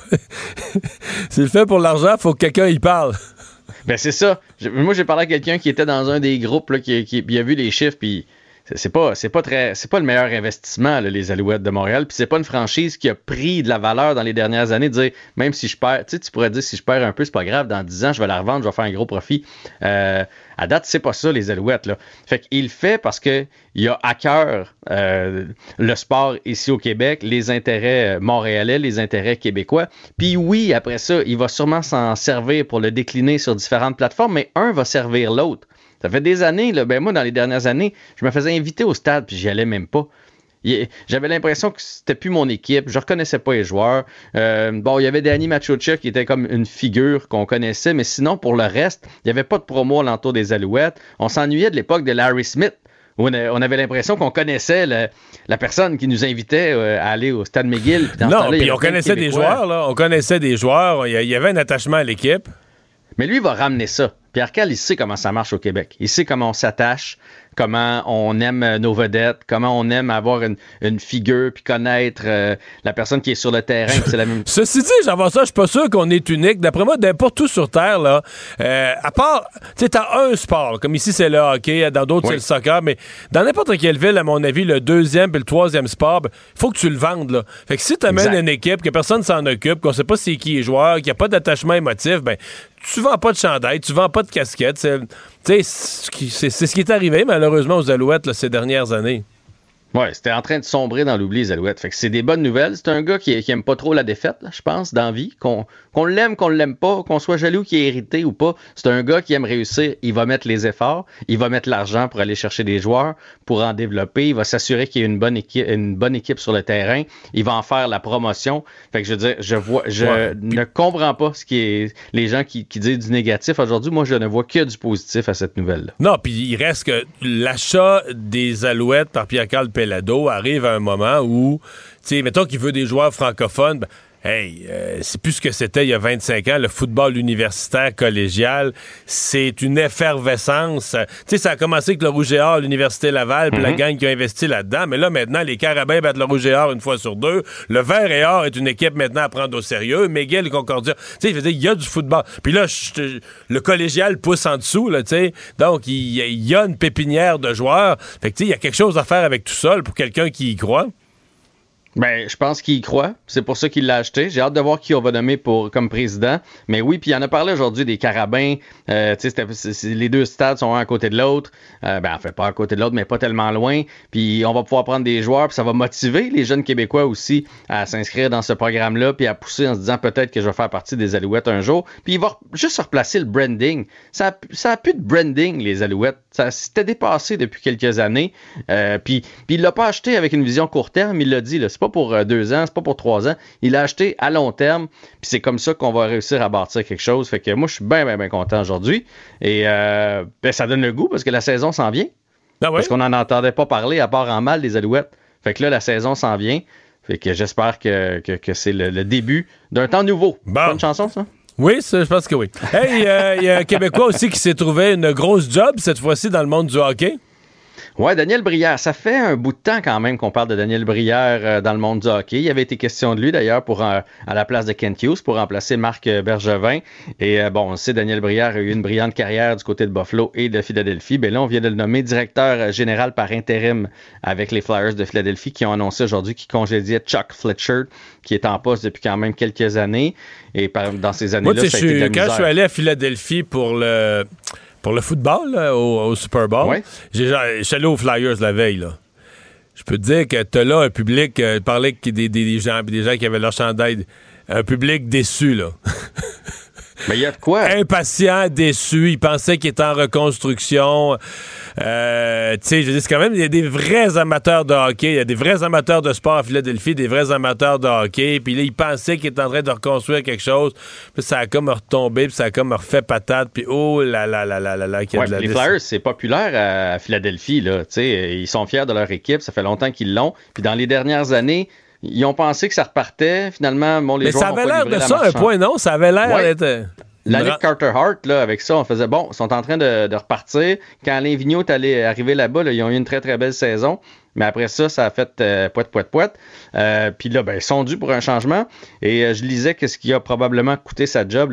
Speaker 2: faut que quelqu'un y parle.
Speaker 17: Ben c'est ça. Moi j'ai parlé à quelqu'un qui était dans un des groupes là, qui a vu les chiffres puis c'est pas le meilleur investissement, là, les Alouettes de Montréal. Puis c'est pas une franchise qui a pris de la valeur dans les dernières années. De dire, même si je perds, tu pourrais dire, si je perds un peu, c'est pas grave. Dans 10 ans, je vais la revendre, je vais faire un gros profit. À date, c'est pas ça, les Alouettes, là. Fait qu'il le fait parce que il a à cœur le sport ici au Québec, les intérêts montréalais, les intérêts québécois. Puis oui, après ça, il va sûrement s'en servir pour le décliner sur différentes plateformes, mais un va servir l'autre. Ça fait des années, là, moi, dans les dernières années, je me faisais inviter au stade, puis j'y allais même pas. J'avais l'impression que c'était plus mon équipe, je reconnaissais pas les joueurs. Il y avait Danny Machocha qui était comme une figure qu'on connaissait, mais sinon, pour le reste, il n'y avait pas de promo alentour des Alouettes. On s'ennuyait de l'époque de Larry Smith, où on avait l'impression qu'on connaissait la personne qui nous invitait à aller au Stade McGill.
Speaker 2: Puis on connaissait des joueurs, là. On connaissait des joueurs, il y avait un attachement à l'équipe.
Speaker 17: Mais lui, il va ramener ça. Pierre Karl, il sait comment ça marche au Québec. Il sait comment on s'attache, comment on aime nos vedettes, comment on aime avoir une figure puis connaître la personne qui est sur le terrain. C'est la même...
Speaker 2: Ceci dit, j'avance ça, je suis pas sûr qu'on est unique. D'après moi, n'importe où sur Terre, là, à part, tu sais, t'as un sport, comme ici c'est le hockey, dans d'autres c'est le soccer, mais dans n'importe quelle ville, à mon avis, le deuxième et le troisième sport, il faut que tu le vendes, là. Fait que si t'amènes une équipe, que personne s'en occupe, qu'on sait pas c'est qui est joueur, qu'il n'y a pas d'attachement émotif, ben tu vends pas de chandail, tu vends pas de casquette. C'est ce qui est arrivé, malheureusement, aux Alouettes là, ces dernières années.
Speaker 17: Ouais, c'était en train de sombrer dans l'oubli, les Alouettes. Fait que c'est des bonnes nouvelles. C'est un gars qui aime pas trop la défaite, là, je pense, dans la vie. Qu'on l'aime, qu'on l'aime pas, qu'on soit jaloux, qu'il est irrité ou pas. C'est un gars qui aime réussir. Il va mettre les efforts. Il va mettre l'argent pour aller chercher des joueurs, pour en développer. Il va s'assurer qu'il y a une bonne équipe sur le terrain. Il va en faire la promotion. Fait que je veux dire, je ne comprends pas ce qui est les gens qui disent du négatif aujourd'hui. Moi, je ne vois que du positif à cette nouvelle-là.
Speaker 2: Non, puis il reste que l'achat des Alouettes par Pierre-Karl Péladeau arrive à un moment où, tu sais, mettons qu'il veut des joueurs francophones, ben, c'est plus ce que c'était il y a 25 ans, le football universitaire collégial, c'est une effervescence. Tu sais, ça a commencé avec le Rouge et Or, l'Université Laval, puis la gang qui a investi là-dedans, mais là, maintenant, les Carabins battent le Rouge et Or une fois sur deux, le Vert et Or est une équipe maintenant à prendre au sérieux, McGill et Concordia, tu sais, je veux dire, il y a du football. Puis là, le collégial pousse en dessous, là, tu sais, donc il y a une pépinière de joueurs, fait que tu sais, il y a quelque chose à faire avec tout ça, pour quelqu'un qui y croit.
Speaker 17: Ben, je pense qu'il y croit. C'est pour ça qu'il l'a acheté. J'ai hâte de voir qui on va nommer comme président. Mais oui, puis il en a parlé aujourd'hui des Carabins. Tu sais, les deux stades sont un à côté de l'autre. En fait, pas à côté de l'autre, mais pas tellement loin. Puis on va pouvoir prendre des joueurs, puis ça va motiver les jeunes Québécois aussi à s'inscrire dans ce programme-là, puis à pousser en se disant peut-être que je vais faire partie des Alouettes un jour. Puis il va juste replacer le branding. Ça a plus de branding, les Alouettes. Ça s'était dépassé depuis quelques années. Puis il l'a pas acheté avec une vision court terme. Il l'a dit, là, c'est pas pour 2 ans, c'est pas pour 3 ans. Il l'a acheté à long terme, puis c'est comme ça qu'on va réussir à bâtir quelque chose. Fait que moi, je suis bien content aujourd'hui. Et ça donne le goût parce que la saison s'en vient. Ah ouais? Parce qu'on n'en entendait pas parler à part en mal des Alouettes. Fait que là, la saison s'en vient. Fait que j'espère que c'est le début d'un temps nouveau. Bon. C'est une chanson, ça?
Speaker 2: Oui, je pense que oui. Hey, il y a un Québécois aussi qui s'est trouvé une grosse job, cette fois-ci, dans le monde du hockey.
Speaker 17: Ouais, Daniel Brière. Ça fait un bout de temps quand même qu'on parle de Daniel Brière dans le monde du hockey. Il y avait été question de lui d'ailleurs à la place de Kent Hughes pour remplacer Marc Bergevin. Et on sait, Daniel Brière a eu une brillante carrière du côté de Buffalo et de Philadelphie. Ben là, on vient de le nommer directeur général par intérim avec les Flyers de Philadelphie qui ont annoncé aujourd'hui qu'ils congédiaient Chuck Fletcher, qui est en poste depuis quand même quelques années. Et dans ces années-là,
Speaker 2: moi,
Speaker 17: ça a été de la misère.
Speaker 2: Quand je suis allé à Philadelphie pour le football, là, au Super Bowl, je suis allé aux Flyers la veille. Là. Je peux te dire que t'as là un public, parlais des gens qui avaient leur chandail, un public déçu, là.
Speaker 17: Mais il y a de quoi?
Speaker 2: Impatient, déçu, il pensait qu'il était en reconstruction. Tu sais, je dis, c'est quand même, il y a des vrais amateurs de hockey, il y a des vrais amateurs de sport à Philadelphie, des vrais amateurs de hockey, puis là, il pensait qu'il était en train de reconstruire quelque chose, puis ça a comme retombé, puis ça a comme refait patate, puis oh là là là là là là, qu'il y a de la
Speaker 17: les Flyers, c'est populaire à Philadelphie, là, tu sais, ils sont fiers de leur équipe, ça fait longtemps qu'ils l'ont, puis dans les dernières années, ils ont pensé que ça repartait. Finalement, les joueurs
Speaker 2: mais ça avait l'air de ça, un point, non? Ça avait l'air d'être...
Speaker 17: L'année de Carter Hart, là, avec ça, on faisait, ils sont en train de repartir. Quand Alain Vigneault est arrivé là-bas, là, ils ont eu une très, très belle saison. Mais après ça, ça a fait poète. Puis là, ils sont dus pour un changement. Et je lisais que ce qui a probablement coûté sa job,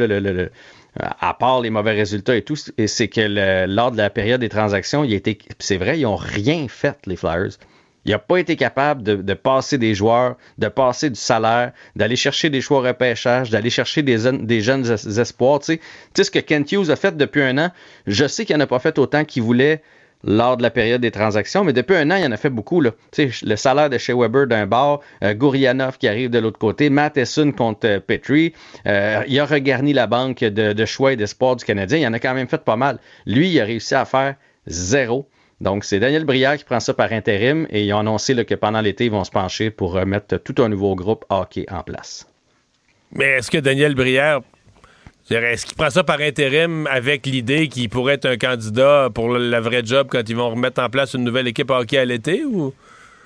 Speaker 17: à part les mauvais résultats et tout, et c'est que lors de la période des transactions, c'est vrai, ils n'ont rien fait, les Flyers. Il n'a pas été capable de passer des joueurs, de passer du salaire, d'aller chercher des choix au repêchage, d'aller chercher des jeunes espoirs. Tu sais ce que Kent Hughes a fait depuis 1 an, je sais qu'il n'en a pas fait autant qu'il voulait lors de la période des transactions, mais depuis 1 an, il en a fait beaucoup. Là. Tu sais, le salaire de Shea Weber d'un bord, Gourianov qui arrive de l'autre côté, Matheson contre Petrie, il a regarni la banque de choix et d'espoir du Canadien, il en a quand même fait pas mal. Lui, il a réussi à faire 0. Donc, c'est Daniel Brière qui prend ça par intérim et ils ont annoncé que pendant l'été, ils vont se pencher pour mettre tout un nouveau groupe hockey en place.
Speaker 2: Mais est-ce que Daniel Brière, est-ce qu'il prend ça par intérim avec l'idée qu'il pourrait être un candidat pour la vraie job quand ils vont remettre en place une nouvelle équipe hockey à l'été ou...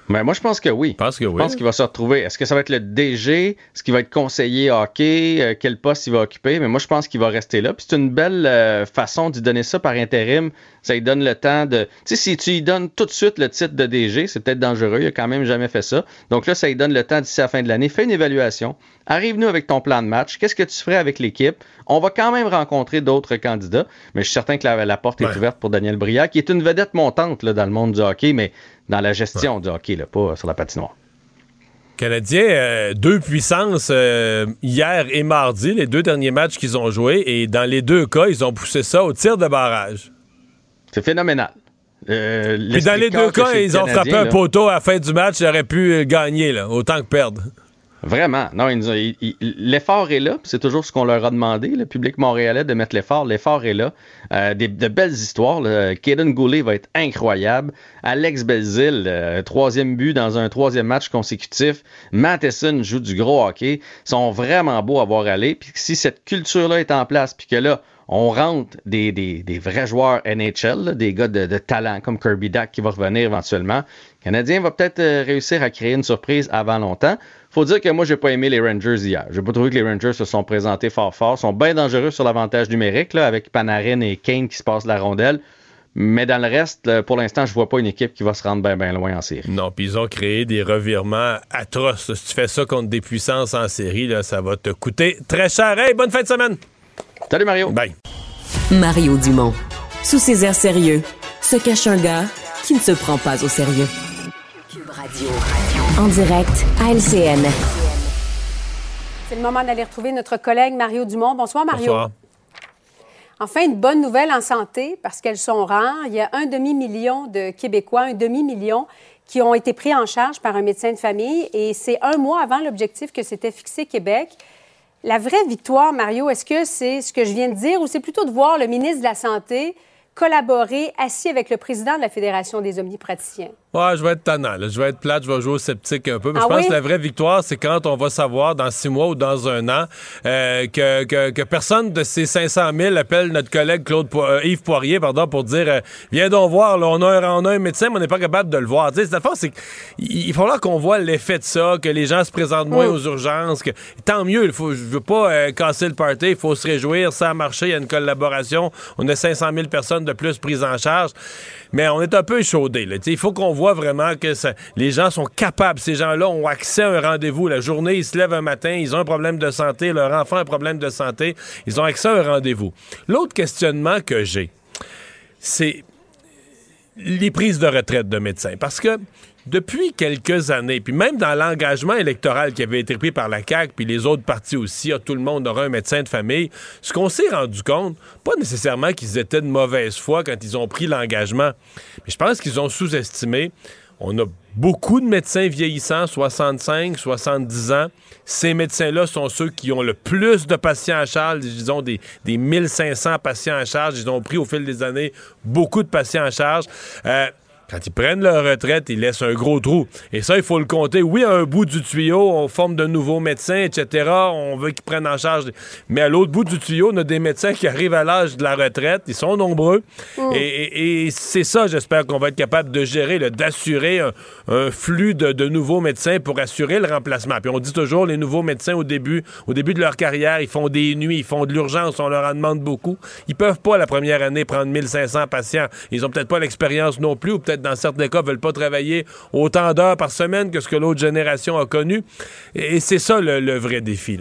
Speaker 17: Mais moi, je pense que oui. Je pense qu'il va se retrouver. Est-ce que ça va être le DG? Est-ce qu'il va être conseiller hockey? Quel poste il va occuper? Mais moi, je pense qu'il va rester là. Puis c'est une belle façon d'y donner ça par intérim. Ça lui donne le temps de... Tu sais, si tu lui donnes tout de suite le titre de DG, c'est peut-être dangereux. Il a quand même jamais fait ça. Donc là, ça lui donne le temps d'ici à la fin de l'année. Fais une évaluation. Arrive-nous avec ton plan de match. Qu'est-ce que tu ferais avec l'équipe? On va quand même rencontrer d'autres candidats. Mais je suis certain que la porte est ouverte pour Daniel Brière, qui est une vedette montante là, dans le monde du hockey, mais dans la gestion du hockey, là, pas sur la patinoire.
Speaker 2: Canadiens, 2 puissances hier et mardi, les 2 derniers matchs qu'ils ont joués, et dans les 2 cas, ils ont poussé ça au tir de barrage.
Speaker 17: C'est phénoménal.
Speaker 2: Puis dans les 2 cas, ils ont frappé un poteau à la fin du match, ils auraient pu gagner, là, autant que perdre. Vraiment. Non,
Speaker 17: l'effort est là. C'est toujours ce qu'on leur a demandé, le public montréalais, de mettre l'effort. L'effort est là. De belles histoires. Kaden Goulet va être incroyable. Alex Belzile, 3e but dans un 3e match consécutif. Matheson joue du gros hockey. Ils sont vraiment beaux à voir aller. Puis si cette culture-là est en place, puis que là, on rentre des vrais joueurs NHL, là, des gars de talent comme Kirby Dach qui va revenir éventuellement, le Canadien va peut-être réussir à créer une surprise avant longtemps. Faut dire que moi, j'ai pas aimé les Rangers hier. J'ai pas trouvé que les Rangers se sont présentés fort. Ils sont bien dangereux sur l'avantage numérique, là, avec Panarin et Kane qui se passent la rondelle. Mais dans le reste, pour l'instant, je vois pas une équipe qui va se rendre bien loin en série.
Speaker 2: Non, puis ils ont créé des revirements atroces. Si tu fais ça contre des puissances en série, là, ça va te coûter très cher. Hey, bonne fin de semaine!
Speaker 17: Salut Mario!
Speaker 2: Bye!
Speaker 1: Mario Dumont. Sous ses airs sérieux, se cache un gars qui ne se prend pas au sérieux. Cube Radio. En direct à LCN.
Speaker 18: C'est le moment d'aller retrouver notre collègue Mario Dumont. Bonsoir Mario.
Speaker 2: Bonsoir.
Speaker 18: Enfin, une bonne nouvelle en santé, parce qu'elles sont rares. Il y a 1 demi-million de Québécois, 1 demi-million, qui ont été pris en charge par un médecin de famille. Et c'est 1 mois avant l'objectif que s'était fixé Québec. La vraie victoire, Mario, est-ce que c'est ce que je viens de dire ou c'est plutôt de voir le ministre de la Santé collaborer assis avec le président de la Fédération des omnipraticiens?
Speaker 2: Ouais, je vais être tannant. Là. Je vais être plate, je vais jouer au sceptique un peu. Mais je pense que la vraie victoire, c'est quand on va savoir dans 6 mois ou dans 1 an que personne de ces 500 000 appelle notre collègue Yves Poirier pour dire viens donc voir, là, on a un médecin, mais on n'est pas capable de le voir. Tu sais, cette fois, c'est qu'il va falloir qu'on voit l'effet de ça, que les gens se présentent moins aux urgences. Tant mieux, je veux pas casser le party, il faut se réjouir. Ça a marché, il y a une collaboration. On a 500 000 personnes de plus prises en charge. Mais on est un peu échaudés. Il faut qu'on voit vraiment que les gens sont capables. Ces gens-là ont accès à un rendez-vous. La journée, ils se lèvent un matin, ils ont un problème de santé, leur enfant a un problème de santé, ils ont accès à un rendez-vous. L'autre questionnement que j'ai, c'est les prises de retraite de médecins. Parce que depuis quelques années, puis même dans l'engagement électoral qui avait été pris par la CAQ, puis les autres partis aussi, tout le monde aura un médecin de famille, ce qu'on s'est rendu compte, pas nécessairement qu'ils étaient de mauvaise foi quand ils ont pris l'engagement, mais je pense qu'ils ont sous-estimé. On a beaucoup de médecins vieillissants, 65, 70 ans. Ces médecins-là sont ceux qui ont le plus de patients à charge. Ils ont des 1500 patients à charge. Ils ont pris au fil des années beaucoup de patients à charge. Quand ils prennent leur retraite, ils laissent un gros trou. Et ça, il faut le compter. Oui, à un bout du tuyau, on forme de nouveaux médecins, etc. On veut qu'ils prennent en charge. Mais à l'autre bout du tuyau, on a des médecins qui arrivent à l'âge de la retraite. Ils sont nombreux. Et c'est ça, j'espère qu'on va être capable de gérer, d'assurer un flux de nouveaux médecins pour assurer le remplacement. Puis on dit toujours, les nouveaux médecins, au début de leur carrière, ils font des nuits, ils font de l'urgence, on leur en demande beaucoup. Ils peuvent pas, la première année, prendre 1500 patients. Ils ont peut-être pas l'expérience non plus, ou peut-être dans certains cas, veulent pas travailler autant d'heures par semaine que ce que l'autre génération a connu. Et c'est ça le vrai défi, là.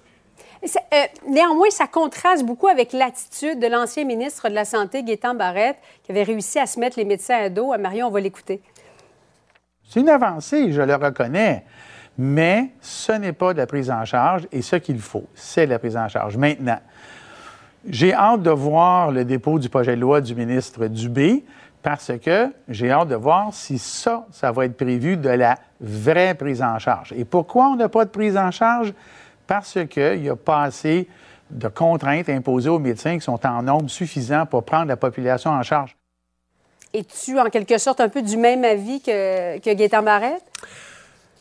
Speaker 18: Néanmoins, ça contraste beaucoup avec l'attitude de l'ancien ministre de la Santé, Gaétan Barrette, qui avait réussi à se mettre les médecins à dos. Marion, on va l'écouter.
Speaker 19: C'est une avancée, je le reconnais, mais ce n'est pas de la prise en charge, et ce qu'il faut, c'est de la prise en charge. Maintenant, j'ai hâte de voir le dépôt du projet de loi du ministre Dubé, parce que j'ai hâte de voir si ça va être prévu de la vraie prise en charge. Et pourquoi on n'a pas de prise en charge? Parce qu'il n'y a pas assez de contraintes imposées aux médecins qui sont en nombre suffisant pour prendre la population en charge.
Speaker 18: Es-tu en quelque sorte un peu du même avis que Gaétan Barrette?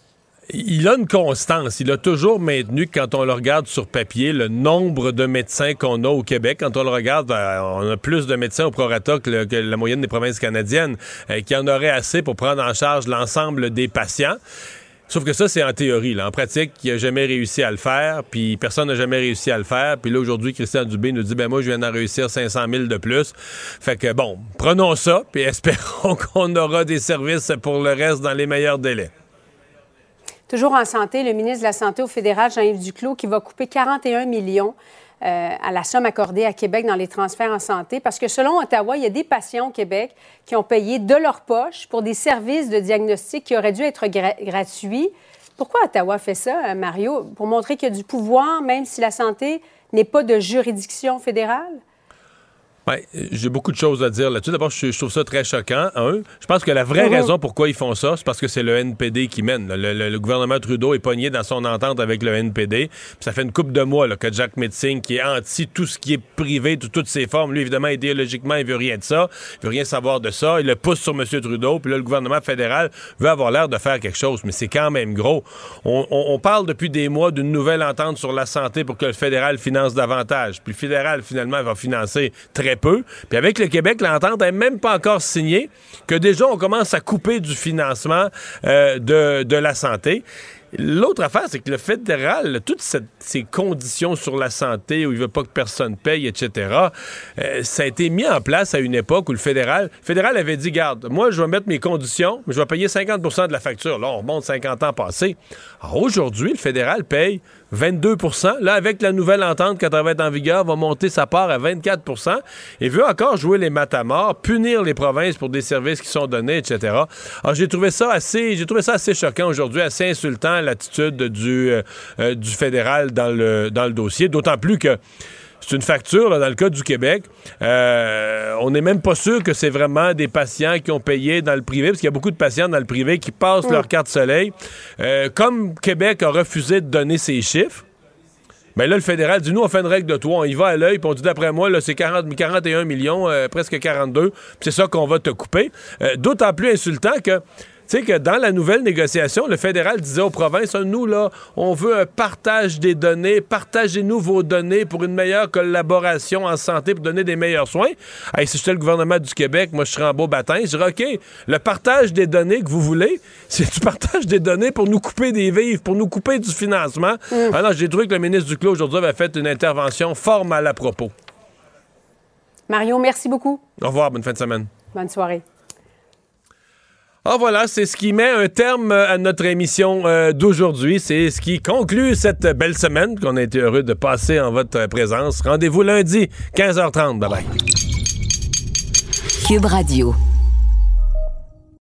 Speaker 2: il a une constance. Il a toujours maintenu, quand on le regarde sur papier, le nombre de médecins qu'on a au Québec. Quand on le regarde, on a plus de médecins au prorata que la moyenne des provinces canadiennes, qui en aurait assez pour prendre en charge l'ensemble des patients. Sauf que ça, c'est en théorie. Là. En pratique, il n'a jamais réussi à le faire, puis personne n'a jamais réussi à le faire. Puis là, aujourd'hui, Christian Dubé nous dit, moi, je viens d'en réussir 500 000 de plus. Fait que, prenons ça, puis espérons qu'on aura des services pour le reste dans les meilleurs délais.
Speaker 18: Toujours en santé, le ministre de la Santé au fédéral, Jean-Yves Duclos, qui va couper 41 millions à la somme accordée à Québec dans les transferts en santé, parce que selon Ottawa, il y a des patients au Québec qui ont payé de leur poche pour des services de diagnostic qui auraient dû être gratuits. Pourquoi Ottawa fait ça, Mario? Pour montrer qu'il y a du pouvoir, même si la santé n'est pas de juridiction fédérale?
Speaker 2: Oui, j'ai beaucoup de choses à dire là-dessus. D'abord, je trouve ça très choquant. Je pense que la vraie raison pourquoi ils font ça, c'est parce que c'est le NPD qui mène. Le gouvernement Trudeau est pogné dans son entente avec le NPD. Puis ça fait une couple de mois que Jack Metzing, qui est anti tout ce qui est privé, toutes ses formes, lui, évidemment, idéologiquement, il veut rien de ça. Il veut rien savoir de ça. Il le pousse sur M. Trudeau. Puis là, le gouvernement fédéral veut avoir l'air de faire quelque chose. Mais c'est quand même gros. On parle depuis des mois d'une nouvelle entente sur la santé pour que le fédéral finance davantage. Puis le fédéral, finalement, va financer très peu. Puis avec le Québec, l'entente n'est même pas encore signée, que déjà, on commence à couper du financement de la santé. L'autre affaire, c'est que le fédéral, toutes ces conditions sur la santé où il ne veut pas que personne paye, etc., ça a été mis en place à une époque où le fédéral avait dit, garde, moi, je vais mettre mes conditions, mais je vais payer 50 % de la facture. Là, on remonte 50 ans passés. Alors aujourd'hui, le fédéral paye 22 %. Là, avec la nouvelle entente, quand elle va être en vigueur, va monter sa part à 24 % et veut encore jouer les matamors, punir les provinces pour des services qui sont donnés, etc. Alors, j'ai trouvé ça assez choquant aujourd'hui, assez insultant, l'attitude du fédéral dans le dossier, d'autant plus que c'est une facture, là, dans le cas du Québec. On n'est même pas sûr que c'est vraiment des patients qui ont payé dans le privé, parce qu'il y a beaucoup de patients dans le privé qui passent leur carte soleil. Comme Québec a refusé de donner ses chiffres, bien là, le fédéral dit, nous, on fait une règle de toi, on y va à l'œil, puis on dit, d'après moi, là, c'est 41 millions, presque 42, puis c'est ça qu'on va te couper. D'autant plus insultant que tu sais que dans la nouvelle négociation, le fédéral disait aux provinces, nous, là, on veut un partage des données, partagez-nous vos données pour une meilleure collaboration en santé pour donner des meilleurs soins. Hey, si j'étais le gouvernement du Québec, moi, je serais en beau baptême, je dirais, OK, le partage des données que vous voulez, c'est du partage des données pour nous couper des vivres, pour nous couper du financement. Alors, j'ai trouvé que le ministre Duclos, aujourd'hui, avait fait une intervention fort mal à propos.
Speaker 18: Mario, merci beaucoup.
Speaker 2: Au revoir, bonne fin de semaine.
Speaker 18: Bonne soirée.
Speaker 2: Ah voilà, c'est ce qui met un terme à notre émission d'aujourd'hui. C'est ce qui conclut cette belle semaine qu'on a été heureux de passer en votre présence. Rendez-vous lundi, 15h30. Bye bye.
Speaker 1: Cube Radio.